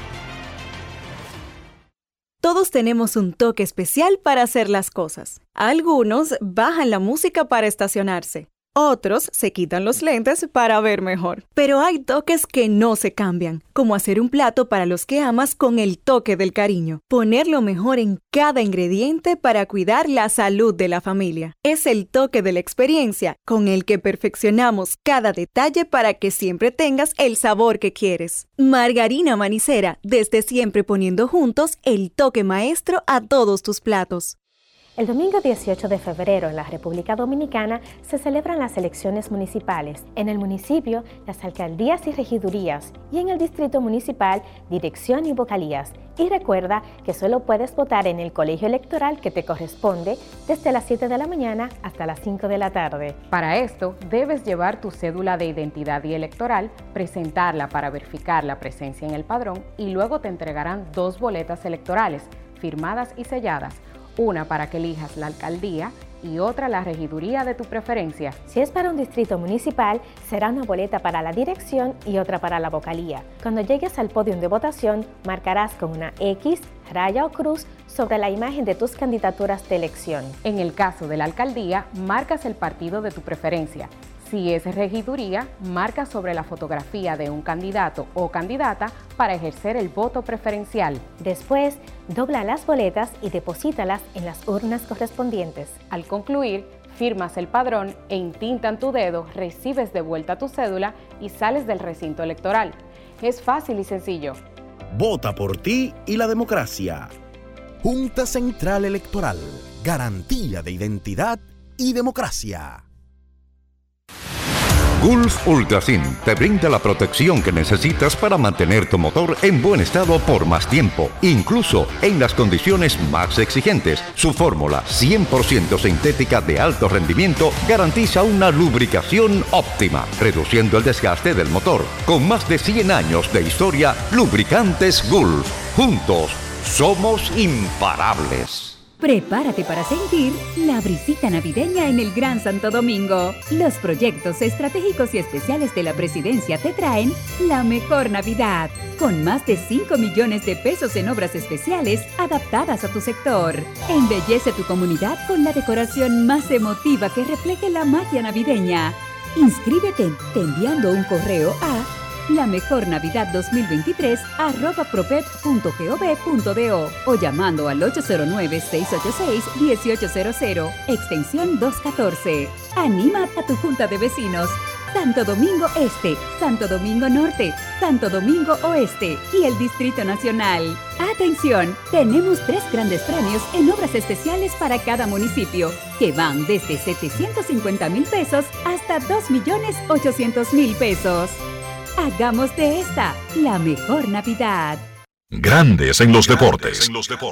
S11: Todos tenemos un toque especial para hacer las cosas. Algunos bajan la música para estacionarse. Otros se quitan los lentes para ver mejor. Pero hay toques que no se cambian, como hacer un plato para los que amas con el toque del cariño. Poner lo mejor en cada ingrediente para cuidar la salud de la familia. Es el toque de la experiencia con el que perfeccionamos cada detalle para que siempre tengas el sabor que quieres. Margarina Manicera, desde siempre poniendo juntos el toque maestro a todos tus platos.
S23: El domingo 18 de febrero en la República Dominicana se celebran las elecciones municipales. En el municipio, las alcaldías y regidurías, y en el distrito municipal, dirección y vocalías. Y recuerda que solo puedes votar en el colegio electoral que te corresponde desde las 7 de la mañana hasta las 5 de la tarde.
S24: Para esto, debes llevar tu cédula de identidad y electoral, presentarla para verificar la presencia en el padrón y luego te entregarán 2 boletas electorales, firmadas y selladas. Una para que elijas la alcaldía y otra la regiduría de tu preferencia.
S23: Si es para un distrito municipal, será una boleta para la dirección y otra para la vocalía. Cuando llegues al podio de votación, marcarás con una X, raya o cruz sobre la imagen de tus candidaturas de elección.
S24: En el caso de la alcaldía, marcas el partido de tu preferencia. Si es regiduría, marca sobre la fotografía de un candidato o candidata para ejercer el voto preferencial.
S23: Después, dobla las boletas y deposítalas en las urnas correspondientes.
S24: Al concluir, firmas el padrón e intintan tu dedo, recibes de vuelta tu cédula y sales del recinto electoral. Es fácil y sencillo.
S13: Vota por ti y la democracia.
S14: Junta Central Electoral. Garantía de identidad y democracia.
S25: Gulf Ultrasin te brinda la protección que necesitas para mantener tu motor en buen estado por más tiempo, incluso en las condiciones más exigentes. Su fórmula 100% sintética de alto rendimiento garantiza una lubricación óptima, reduciendo el desgaste del motor. Con más de 100 años de historia, Lubricantes Gulf. Juntos, somos imparables.
S21: Prepárate para sentir la brisita navideña en el Gran Santo Domingo. Los proyectos estratégicos y especiales de la Presidencia te traen la mejor Navidad, con más de 5 millones de pesos en obras especiales adaptadas a tu sector. Embellece tu comunidad con la decoración más emotiva que refleje la magia navideña. Inscríbete enviando un correo a lamejornavidad2023@propep.gov.do o llamando al 809-686-1800, extensión 214. Anima a tu junta de vecinos. Santo Domingo Este, Santo Domingo Norte, Santo Domingo Oeste y el Distrito Nacional. ¡Atención! Tenemos 3 grandes premios en obras especiales para cada municipio, que van desde 750,000 pesos hasta 2,800,000 pesos. Hagamos de esta la mejor Navidad.
S3: Grandes en los deportes.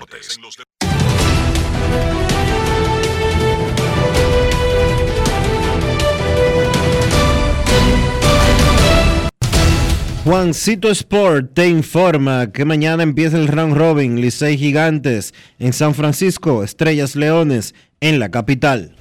S2: Juancito Sport te informa que mañana empieza el round robin. Licey Gigantes en San Francisco, Estrellas Leones en la capital.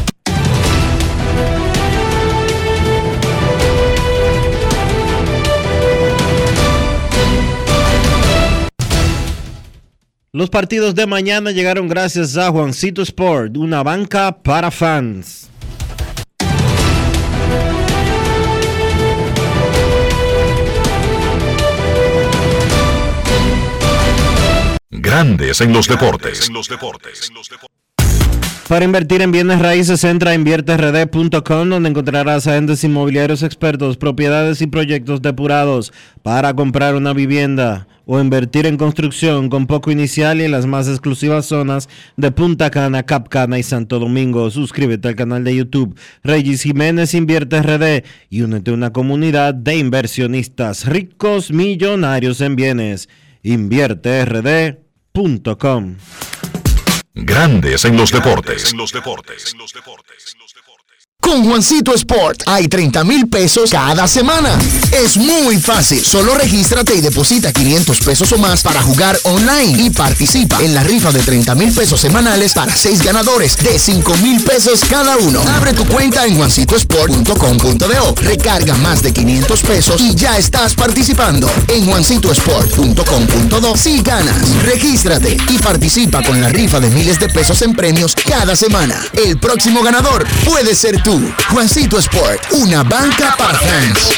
S2: Los partidos de mañana llegaron gracias a Juancito Sport, una banca para fans.
S3: Grandes en los deportes.
S2: Para invertir en bienes raíces, entra a invierterd.com, donde encontrarás agentes inmobiliarios expertos, propiedades y proyectos depurados para comprar una vivienda o invertir en construcción con poco inicial y en las más exclusivas zonas de Punta Cana, Cap Cana y Santo Domingo. Suscríbete al canal de YouTube Regis Jiménez Invierte RD y únete a una comunidad de inversionistas ricos millonarios en bienes. invierterd.com.
S3: Grandes en los deportes.
S1: Con Juancito Sport hay 30,000 pesos cada semana. Es muy fácil. Solo regístrate y deposita 500 pesos o más para jugar online y participa en la rifa de 30,000 pesos semanales para 6 ganadores de 5,000 pesos cada uno. Abre tu cuenta en juancitosport.com.do. Recarga más de 500 pesos y ya estás participando. En juancitosport.com.do. Si ganas, regístrate y participa con la rifa de miles de pesos en premios cada semana. El próximo ganador puede ser tú. Juancito Sport, una banca para fans.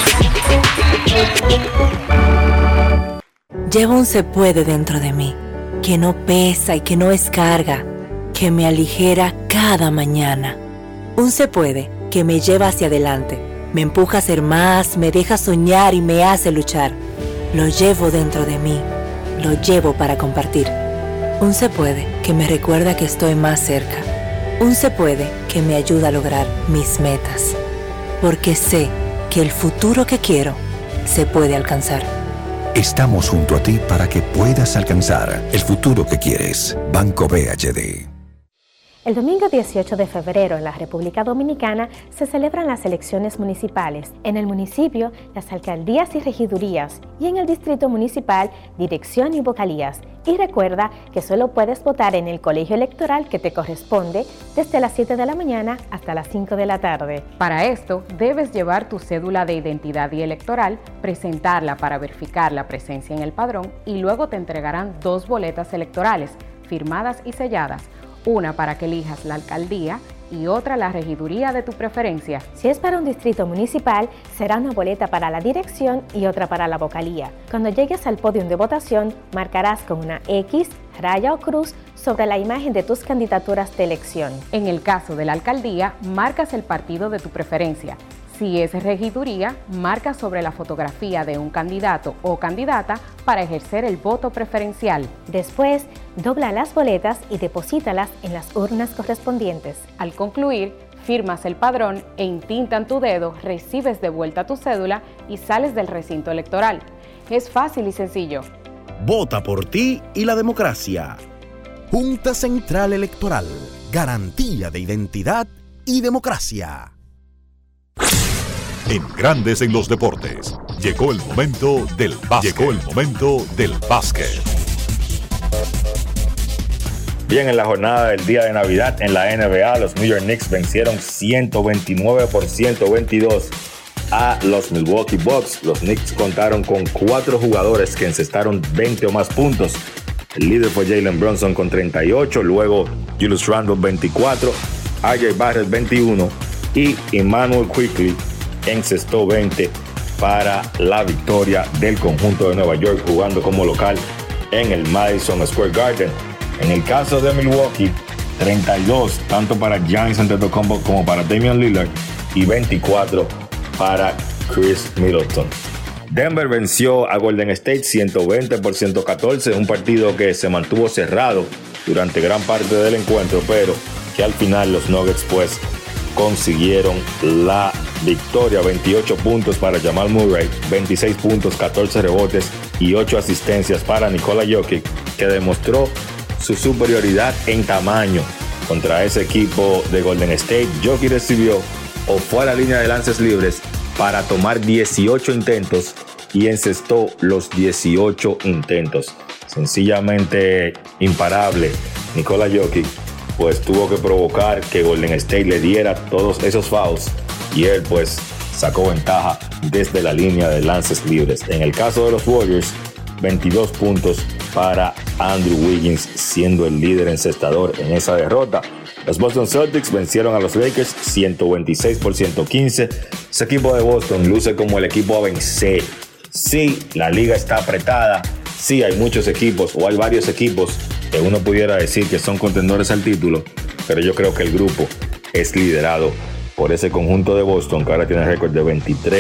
S22: Llevo un se puede dentro de mí, que no pesa y que no es carga, que me aligera cada mañana. Un se puede que me lleva hacia adelante, me empuja a ser más, me deja soñar y me hace luchar. Lo llevo dentro de mí, lo llevo para compartir. Un se puede que me recuerda que estoy más cerca. Un se puede que me ayuda a lograr mis metas, porque sé que el futuro que quiero se puede alcanzar.
S14: Estamos junto a ti para que puedas alcanzar el futuro que quieres. Banco BHD.
S23: El domingo 18 de febrero en la República Dominicana se celebran las elecciones municipales. En el municipio, las alcaldías y regidurías, y en el distrito municipal, dirección y vocalías. Y recuerda que solo puedes votar en el colegio electoral que te corresponde desde las 7 de la mañana hasta las 5 de la tarde.
S24: Para esto, debes llevar tu cédula de identidad y electoral, presentarla para verificar la presencia en el padrón y luego te entregarán 2 boletas electorales, firmadas y selladas, una para que elijas la alcaldía y otra la regiduría de tu preferencia.
S23: Si es para un distrito municipal, será una boleta para la dirección y otra para la vocalía. Cuando llegues al podio de votación, marcarás con una X, raya o cruz sobre la imagen de tus candidaturas de elección.
S24: En el caso de la alcaldía, marcas el partido de tu preferencia. Si es regiduría, marca sobre la fotografía de un candidato o candidata para ejercer el voto preferencial.
S23: Después, dobla las boletas y deposítalas en las urnas correspondientes.
S24: Al concluir, firmas el padrón e intintan tu dedo, recibes de vuelta tu cédula y sales del recinto electoral. Es fácil y sencillo.
S13: Vota por ti y la democracia. Junta Central Electoral. Garantía de identidad y democracia.
S3: En Grandes en los deportes, llegó el momento del básquet.
S4: Bien, en la jornada del día de Navidad en la NBA, los New York Knicks vencieron 129 por 122 a los Milwaukee Bucks. Los Knicks contaron con 4 jugadores que encestaron 20 o más puntos. El líder fue Jalen Brunson con 38, luego Julius Randle 24, RJ Barrett 21 y Emmanuel Quickley encestó 20 para la victoria del conjunto de Nueva York, jugando como local en el Madison Square Garden. En el caso de Milwaukee, 32 tanto para Giannis Antetokounmpo como para Damian Lillard y 24 para Chris Middleton. Denver venció a Golden State 120 por 114, un partido que se mantuvo cerrado durante gran parte del encuentro, pero que al final los Nuggets pues consiguieron la victoria. 28 puntos para Jamal Murray, 26 puntos, 14 rebotes y 8 asistencias para Nikola Jokic, que demostró su superioridad en tamaño contra ese equipo de Golden State. Jokic recibió o fue a la línea de lances libres para tomar 18 intentos y encestó los 18 intentos. Sencillamente imparable. Nikola Jokic pues tuvo que provocar que Golden State le diera todos esos fouls y él pues sacó ventaja desde la línea de lances libres. En el caso de los Warriors, 22 puntos para Andrew Wiggins, siendo el líder encestador en esa derrota. Los Boston Celtics vencieron a los Lakers 126 por 115. Ese equipo de Boston luce como el equipo a vencer. Sí, la liga está apretada. Sí, hay muchos equipos o hay varios equipos que uno pudiera decir que son contendores al título, pero yo creo que el grupo es liderado por ese conjunto de Boston, que ahora tiene récord de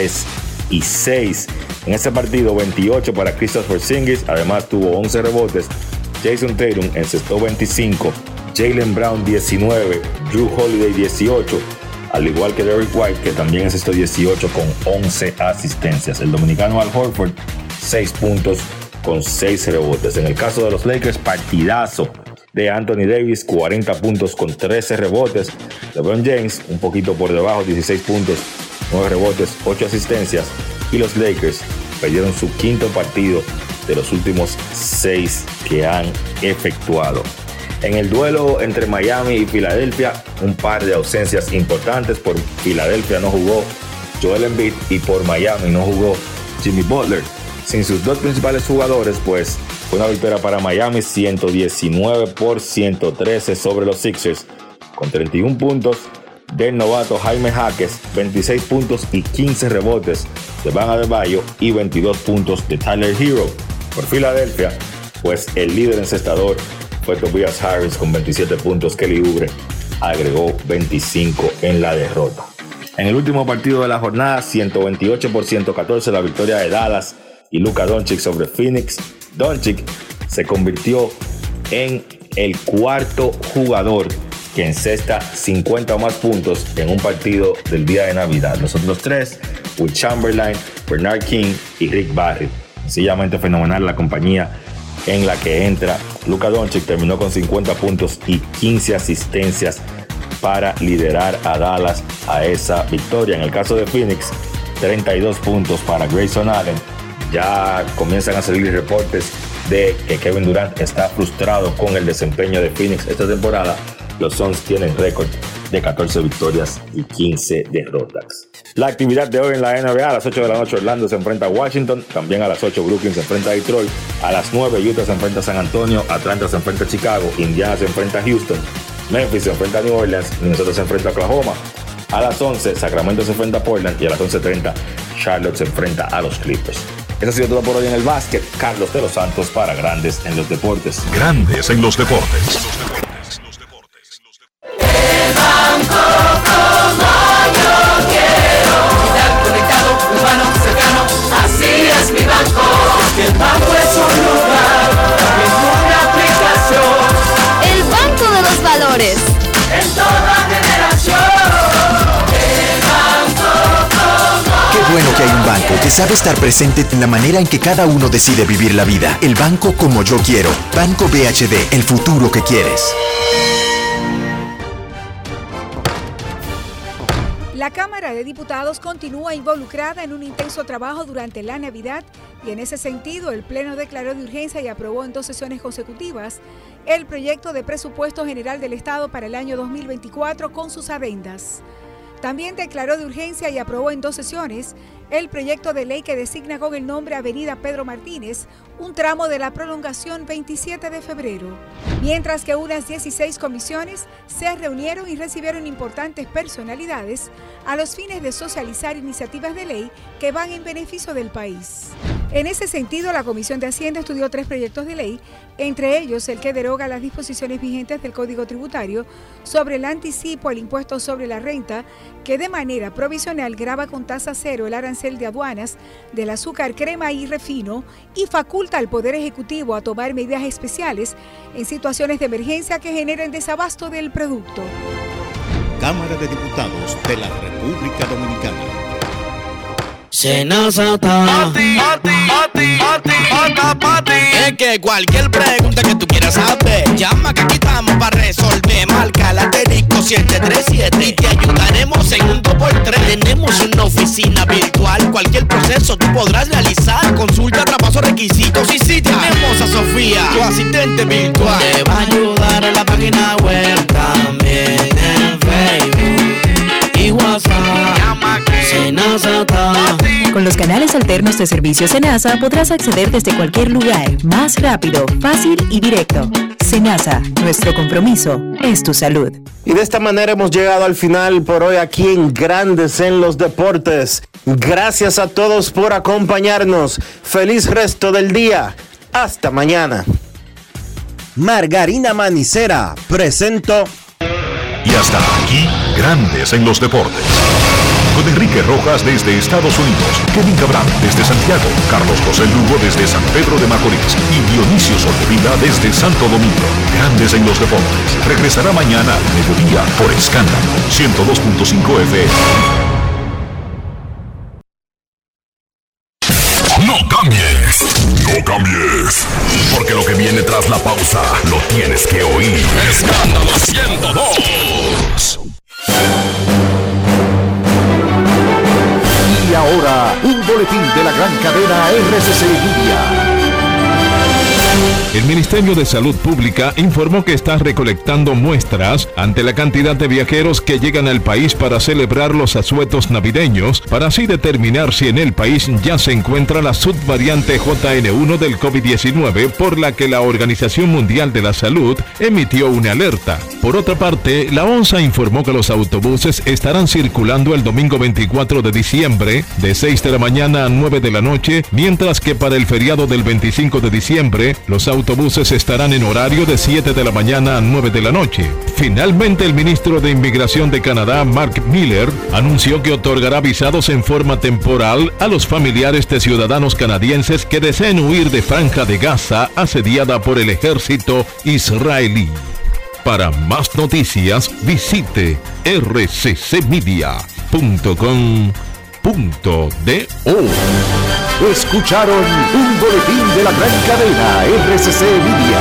S4: 23-6. En ese partido, 28 para Kristaps Porzingis, además tuvo 11 rebotes. Jason Tatum encestó 25, Jaylen Brown 19, Jrue Holiday 18, al igual que Derrick White, que también encestó 18 con 11 asistencias. El dominicano Al Horford, 6 puntos con 6 rebotes. En el caso de los Lakers, partidazo de Anthony Davis, 40 puntos con 13 rebotes. LeBron James, un poquito por debajo, 16 puntos, 9 rebotes, 8 asistencias. Y los Lakers perdieron su quinto partido de los últimos 6 que han efectuado. En el duelo entre Miami y Filadelfia, un par de ausencias importantes. Por Filadelfia no jugó Joel Embiid y por Miami no jugó Jimmy Butler. Sin sus dos principales jugadores, pues fue una victoria para Miami, 119-113 sobre los Sixers, con 31 puntos del novato Jaime Jaques, 26 puntos y 15 rebotes de Bam Adebayo y 22 puntos de Tyler Hero. Por Filadelfia, pues el líder encestador fue Tobias Harris con 27 puntos. Kelly Oubre agregó 25 en la derrota. En el último partido de la jornada, 128-114, la victoria de Dallas y Luka Doncic sobre Phoenix. Doncic se convirtió en el cuarto jugador que encesta 50 o más puntos en un partido del día de Navidad. Los otros tres, Will Chamberlain, Bernard King y Rick Barry. Sencillamente fenomenal la compañía en la que entra. Luka Doncic terminó con 50 puntos y 15 asistencias para liderar a Dallas a esa victoria. En el caso de Phoenix, 32 puntos para Grayson Allen. Ya comienzan a salir reportes de que Kevin Durant está frustrado con el desempeño de Phoenix esta temporada. Los Suns tienen récord de 14 victorias y 15 derrotas. La actividad de hoy en la NBA: a las 8 de la noche Orlando se enfrenta a Washington, también a las 8 Brooklyn se enfrenta a Detroit, a las 9 Utah se enfrenta a San Antonio, Atlanta se enfrenta a Chicago, Indiana se enfrenta a Houston, Memphis se enfrenta a New Orleans, Minnesota se enfrenta a Oklahoma, a las 11 Sacramento se enfrenta a Portland y a las 11:30 Charlotte se enfrenta a los Clippers. Eso ha sido todo por hoy en el básquet. Carlos de los Santos para Grandes en los Deportes.
S3: Grandes en los Deportes.
S7: El banco como yo quiero. Digital, conectado, humano, cercano. Así es mi banco. Es que el banco es un lugar, es una aplicación.
S9: El Banco de los Valores.
S7: En toda generación.
S12: Qué bueno que hay un banco que sabe estar presente en la manera en que cada uno decide vivir la vida. El banco como yo quiero. Banco BHD, el futuro que quieres.
S15: La Cámara de Diputados continúa involucrada en un intenso trabajo durante la Navidad y en ese sentido el Pleno declaró de urgencia y aprobó en 2 sesiones consecutivas el proyecto de presupuesto general del Estado para el año 2024 con sus adendas. También declaró de urgencia y aprobó en 2 sesiones el proyecto de ley que designa con el nombre Avenida Pedro Martínez un tramo de la prolongación 27 de febrero. Mientras que unas 16 comisiones se reunieron y recibieron importantes personalidades a los fines de socializar iniciativas de ley que van en beneficio del país. En ese sentido, la Comisión de Hacienda estudió 3 proyectos de ley, entre ellos el que deroga las disposiciones vigentes del Código Tributario sobre el anticipo al impuesto sobre la renta, que de manera provisional grava con tasa cero el arancel de aduanas del azúcar, crema y refino y faculta al Poder Ejecutivo a tomar medidas especiales en situaciones de emergencia que generen desabasto del producto.
S20: Cámara de Diputados de la República Dominicana.
S17: Senazata. Es que cualquier pregunta que tú quieras saber, llama que aquí estamos para resolver. Marca la asterisco 737 y te ayudaremos en un 2x3. Tenemos una oficina virtual, cualquier proceso tú podrás realizar. Consulta, traspaso, requisitos y sí, tenemos a Sofía, tu asistente virtual. Te va a ayudar en la página web, también en Facebook y WhatsApp. Llama que Senazata.
S21: Con los canales alternos de servicio Senasa podrás acceder desde cualquier lugar, más rápido, fácil y directo. Senasa, nuestro compromiso es tu salud.
S2: Y de esta manera hemos llegado al final por hoy aquí en Grandes en los Deportes. Gracias a todos por acompañarnos. Feliz resto del día. Hasta mañana.
S13: Margarina Manicera presentó.
S3: Y hasta aquí, Grandes en los Deportes. Con Enrique Rojas desde Estados Unidos, Kevin Cabral desde Santiago, Carlos José Lugo desde San Pedro de Macorís y Dionisio Solterida desde Santo Domingo. Grandes en los Deportes. Regresará mañana al mediodía por Escándalo 102.5 FM. No cambies. No cambies. Porque lo que viene tras la pausa lo tienes que oír. Escándalo 102.
S5: Y ahora, un boletín de la gran cadena RCC Media.
S6: El Ministerio de Salud Pública informó que está recolectando muestras ante la cantidad de viajeros que llegan al país para celebrar los asuetos navideños, para así determinar si en el país ya se encuentra la subvariante JN1 del COVID-19, por la que la Organización Mundial de la Salud emitió una alerta. Por otra parte, la ONSA informó que los autobuses estarán circulando el domingo 24 de diciembre de 6 de la mañana a 9 de la noche, mientras que para el feriado del 25 de diciembre, los autobuses estarán en horario de 7 de la mañana a 9 de la noche. Finalmente, el ministro de Inmigración de Canadá, Mark Miller, anunció que otorgará visados en forma temporal a los familiares de ciudadanos canadienses que deseen huir de Franja de Gaza asediada por el ejército israelí. Para más noticias, visite rccmedia.com.do.
S5: Escucharon un boletín de la gran cadena RCC Media.